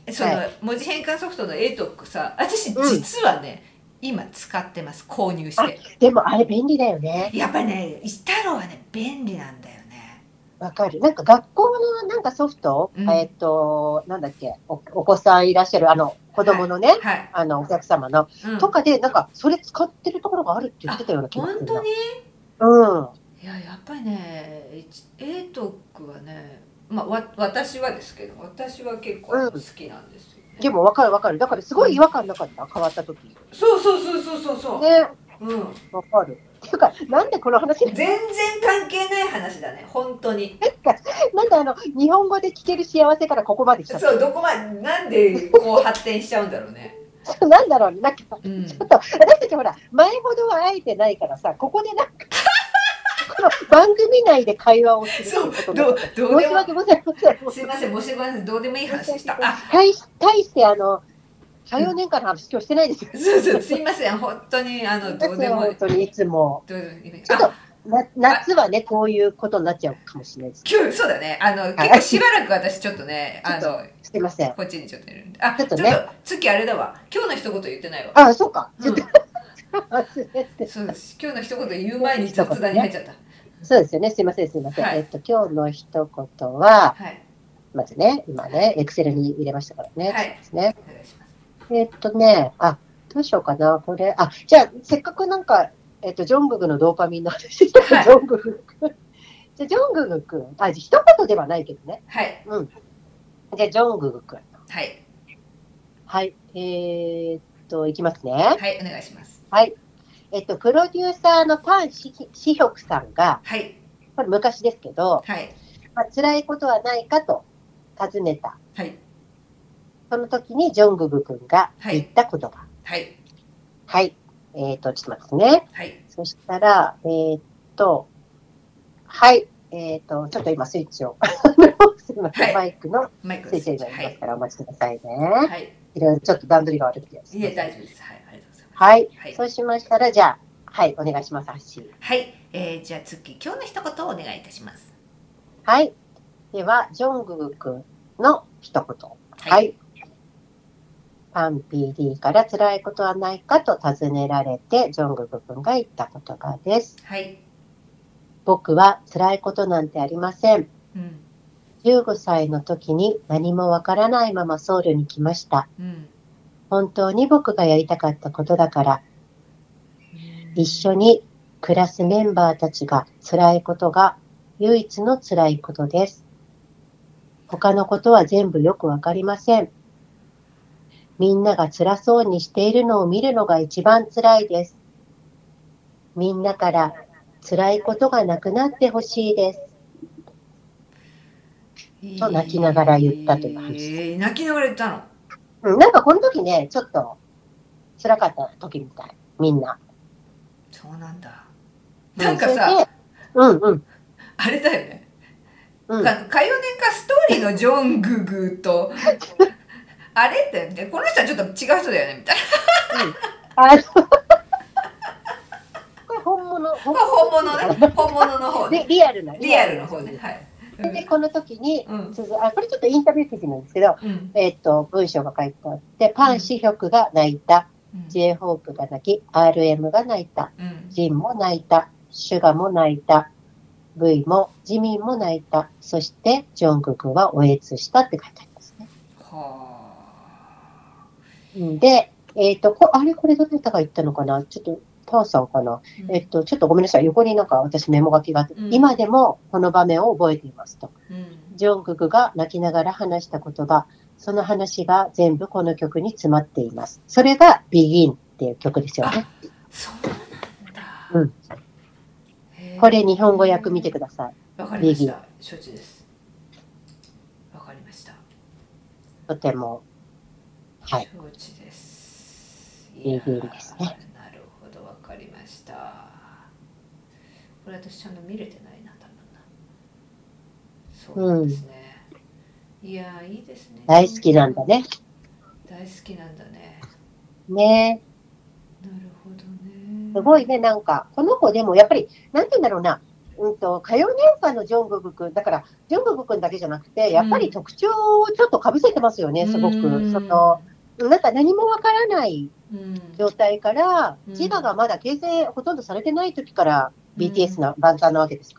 その文字変換ソフトの エートックさ、私実はね、うん、今使ってます、購入して。 でもあれ便利だよね。 やっぱりね、一太郎はね便利なんだよね。 わかる。なんか学校のなんかソフト、うん、えっとなんだっけ、お、お子さんいらっしゃるあの子供のね、はいはい、あのお客様の、うん、とかでなんかそれ使ってるところがあるって言ってたような気がする。 本当に？ うん。 いや、やっぱりね、エートックはね、まあわ私はですけど、私は結構好きなんですよ、ね、 うん。でもわかるわかる。だからすごい違和感なかった、うん、変わった時。 そうそうそうそうそうそう。 ね。 うん。 わかる。っていうか、なんでこの話、 全然関係ない話だね、本当に。 なんであの日本語で聞ける幸せからここまでしちゃった。 そう、どこまで、なんでこう発展しちゃうんだろうね。 なんだろうね、なんか、うん、ちょっと私たちほら前ほどは会えてないからさ、ここでなんかこの番組内で会話をするってことで、どう申し訳ございません。 すいません、申し訳ございません、どうでもいい話でした。あ、 対し、対してあのさん、よねんかんの話今日してないですよ。 そうそう、すいません、本当に、あの、どうでも。 本当にいつも。 どうでもいい。 ちょっと、な夏はね、こういうことになっちゃうかもしれないです。 今日、そうだね。あの、結構しばらく私ちょっとね、あの、 すいません。 こっちにちょっといるんで。あ、ちょっと、 ね、 月あれだわ。今日の一言言ってないわ。 あ、そうか。ちょっと、 そうです。今日の一言言う前に雑談に入っちゃった。 そうですよね。すいません、すいません。はい、えっと、今日の一言は、はい、まずね、今ね、エクセルに入れましたからね。はい。ですね。お願いします。えっとね、あ、どうしようかな、これ。あ、じゃあ、せっかくなんか、えっと、ジョングクのドーパミンの話、はい、ジョングク。じゃあ、ジョングク君、あ、一言ではないけどね。はい。うん。じゃあ、ジョングク君。はい。はい。えー、っと、いきますね。はい、お願いします。はい。えっと、プロデューサーのパン・シヒョクさんが、はい、これ昔ですけど、はい、まあ、辛いことはないかと尋ねた。はい、その時にジョングク君が言った言葉。はい。はい。えっと、ちょっと待ってね。はい。そしたら、えー、っと、はい。えー、っと、ちょっと今スイッチを、すみません、はい、マイクのスイッチになりますからお待ちくださいね。はい。いろいろちょっと段取りが悪くて。いえ、大丈夫です。はい。ありがとうございます。はい。はい、そうしましたら、じゃあ、はい、お願いします、ハッシー。はい。えー、じゃあ次、今日の一言をお願いいたします。はい。では、ジョングク君の一言。はい。はい、パン ピーディー から辛いことはないかと尋ねられて、ジョングク君が言った言葉です。はい。僕は辛いことなんてありません。うん、じゅうごさいの時に何もわからないままソウルに来ました。うん、本当に僕がやりたかったことだから、うん、一緒に暮らすメンバーたちが辛いことが唯一の辛いことです。他のことは全部よくわかりません。みんなが辛そうにしているのを見るのが一番辛いです。みんなから辛いことがなくなってほしいです。と泣きながら言ったという話です。えー、泣きながら言ったの？うん、なんかこの時ね、ちょっと辛かった時みたい、みんな。そうなんだ。なんかさ、うんうん。あれだよね。うん、かかよねんかストーリーのジョングクと、あれって、この人はちょっと違う人だよね、みたいな。うん、あのこれ本物、本物ね。本物の方ね。リアルな。リアルの方ね。はい。で、この時に、うん、あ、これちょっとインタビュー記事なんですけど、うん、えっと、文章が書いてあって、パン・シヒョクが泣いた、うん、J ホープが泣き、アールエム が泣いた、うん、ジンも泣いた、シュガも泣いた、V も、ジミンも泣いた、そしてジョングクはおえつしたって書いてありますね。はあ。で、えっと、こあれこれどなたが言ったのかな、ちょっと、パーさんかな、うん、えっと、ちょっとごめんなさい。横になんか私メモ書きがあって、うん、今でもこの場面を覚えていますと。うん、ジョングクが泣きながら話した言葉、その話が全部この曲に詰まっています。それが Begin っていう曲ですよね。そうなんだ。うん。これ日本語訳見てください。わかりました。承知です。わかりました。とても、はい。承知です。Begin ですね。なるほど、わかりました。これ私ちゃんと見れてないな、多分な。そうですね。うん、いやいいですね。大好きなんだね。大好きなんだね。ね。なるほどね。すごいね、なんかこの子でもやっぱりなんて言うんだろうな、うんと歌謡年間のジョングク君だからジョングク君だけじゃなくてやっぱり特徴をちょっとかぶせてますよね、うん、すごくそのなんか何もわからない状態から、うん、自我がまだ形成ほとんどされてない時から ビーティーエス の万端なわけですから、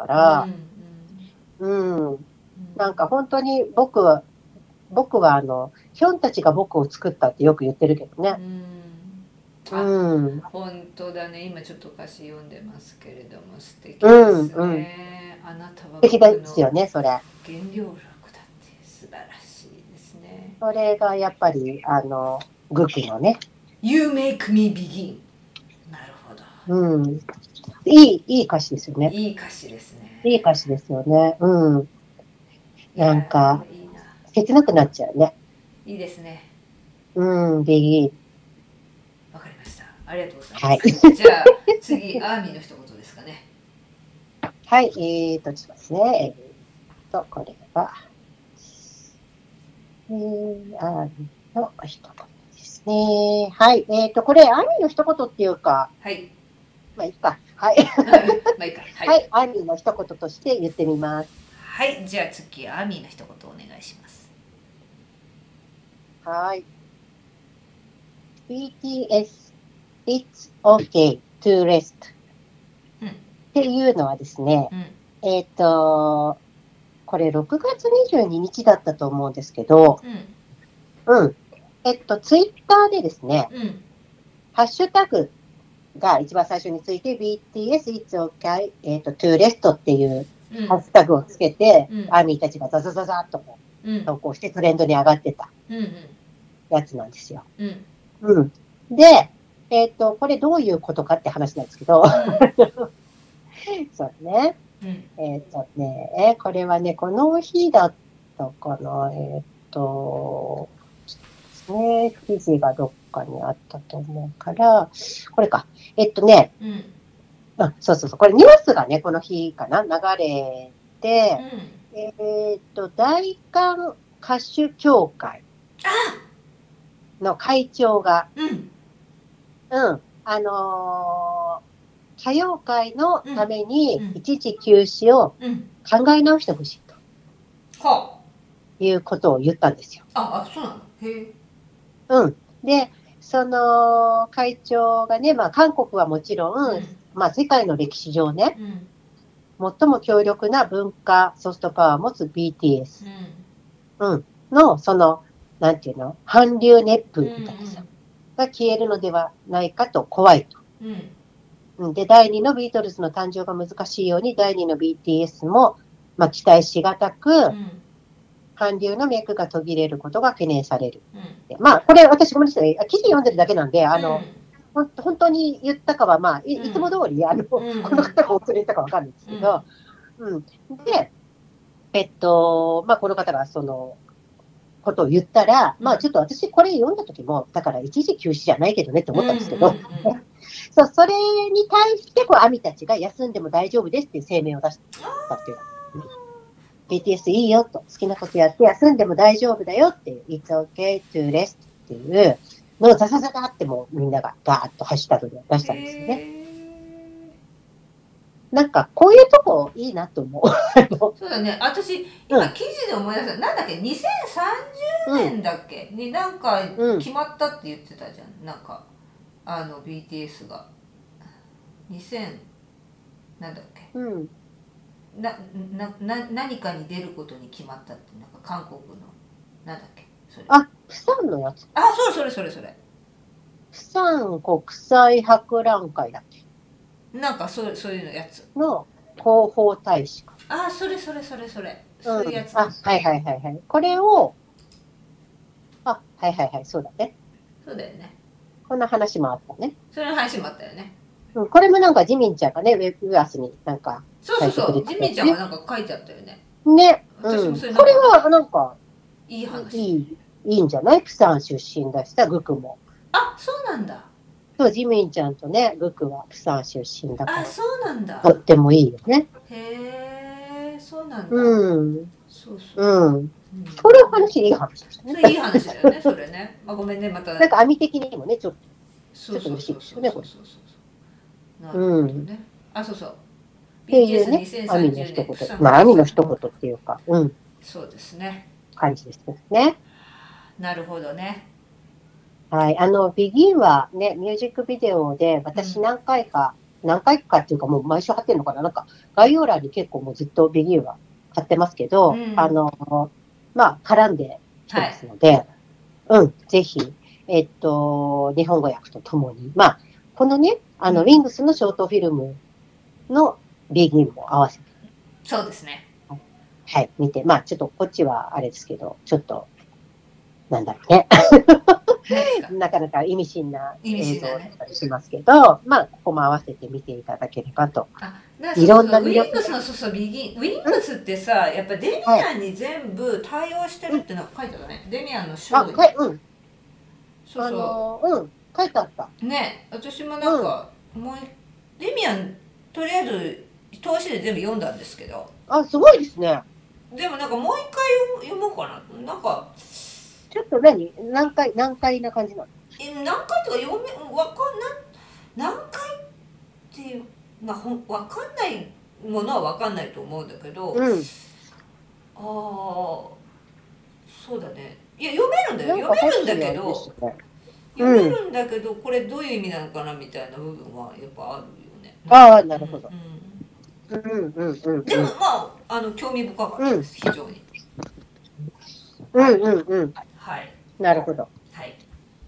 うん、うんうん、なんか本当に僕は僕はあのヒョンたちが僕を作ったってよく言ってるけどね。うん、うん、本当だね。今ちょっと歌詞読んでますけれども素敵ですね。うんうん、あなたは僕の素敵ですよね、それ。原料力だって素晴らしいですね。それがやっぱりあのグクのね。You make me begin。なるほど。うん。いいいい歌詞ですよね。いい歌詞ですね。いい歌詞ですよね。うん。なんかいいな、切なくなっちゃうね。いいですね。うん、begin。わかりました。ありがとうございます。はい、じゃあ次アーミーの一言ですかね。はい、えーとしますね。えーとこれは、えー、アーミーの一言ですねはい。えっ、ー、と、これ、アミの一言っていうか、 はい。 まあ、いいか。はい。 まあいいか。はい。 はい、アミの一言として言ってみます。 はい。じゃあ次、アミの一言お願いします。 はい。ビーティーエス、It's okay to rest、うん、っていうのはですね、うん、えっ、ー、と、これろくがつにじゅうににちだったと思うんですけど、うん。うん、えっと、ツイッターでですね、うん、ハッシュタグが一番最初について ビーティーエス It's okay、えっと、to rest っていうハッシュタグをつけて、うん、アーミーたちがザザザザっとこう、うん、投稿してトレンドに上がってたやつなんですよ。うんうん、で、えっと、これどういうことかって話なんですけど、うん、そうね。うん、えっとね、これはね、この日だったかな、えっと、ね、記事がどっかにあったと思うから、これか。えっとね、うん、あ、そうそうそう、これニュースがね、この日かな、流れて、うん、えっと、大韓歌手協会の会長が、うん、うん、あのー、歌謡界のために一時休止を考え直してほしいと、うん、いうことを言ったんですよ。 あ、あ、そうなの？へえ。 うん。で、その会長がね、まあ、韓国はもちろん、うん、まあ、世界の歴史上ね、うん、最も強力な文化ソフトパワーを持つ ビーティーエス、うんうん、の、その、なんていうの、韓流熱風みたいなさ、うんうん、が消えるのではないかと怖いと。うん、で、だいにのビートルズの誕生が難しいように、だいにの ビーティーエス も、まあ、期待しがたく、うん、韓流の脈が途切れることが懸念される。うん、まあ、これ私ごめんなさい。記事読んでるだけなんで、あの、うん、本当に言ったかは、まあ、い, いつも通り、あの、うん、この方が恐れたかわかんないんですけど、うん、うん。で、えっと、まあ、この方がその、ことを言ったら、まあ、ちょっと私これ読んだ時も、だから一時休止じゃないけどねって思ったんですけど、うんうんうん、そう、それに対して、こう、アミたちが休んでも大丈夫ですっていう声明を出したっていう。ビーティーエス いいよと、好きなことやって休んでも大丈夫だよっていう、It's okay to rest っていうのをザザザザってもうみんながガーッとハッシュタグで出したんですよね。なんかこういうとこいいなと思う。 そうだね。私今記事で思い出した、うん、なんだっけにせんさんじゅうねんだっけ、うん、になんか決まったって言ってたじゃん。うん、なんかあの ビーティーエス がにせんなんだっけ。うんななな何かに出ることに決まったって、なんか韓国のなんだっけそれ。 あ、プサンのやつ。 あ、それそれそれそれ。 プサン国際博覧会だっけ。 なんかそうそういうのやつの広報大使か。 あ、それそれそれそれ。そういうやつ、 うん。あ、はいはいはいはい。これを、あ、はいはいはい、そうだね。 そうだよね。 こんな話もあったね。 その話もあったよね。 うん、これもなんかジミンちゃんがね、ウェブアースになんかそうそうそう、ジミンちゃんがなんか書いてあったよね。 ね、私もそれ、うん、これはなんかいい話。 いい、いいんじゃない？プサン出身だしさ、グクも。 あ、そうなんだ。 そう、ジミンちゃんとね、グクはプサン出身だから。 あ、そうなんだ。 とってもいいよね。 へえ、そうなんだ。 うん。 そうそう。うん。 これは話いい話でしたね。 それいい話だよね、それね。まあ、ごめんね、また。 なんか網的にもね、ちょっと、 ちょっと嬉しいですよね、これ。 そうそうそうそう。なるほどね。あ、そうそう。 っていうね、網の一言。まあ、網の一言っていうか、うん。 そうですね。 感じですね。 なるほどね。 はい。あの、ビギンはね、ミュージックビデオで、私何回か、うん、何回かっていうかもう毎週貼ってるのかな、なんか、概要欄に結構もうずっとビギンは貼ってますけど、うん、あの、まあ、絡んできてますので、はい、うん、ぜひ、えっと、日本語訳とともに、まあ、このね、あの、うん、ウィングスのショートフィルムのビギンも合わせて。 そうですね。 はい、見て、まあ、ちょっとこっちはあれですけど、ちょっと、なんだろうね。なかなか意味深な映像だったりしますけど、ね、まあ、ここも合わせて見ていただければと。 あ、いろんな魅力。ウィングスのそうそうビギン、ウィングスってさ、やっぱデミアンに全部対応してるってのが書いてあるね。うん、デミアンのショーに。あ、はい、うん。そうそう。あのー、うん、書いてあった。ね、私もなんか、うん、もう、デミアン、とりあえず、投資で全部読んだんですけど。 あ、すごいですね。 でもなんかもう一回読もうかな。なんか、 ちょっと何何回、何回な感じなの？ え何回とか読めわかんな何回っていうまあほんわかんないものはわかんないと思うんだけど、 うん、 ああそうだね。いや読めるんだよ読めるんだけど、ね、読めるんだけど、これどういう意味なのかなみたいな部分はやっぱあるよね。 ああなるほど。うんうんうんうん。 でもまああの興味深かったです、うん、非常に。 うんうんうん。 はい。 なるほど。 はい。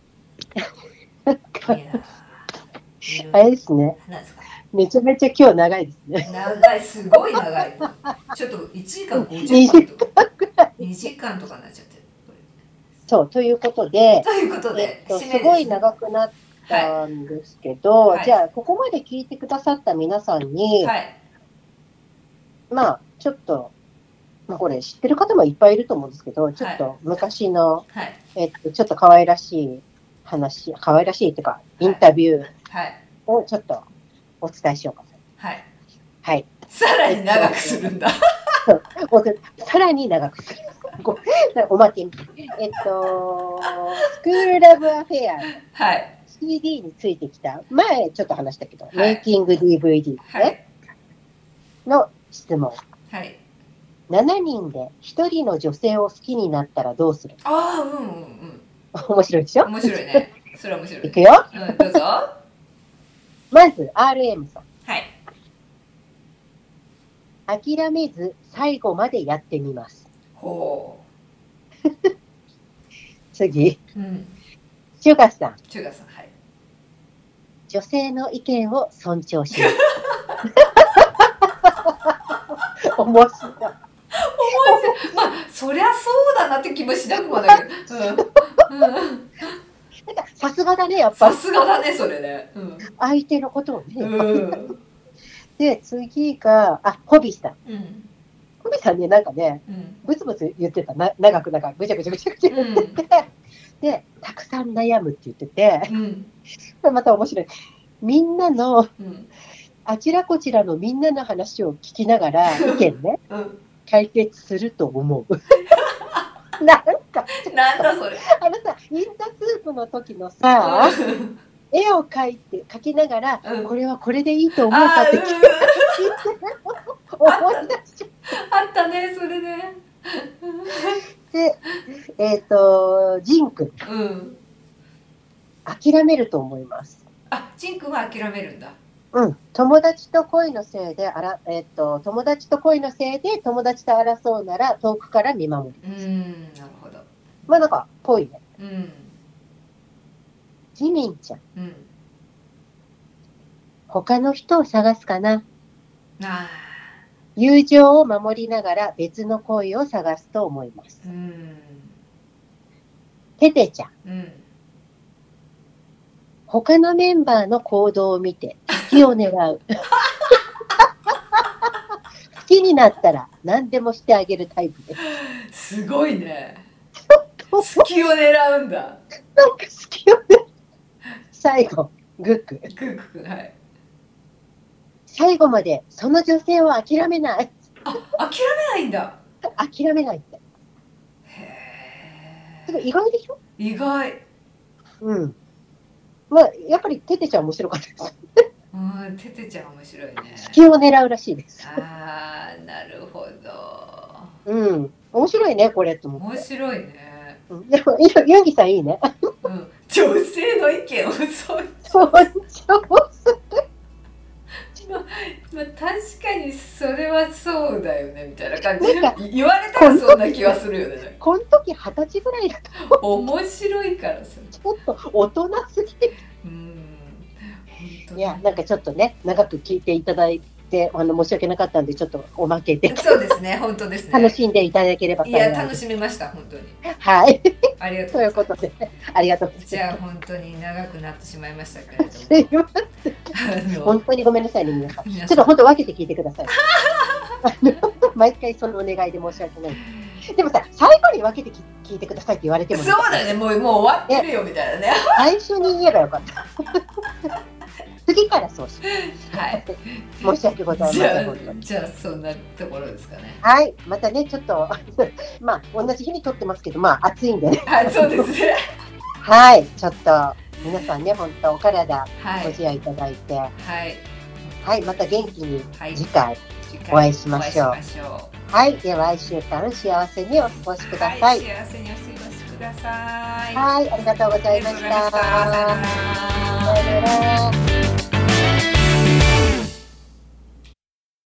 いやあれですね。 なんですか。 めちゃめちゃ今日長いですね。 長い、すごい長い。ちょっといちじかんごじゅっぷんとかにじかんとかになっちゃってる。 そうということで、 ということで、 えっと、すごい長くなったんですけど、はい、じゃあここまで聞いてくださった皆さんに、はい、まあちょっと、まあ、これ知ってる方もいっぱいいると思うんですけど、ちょっと昔の、はい、えっと、ちょっと可愛らしい話、可愛らしいっていうかインタビューをちょっとお伝えしようかと。 はい。 はい。 さらに長くするんだ。 さらに長くする。おまけに。えっと、スクールラブアフェア、はい、シーディー についてきた、前ちょっと話したけど、はい、メイキング ディーブイディー、ね、はい、の質問。はい。しちにんでひとりの女性を好きになったらどうする？ ああ、うんうんうん。 面白いでしょ？ 面白いね。それは面白い。 いくよ。 うん、どうぞ。 まず、アールエム さん。 はい。 諦めず最後までやってみます。 ほう。次。 うん。 シュガさん。 シュガさん、はい。 女性の意見を尊重します。面白い。面白い。 まあ、そりゃそうだなって気もしなくもないけど。うんうん、 さすがだね、やっぱり。 さすがだね、それね。うん、 相手のことをね。 うん、 で、次が、あ、ホビーさん。 うん、 ホビーさんね、なんかね、うん、ブツブツ言ってた。な長く長く、ぐちゃぐちゃぐちゃぐちゃ言ってて、うん、で、たくさん悩むって言ってて、うん、また面白い。みんなの、うん、あちらこちらのみんなの話を聞きながら、意見ね、うん、解決すると思う。なんか、 なんだそれ。 あのさ、インザスープの時のさ、うん、絵を描いて、描きながら、うん、これはこれでいいと思うかって聞いて、思い出しちゃった。 あったね、それね。 で、えっと、ジン君、 うん、 諦めると思います。 あ、ジン君は諦めるんだ。 うん、友達と恋のせいであら、えっと、友達と恋のせいで友達と争うなら遠くから見守ります。 うん、なるほど。 まあなんかぽいね。 うん。 ジミンちゃん。 うん。 他の人を探すかな。 あ。 友情を守りながら別の恋を探すと思います。 うん。 テテちゃん。 うん。 他のメンバーの行動を見て好きを狙う。好きになったら何でもしてあげるタイプです。 すごいね。好きを狙うんだ。 なんか好きを狙う。最後、グック。 グック、はい。 最後までその女性を諦めない。 あ、諦めないんだ。 諦めないって。 へえ。意外でしょ？ 意外。 うん。まあ、やっぱりテテちゃん面白かったです。 うん、テテちゃん面白いね。 好きを狙うらしいです。 ああ、なるほど。 うん、面白いね、これと思って。 面白いね。 うん、でも、ユンギさんいいね。 うん、女性の意見を尊重する。 まあ、まあ、確かにそれはそうだよねみたいな感じで言われたらそんな気はするよね。 この時二十歳ぐらいだと面白いからさ、 ちょっと大人すぎて、うん、いやなんかちょっとね長く聞いていただいてあの申し訳なかったんでちょっとおまけでそうですね本当ですね楽しんでいただければといや楽しめました本当にはいありがとうということでありがとうございます。 じゃあ本当に長くなってしまいましたけれどもすいません本当にごめんなさいね皆さんちょっと本当分けて聞いてください毎回そのお願いで申し訳ないでもさ最後に分けて聞いてくださいって言われても、 ね、そうだねもうもう終わってるよみたいなね最初に言えばよかった次からそうします。はい。申し訳ございません。 じゃあ、じゃあそんなところですかね。 はい。またねちょっとまあ同じ日に撮ってますけどまあ暑いんでね。 はいそうですね。 はい、ちょっと皆さんね、本当お体はいご自愛いただいて、はい、 はい、 また元気にはい次回次お会いしましょう。 お会いしましょう。 はい、では一週間幸せにお過ごしください。 はい、幸せにお過ごしください。 はい、ありがとうございましありがとうございました。さよなた。 ら。